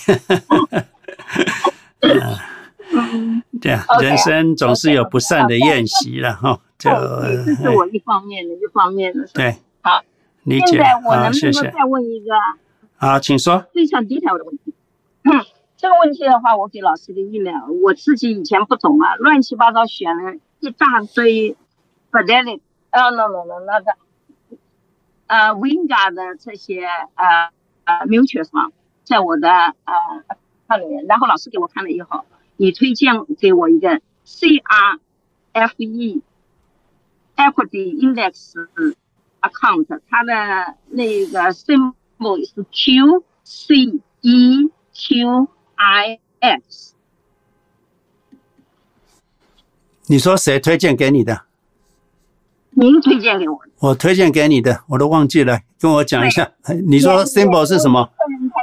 嗯，对啊，人生总是有不散的宴席了哈。就这是我一方面的，一方面的。 对， 好， 理解。 现在我能不能谢谢再问一个？ 好，请说。 非常 detail 的问题。嗯，这个问题的话，我给老师的 email， 我自己以前不懂啊，乱七八糟选了一大堆 Fidelity， 啊 no no no 那个。呃 ，Vanguard 的这些呃呃 mutual fund 在我的呃看里面，然后老师给我看了以后，你推荐给我一个 C R F E Equity Index Account， 它的那个 symbol 是 Q C E Q I X。 你说谁推荐给你的？ 您推荐给我的。 我推荐给你的，我都忘记了，跟我讲一下。你说 symbol 是什么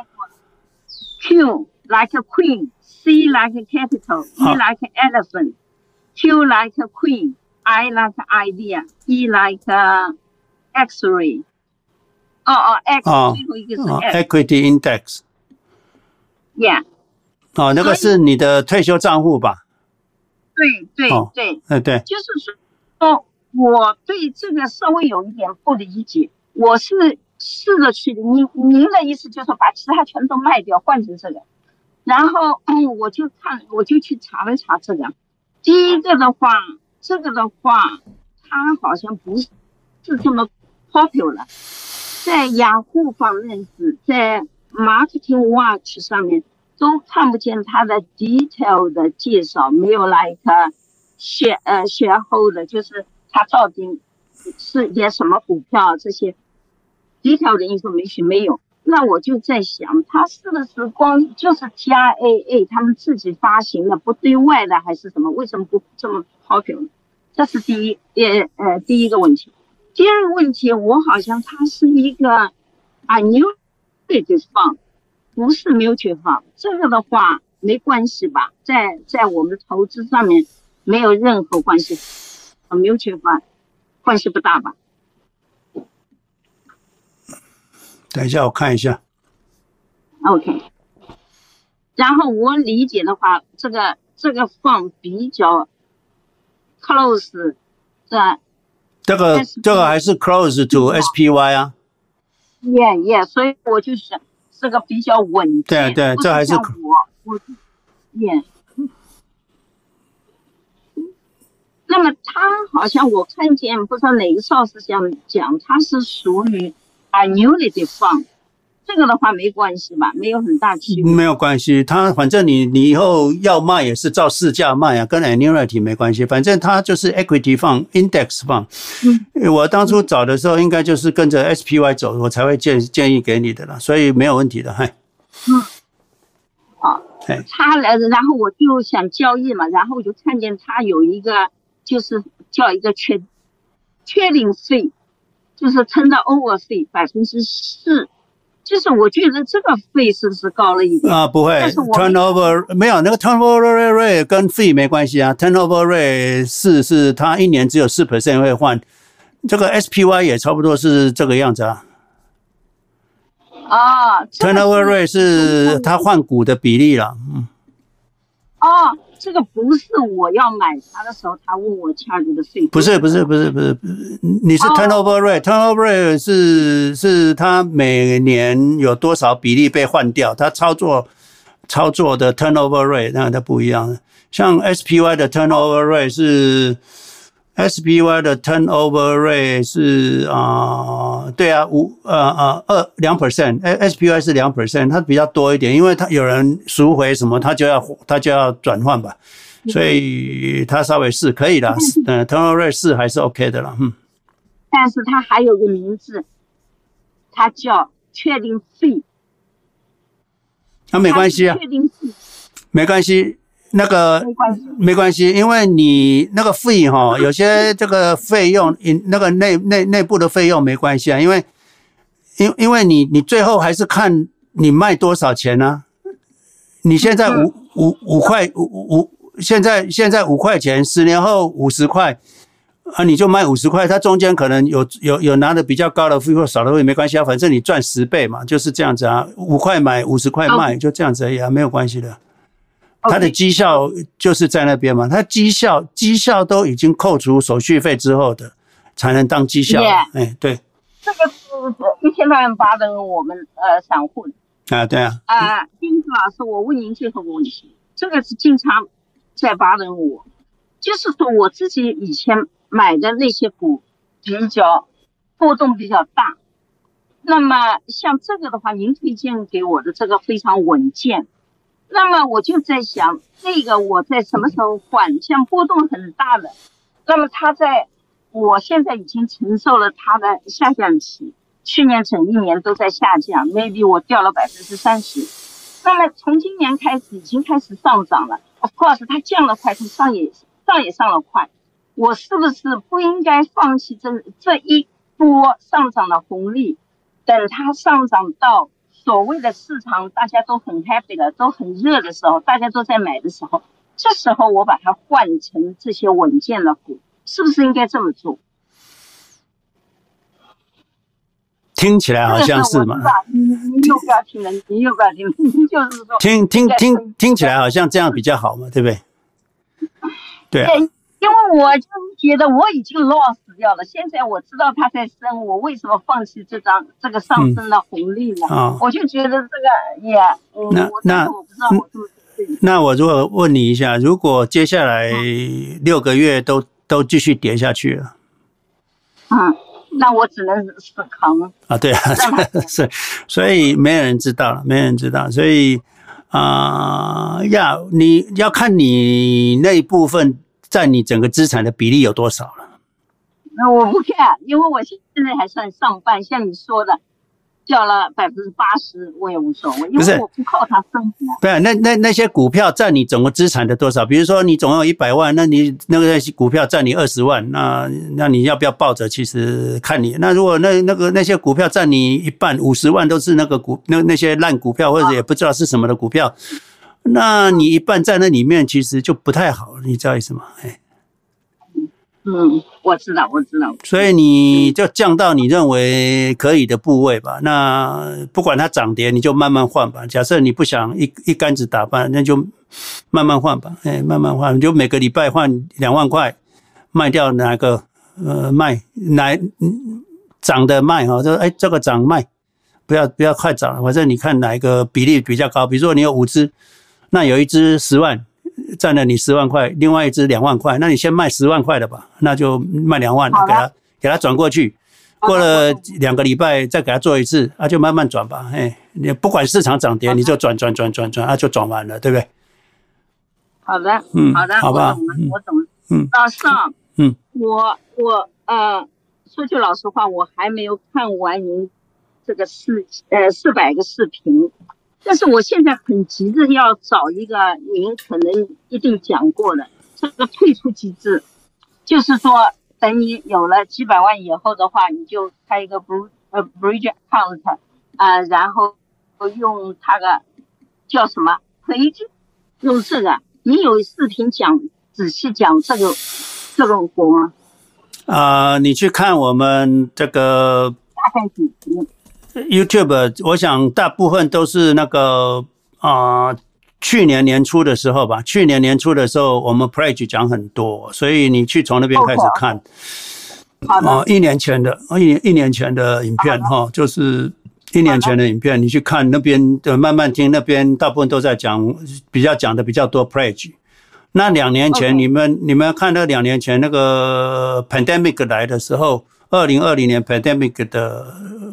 ？Q like a queen, C like a capital, E like an elephant, Q like a queen, I like idea, E like a X-ray。哦哦 ，X 最后一个是 X。Equity Index。Yeah。哦，那个是你的退休账户吧？ 对对对， 哎对， 就是说。我对这个稍微有一点不理解， 我是试着去，您您的意思就是把其他全都卖掉，换成这个。然后嗯，我就看，我就去查了查这个。第一个的话，这个的话，它好像不是是这么 popular， 在雅虎方面是在 Marketing Watch 上面都看不见它的 detail 的介绍，没有 like share 呃 shareholder， 就是它到底是些什么股票这些 detail 的 information 没有。那我就在想，它是不是光就是 T R A A 他们自己发行的，不对外的还是什么？为什么不这么 popular？ 这是第一呃呃第一个问题。第二个问题，我好像它是一个 annuity fund， 不是 mutual fund。这个的话没关系吧？在在我们投资上面没有任何关系，和 mutual fund 关系不大吧？ 等一下，我看一下。 OK。然后我理解的话，这个这个 fund 比较 close 的。 这个这个还是 close to S P Y 啊。 Yeah yeah， 所以我就想这个比较稳健。 对对，这还是我我 yeah。那么他好像我看见不知道哪个邵是想讲，他是属于 annuity fund， 这个的话没关系吧？没有很大区别。 没有关系，他反正你你以后要卖也是照市价卖啊，跟 annuity 没关系。反正它就是 equity fund、index fund。嗯，我当初找的时候应该就是跟着 S P Y 走，我才会建建议给你的啦，所以没有问题的。嗨， 嗯，好，他来，然后我就想交易嘛，然后我就看见他有一个就是叫一个确确定费。就是称到 over 费百分之四，就是我觉得这个费是不是高了一点啊？不会 ，turnover 没有那个 turnover rate 跟 fee 没关系啊。turnover rate 四是它一年只有四 percent 会换，这个 S P Y 也差不多是这个样子啊。 啊 ，turnover rate 是它换股的比例了，嗯。 哦，这个不是我要买它的时候，他问我 charge 的费。 不是不是不是不是，你是 turnover rate，turnover rate 是是它每年有多少比例被换掉，它操作操作的 turnover rate 那它不一样。像 S P Y 的 turnover rate 是 S P Y 的 turnover rate 是啊、呃，对啊，五呃呃二两 percent，S P Y 是两 percent， 它比较多一点，因为它有人赎回什么，它就要它就要转换吧，所以它稍微是可以的，嗯 ，turnover rate 是还是 OK 的了，嗯。 但是它还有个名字，它叫确定费。 那、啊、没关系啊， 确定费没关系。那个没关系，因为你那个费哈，有些这个费用，那个内内内部的费用没关系啊，因为因因为你你最后还是看你卖多少钱呢、啊？你现在五五五块五五，现在现在五块钱，十年后五十块啊，你就卖五十块，它中间可能有有有拿的比较高的费或少的费没关系啊，反正你赚十倍嘛，就是这样子啊，五块买五十块卖，就这样子而已啊，没有关系的。它的绩效就是在那边嘛，它绩效绩效都已经扣除手续费之后的，才能当绩效。哎、yeah. 欸，对， 这个是一天到晚巴的我们呃散户啊，对啊。 啊，丁子老师，我问您最后个问题，这个是经常在巴人我，就是说我自己以前买的那些股比较波动比较大，那么像这个的话，您推荐给我的这个非常稳健。那么我就在想，这个我在什么时候换？像波动很大的，那么它在，我现在已经承受了它的下降期，去年整一年都在下降 ，maybe 我掉了百分之三十。那么从今年开始已经开始上涨了 ，of course 它降了快，它上也上也上了快，我是不是不应该放弃这这一波上涨的红利，等它上涨到所谓的市场大家都很 happy 的，都很热的时候，大家都在买的时候，这时候我把它换成这些稳健的股，是不是应该这么做？ 听起来好像是嘛。 你你又不要听了，你又不要听了，你就是说听听听听起来好像这样比较好嘛，对不对？对啊。 因为我就觉得我已经 lost 掉了。现在我知道它在升，我为什么放弃这张这个上升的红利呢？ 嗯哦、 我就觉得这个也，嗯， 那那我不知道我是不是对。 那我如果问你一下，如果接下来六个月都都继续跌下去了， 嗯，那我只能是扛啊，对啊，是，所以没有人知道了，没有人知道，所以啊、呃，要你要看你那一部分占你整个资产的比例有多少了。 那我不看，因为我现在还算上半，像你说的，掉了百分之八十，我也无所谓，因为我不靠它生活。 不是，那那那些股票占你总个资产的多少？比如说你总共有一百万，那你那个股票占你二十万，那那你要不要抱着？其实看你。那如果那那个那些股票占你一半，五十万都是那个股那那些烂股票，或者也不知道是什么的股票，那你一半在那里面，其实就不太好，你知道意思吗？哎。 嗯，我知道，我知道。 所以你就降到你认为可以的部位吧。那不管它涨跌，你就慢慢换吧。假设你不想一一竿子打翻，那就慢慢换吧。哎，慢慢换，你就每个礼拜换两万块，卖掉哪个呃卖哪涨的卖哈，这哎这个涨卖，不要不要快涨了，反正你看哪一个比例比较高。比如说你有五只，那有一只十万。占了你十万块，另外一只两万块，那你先卖十万块的吧，那就卖两万，给他给他转过去，过了两个礼拜再给他做一次，啊，就慢慢转吧，哎，你不管市场涨跌，你就转转转转转，啊，就转完了，对不对？ 好的， 嗯， 好的， 好吧， 我懂了， 嗯， 老师， 嗯， 我我呃，说句老实话，我还没有看完您这个四呃四百个视频。但是我现在很急着要找一个您可能一定讲过的这个退出机制，就是说等你有了几百万以后的话，你就开一个 bridge 呃 bridge account 啊、呃，然后用它的叫什么 pledge， 用这个，你有视频讲仔细讲这个这个国吗？ 啊、呃，你去看我们这个大概几集 YouTube， 我想大部分都是那个啊、呃，去年年初的时候吧。去年年初的时候，我们 Pledge 讲很多，所以你去从那边开始看。 好的。 哦、呃，一年前的，一年一年前的影片哈，就是一年前的影片，你去看那边的，慢慢听那边大部分都在讲，比较讲的比较多 Pledge。那两年前你们、okay. 你们看到两年前那个 Pandemic 来的时候，二零二零年 Pandemic 的。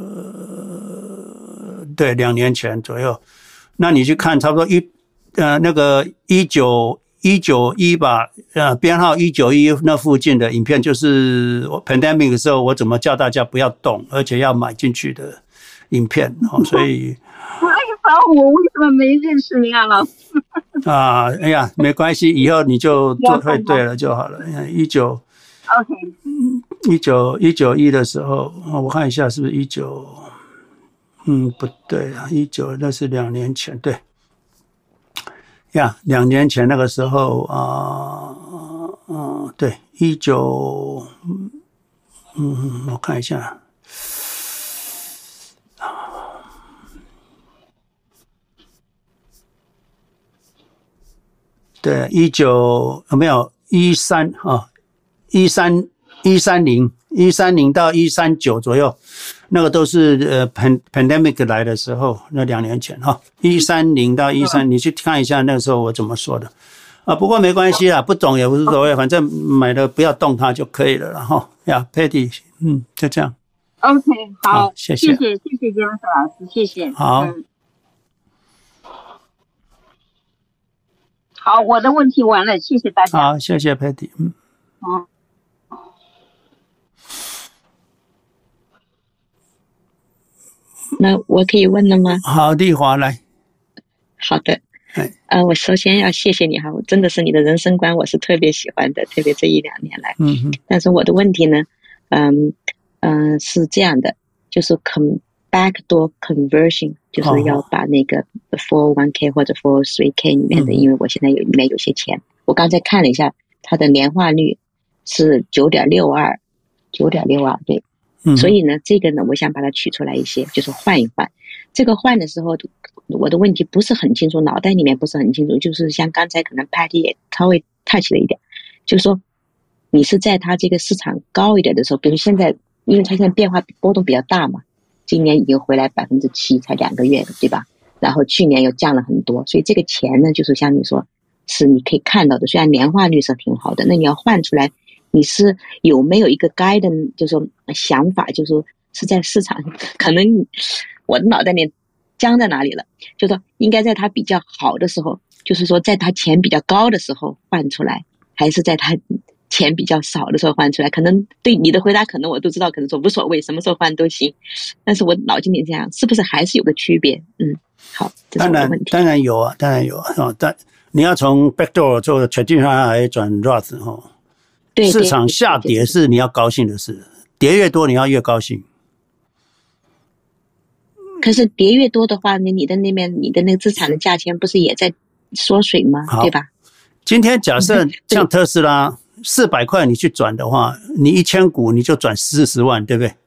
对，两年前左右，那你去看，差不多一呃那个一九一九一吧，呃编号一九一那附近的影片，就是 pandemic 的时候，我怎么叫大家不要动，而且要买进去的影片哦，所以。 我一般我为什么没认识您啊，老师？ 啊，哎呀，没关系，以后你就做会对了就好了。一九 ，OK， 一九一九一的时候，我看一下是不是一九。嗯，不对啊，一九那是两年前，对，呀，两年前那个时候啊，嗯、呃呃，对，一九，嗯，我看一下，对，一九有没有一三啊？一三一三零一三零到一三九左右。那个都是呃 pandemic 来的时候，那两年前哈，一三零到一三，你去看一下那个时候我怎么说的啊。不过没关系啦，不懂也无所谓，反正买了不要动它就可以了，然后呀 ，Patty， 嗯，就这样。 OK， 好， 好谢谢， 谢谢，谢谢姜老师，谢谢。 好、 嗯，好，我的问题完了，谢谢大家。 好，谢谢 Patty， 嗯， 好。 那我可以问了吗？ 好，丽华来。 好的，呃，我首先要谢谢你哈，我真的是你的人生观，我是特别喜欢的，特别这一两年来。 嗯哼。但是我的问题呢，嗯嗯、呃，是这样的，就是 con backdoor conversion， 就是要把那个 四零一 k 或者 四零三 k 里面的， 嗯、 因为我现在有里面有些钱，我刚才看了一下，它的年化率是 九点六二， 九点六二， 对。 嗯、 所以呢，这个呢，我想把它取出来一些，就是换一换。这个换的时候，我的问题不是很清楚，脑袋里面不是很清楚，就是像刚才可能 Patty 也稍微 touch 了一点，就是说， 你是在它这个市场高一点的时候，比如现在，因为它现在变化波动比较大嘛，今年已经回来百分之七，才两个月了，对吧？然后去年又降了很多，所以这个钱呢，就是像你说，是你可以看到的。虽然年化率是挺好的，那你要换出来，你是有没有一个 guidance， 就是说想法，就是说是在市场，可能我的脑袋里僵在哪里了，就是说应该在它比较好的时候，就是说在它钱比较高的时候换出来，还是在它钱比较少的时候换出来？可能对你的回答，可能我都知道，可能说无所谓，什么时候换都行。但是我脑筋里这样，是不是还是有个区别？嗯，好，这是我的问题。 当然，当然有啊，当然有啊。哦，但你要从 backdoor 做 traditional 来转 Roth 哦， 对， 市场下跌是你要高兴的事，跌越多你要越高兴。 可是跌越多的话，你你的那边你的那个资产的价钱不是也在缩水吗？对吧？ 今天假设像特斯拉四百块你去转的话，你一千股你就转四十万，对不对？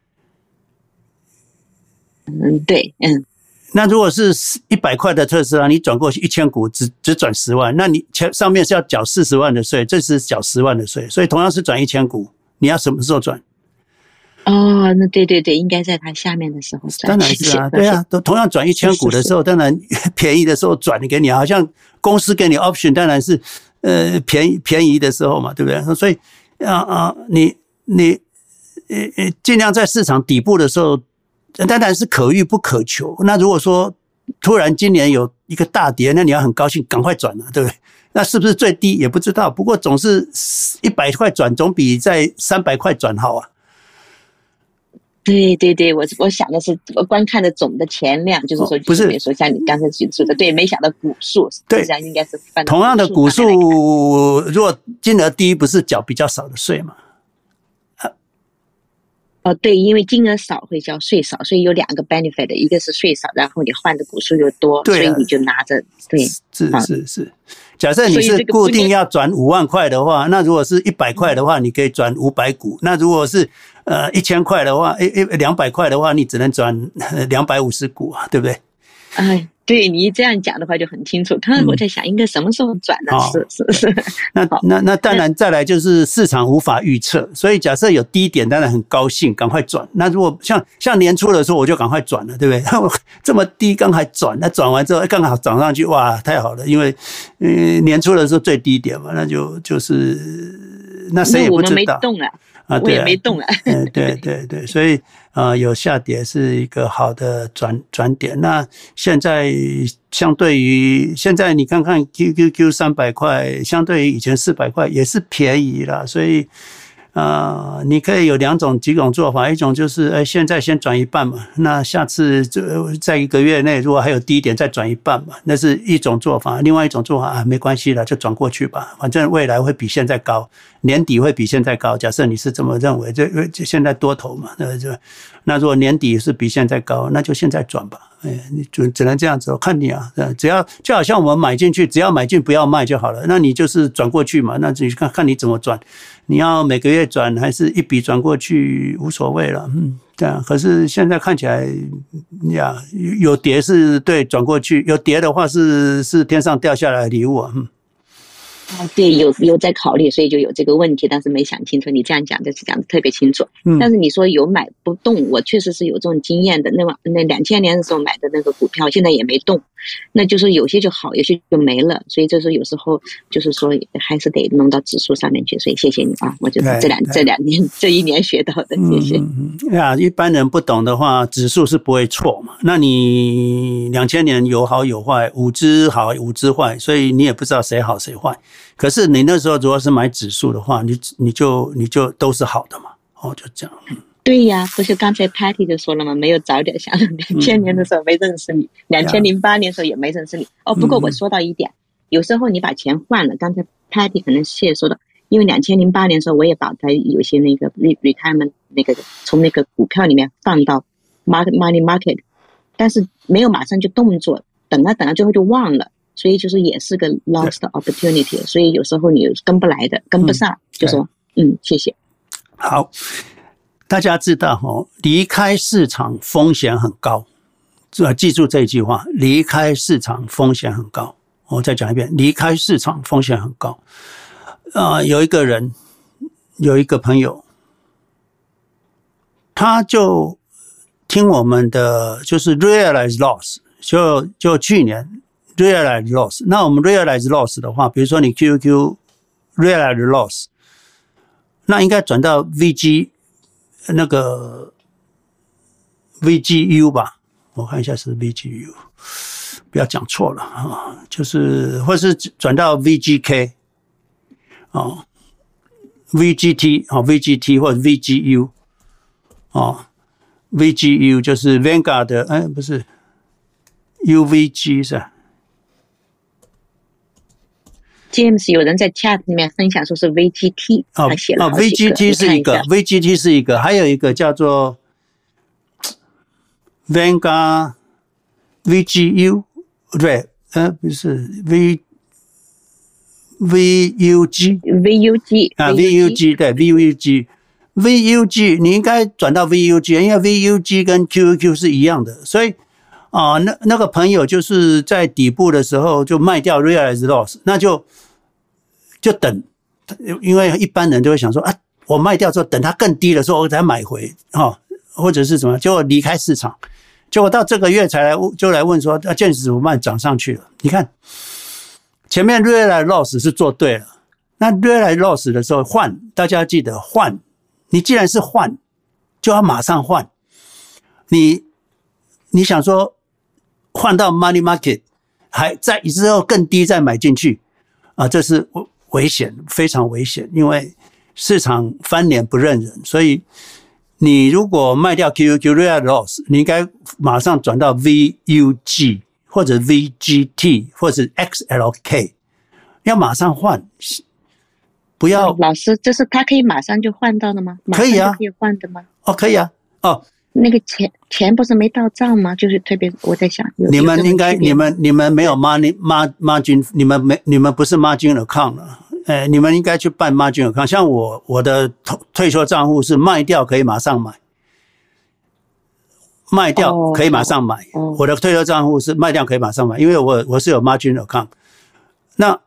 嗯，对，嗯。 那如果是一百块的特斯拉，你转过去一千股只只转十万，那你前上面是要缴四十万的税，这是缴十万的税，所以同样是转一千股，你要什么时候转？ 哦，那对对对，应该在它下面的时候转。 当然是啊，对啊，都同样转一千股的时候，当然便宜的时候转给你，好像公司给你 option， 当然是呃便宜便宜的时候嘛，对不对？所以啊啊，你你呃呃尽量在市场底部的时候，当然是可遇不可求。那如果说突然今年有一个大跌，那你要很高兴，赶快转啊，对不对？那是不是最低也不知道，不过总是一百块转总比在三百块转好啊。 对对对，我我想的是我观看的总的钱量，就是说，不是说像你刚才说的，对，没想到股数，对，这样应该是同样的股数，如果金额低，不是缴比较少的税吗？ 哦，对，因为金额少会交税少，所以有两个 benefit， 一个是税少，然后你换的股数又多， 对、啊， 所以你就拿着，对， 是是是。假设你是固定要转五万块的话，那如果是一百块的话，你可以转五百股；那如果是呃一千块的话，诶诶两百块的话，你只能转两百五十股啊，对不对？ 哎，对你这样讲的话就很清楚。刚才我在想，应该什么时候转呢？是是是。 那那那当然，再来就是市场无法预测，所以假设有低点，当然很高兴，赶快转。那如果像像年初的时候，我就赶快转了，对不对？这么低刚才转，那转完之后刚好涨上去，哇，太好了！因为嗯年初的时候最低点嘛，那就就是那谁也不知道。 我们没动啊。 啊， 我也没动啊。 嗯，对对对，所以啊、呃，有下跌是一个好的转转点。那现在相对于现在你看看 Q Q Q 三百块，相对于以前四百块也是便宜啦，所以啊、呃，你可以有两种几种做法，一种就是哎，现在先转一半嘛，那下次在一个月内如果还有低点再转一半嘛，那是一种做法。另外一种做法啊，没关系了，就转过去吧，反正未来会比现在高。年底会比现在高，假设你是这么认为，这这现在多头嘛，那就那如果年底是比现在高，那就现在转吧，哎，你就只能这样子，我看你啊，只要就好像我们买进去，只要买进不要卖就好了，那你就是转过去嘛，那你看看你怎么转，你要每个月转还是一笔转过去无所谓了，嗯，这样。可是现在看起来呀，有跌是对转过去，有跌的话是是天上掉下来的礼物啊，嗯。 哦，对，有有在考虑，所以就有这个问题，但是没想清楚。你这样讲就是讲的特别清楚。嗯，但是你说有买不动，我确实是有这种经验的。那么那两千年的时候买的那个股票，现在也没动，那就是有些就好，有些就没了。所以就是有时候就是说还是得弄到指数上面去。所以谢谢你啊，我就是这两这两年这一年学到的，谢谢。 嗯嗯呀，一般人不懂的话，指数是不会错嘛。那你两千年有好有坏，五只好五只坏，所以你也不知道谁好谁坏。可是你那时候如果是买指数的话，你你就你就都是好的嘛，哦，就这样。 对呀，不是刚才 Patty 就说了吗？没有早点想，两千年的时候没认识你，两千零八年的时候也没认识你。哦，不过我说到一点，有时候你把钱换了，刚才 Patty 可能谢说的，因为两千零八年的时候我也把它有些那个 retirement 那个从那个股票里面放到 market money market， 但是没有马上就动作，等啊等啊，最后就忘了。所以就是也是个 lost opportunity， 所以有时候你跟不来的，跟不上，嗯、就说嗯，谢谢。 好，大家知道哦，离开市场风险很高，记住这一句话：离开市场风险很高。我再讲一遍，离开市场风险很高。呃，有一个人有一个朋友，他就听我们的就是 realize loss， 就就去年 realize loss。那我们 realize loss 的话，比如说你 Q Q realize loss， 那应该转到 V G 那个 V G U 吧？我看一下是 V G U， 不要讲错了啊，就是或是转到 V G K 哦。V G T 哦 ，V G T 或者 V G U 哦 ，V G U 就是 Vanguard 的，哎，不是 U V G 是吧 ？James 有人在 chat 里面分享说是 V G T， 他写了好几个。 哦 ，V G T 是一个 ，V G T 是一个，还有一个叫做 Vanguard V G U， 对，呃，不是 V。V U G V U G 啊 V U G 对 V U G V U G 你应该转到 V U G， 因为 V U G 跟 Q Q 是一样的，所以啊、呃、那那个朋友就是在底部的时候就卖掉 realize loss， 那就就等，因为一般人就会想说啊，我卖掉之后等它更低的时候我才买回哦，或者是什么，结果离开市场，结果到这个月才来就来问说啊，剑指怎么办涨上去了？你看。前面 realize loss 是做对了，那 realize loss 的时候换，大家记得换，你既然是换，就要马上换。你你想说换到 money market， 还在之后更低再买进去啊，这是危险，非常危险，因为市场翻脸不认人，所以你如果卖掉 Q Q realize loss， 你应该马上转到 V U G。或者 V G T 或者 X L K， 要马上换，不要。 老师，这是他可以马上就换到的吗？ 可以啊， 可以换的吗？ 哦，可以啊，哦， 那个钱钱不是没到账吗？就是特别我在想， 你们应该你们你们没有 money margin， 你们没你们不是 margin account 了，哎，你们应该去办 margin account。像我我的退休账户是卖掉可以马上买。卖掉可以马上买，哦哦、我的退休账户是卖掉可以马上买，因为我我是有 margin account。那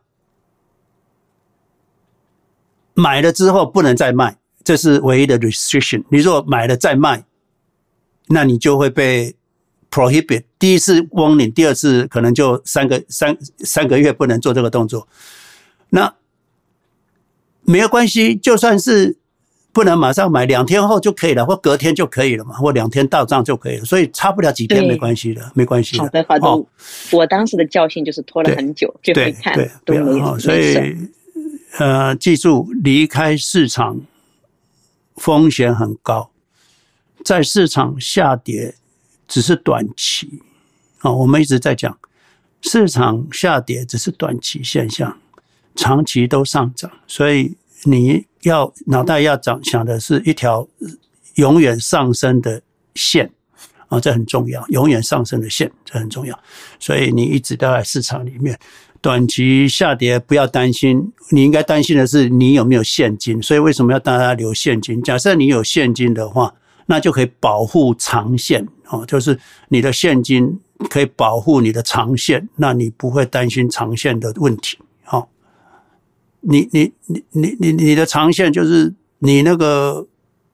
买了之后不能再卖，这是唯一的 restriction。你如果买了再卖，那你就会被 prohibit。第一次 warning， 第二次可能就三个三三个月不能做这个动作。那没有关系，就算是。不能马上买，两天后就可以了，或隔天就可以了嘛，或两天到账就可以了，所以差不了几天，没关系的，没关系的。 好的，好的、哦。我当时的教训就是拖了很久，最后一看都没有。 所以，呃，记住，离开市场风险很高，在市场下跌只是短期啊、哦。我们一直在讲，市场下跌只是短期现象，长期都上涨，所以。你要脑袋要想想的是一条永远上升的线啊，这很重要，永远上升的线，这很重要。所以你一直都在市场里面，短期下跌不要担心，你应该担心的是你有没有现金。所以为什么要大家留现金？假设你有现金的话，那就可以保护长线啊，就是你的现金可以保护你的长线，那你不会担心长线的问题。你你你你你你的长线就是你那个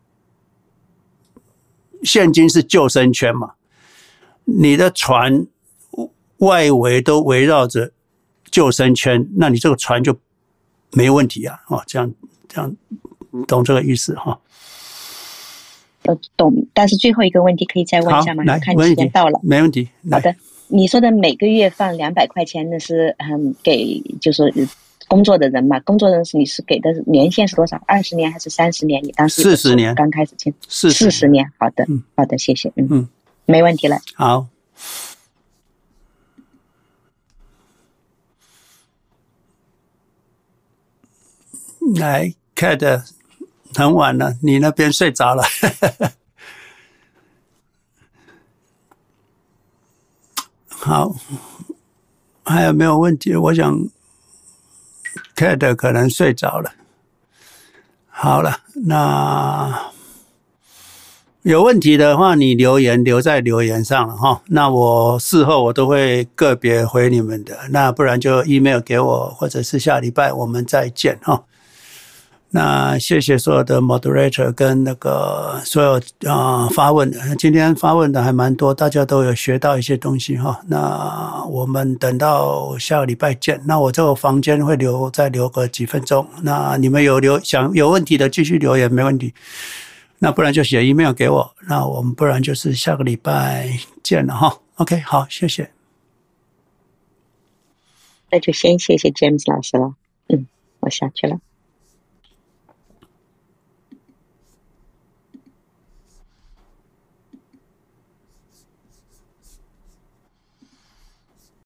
现金是救生圈嘛，你的船外围都围绕着救生圈，那你这个船就没问题啊！哦，这样这样懂这个意思哈？ 我懂，但是最后一个问题可以再问一下吗？ 来， 看时间到了， 没问题。 好的，你说的每个月放两百块钱，那是嗯给就是。工作的人嘛，工作人是你是给的年限是多少？二十年还是三十年？你当时四十年刚开始进， 四四十年。好的，嗯，好的，谢谢，嗯嗯，没问题了。 好，来 ，Cat 很晚了，你那边睡着了。好，还有没有问题？我想。Cat 可能睡着了。好了，那有问题的话，你留言留在留言上了哈。那我事后我都会个别回你们的，那不然就 email 给我，或者是下礼拜我们再见哈。那那谢谢所有的 moderator 跟那个所有啊、呃、发问，今天发问的还蛮多，大家都有学到一些东西哈。那我们等到下个礼拜见。那我这个房间会留再留个几分钟，那你们有留想有问题的继续留言没问题，那不然就写 email 给我，那我们不然就是下个礼拜见了哈。OK， 好，谢谢。 那就先谢谢 James 老师了，嗯，我下去了。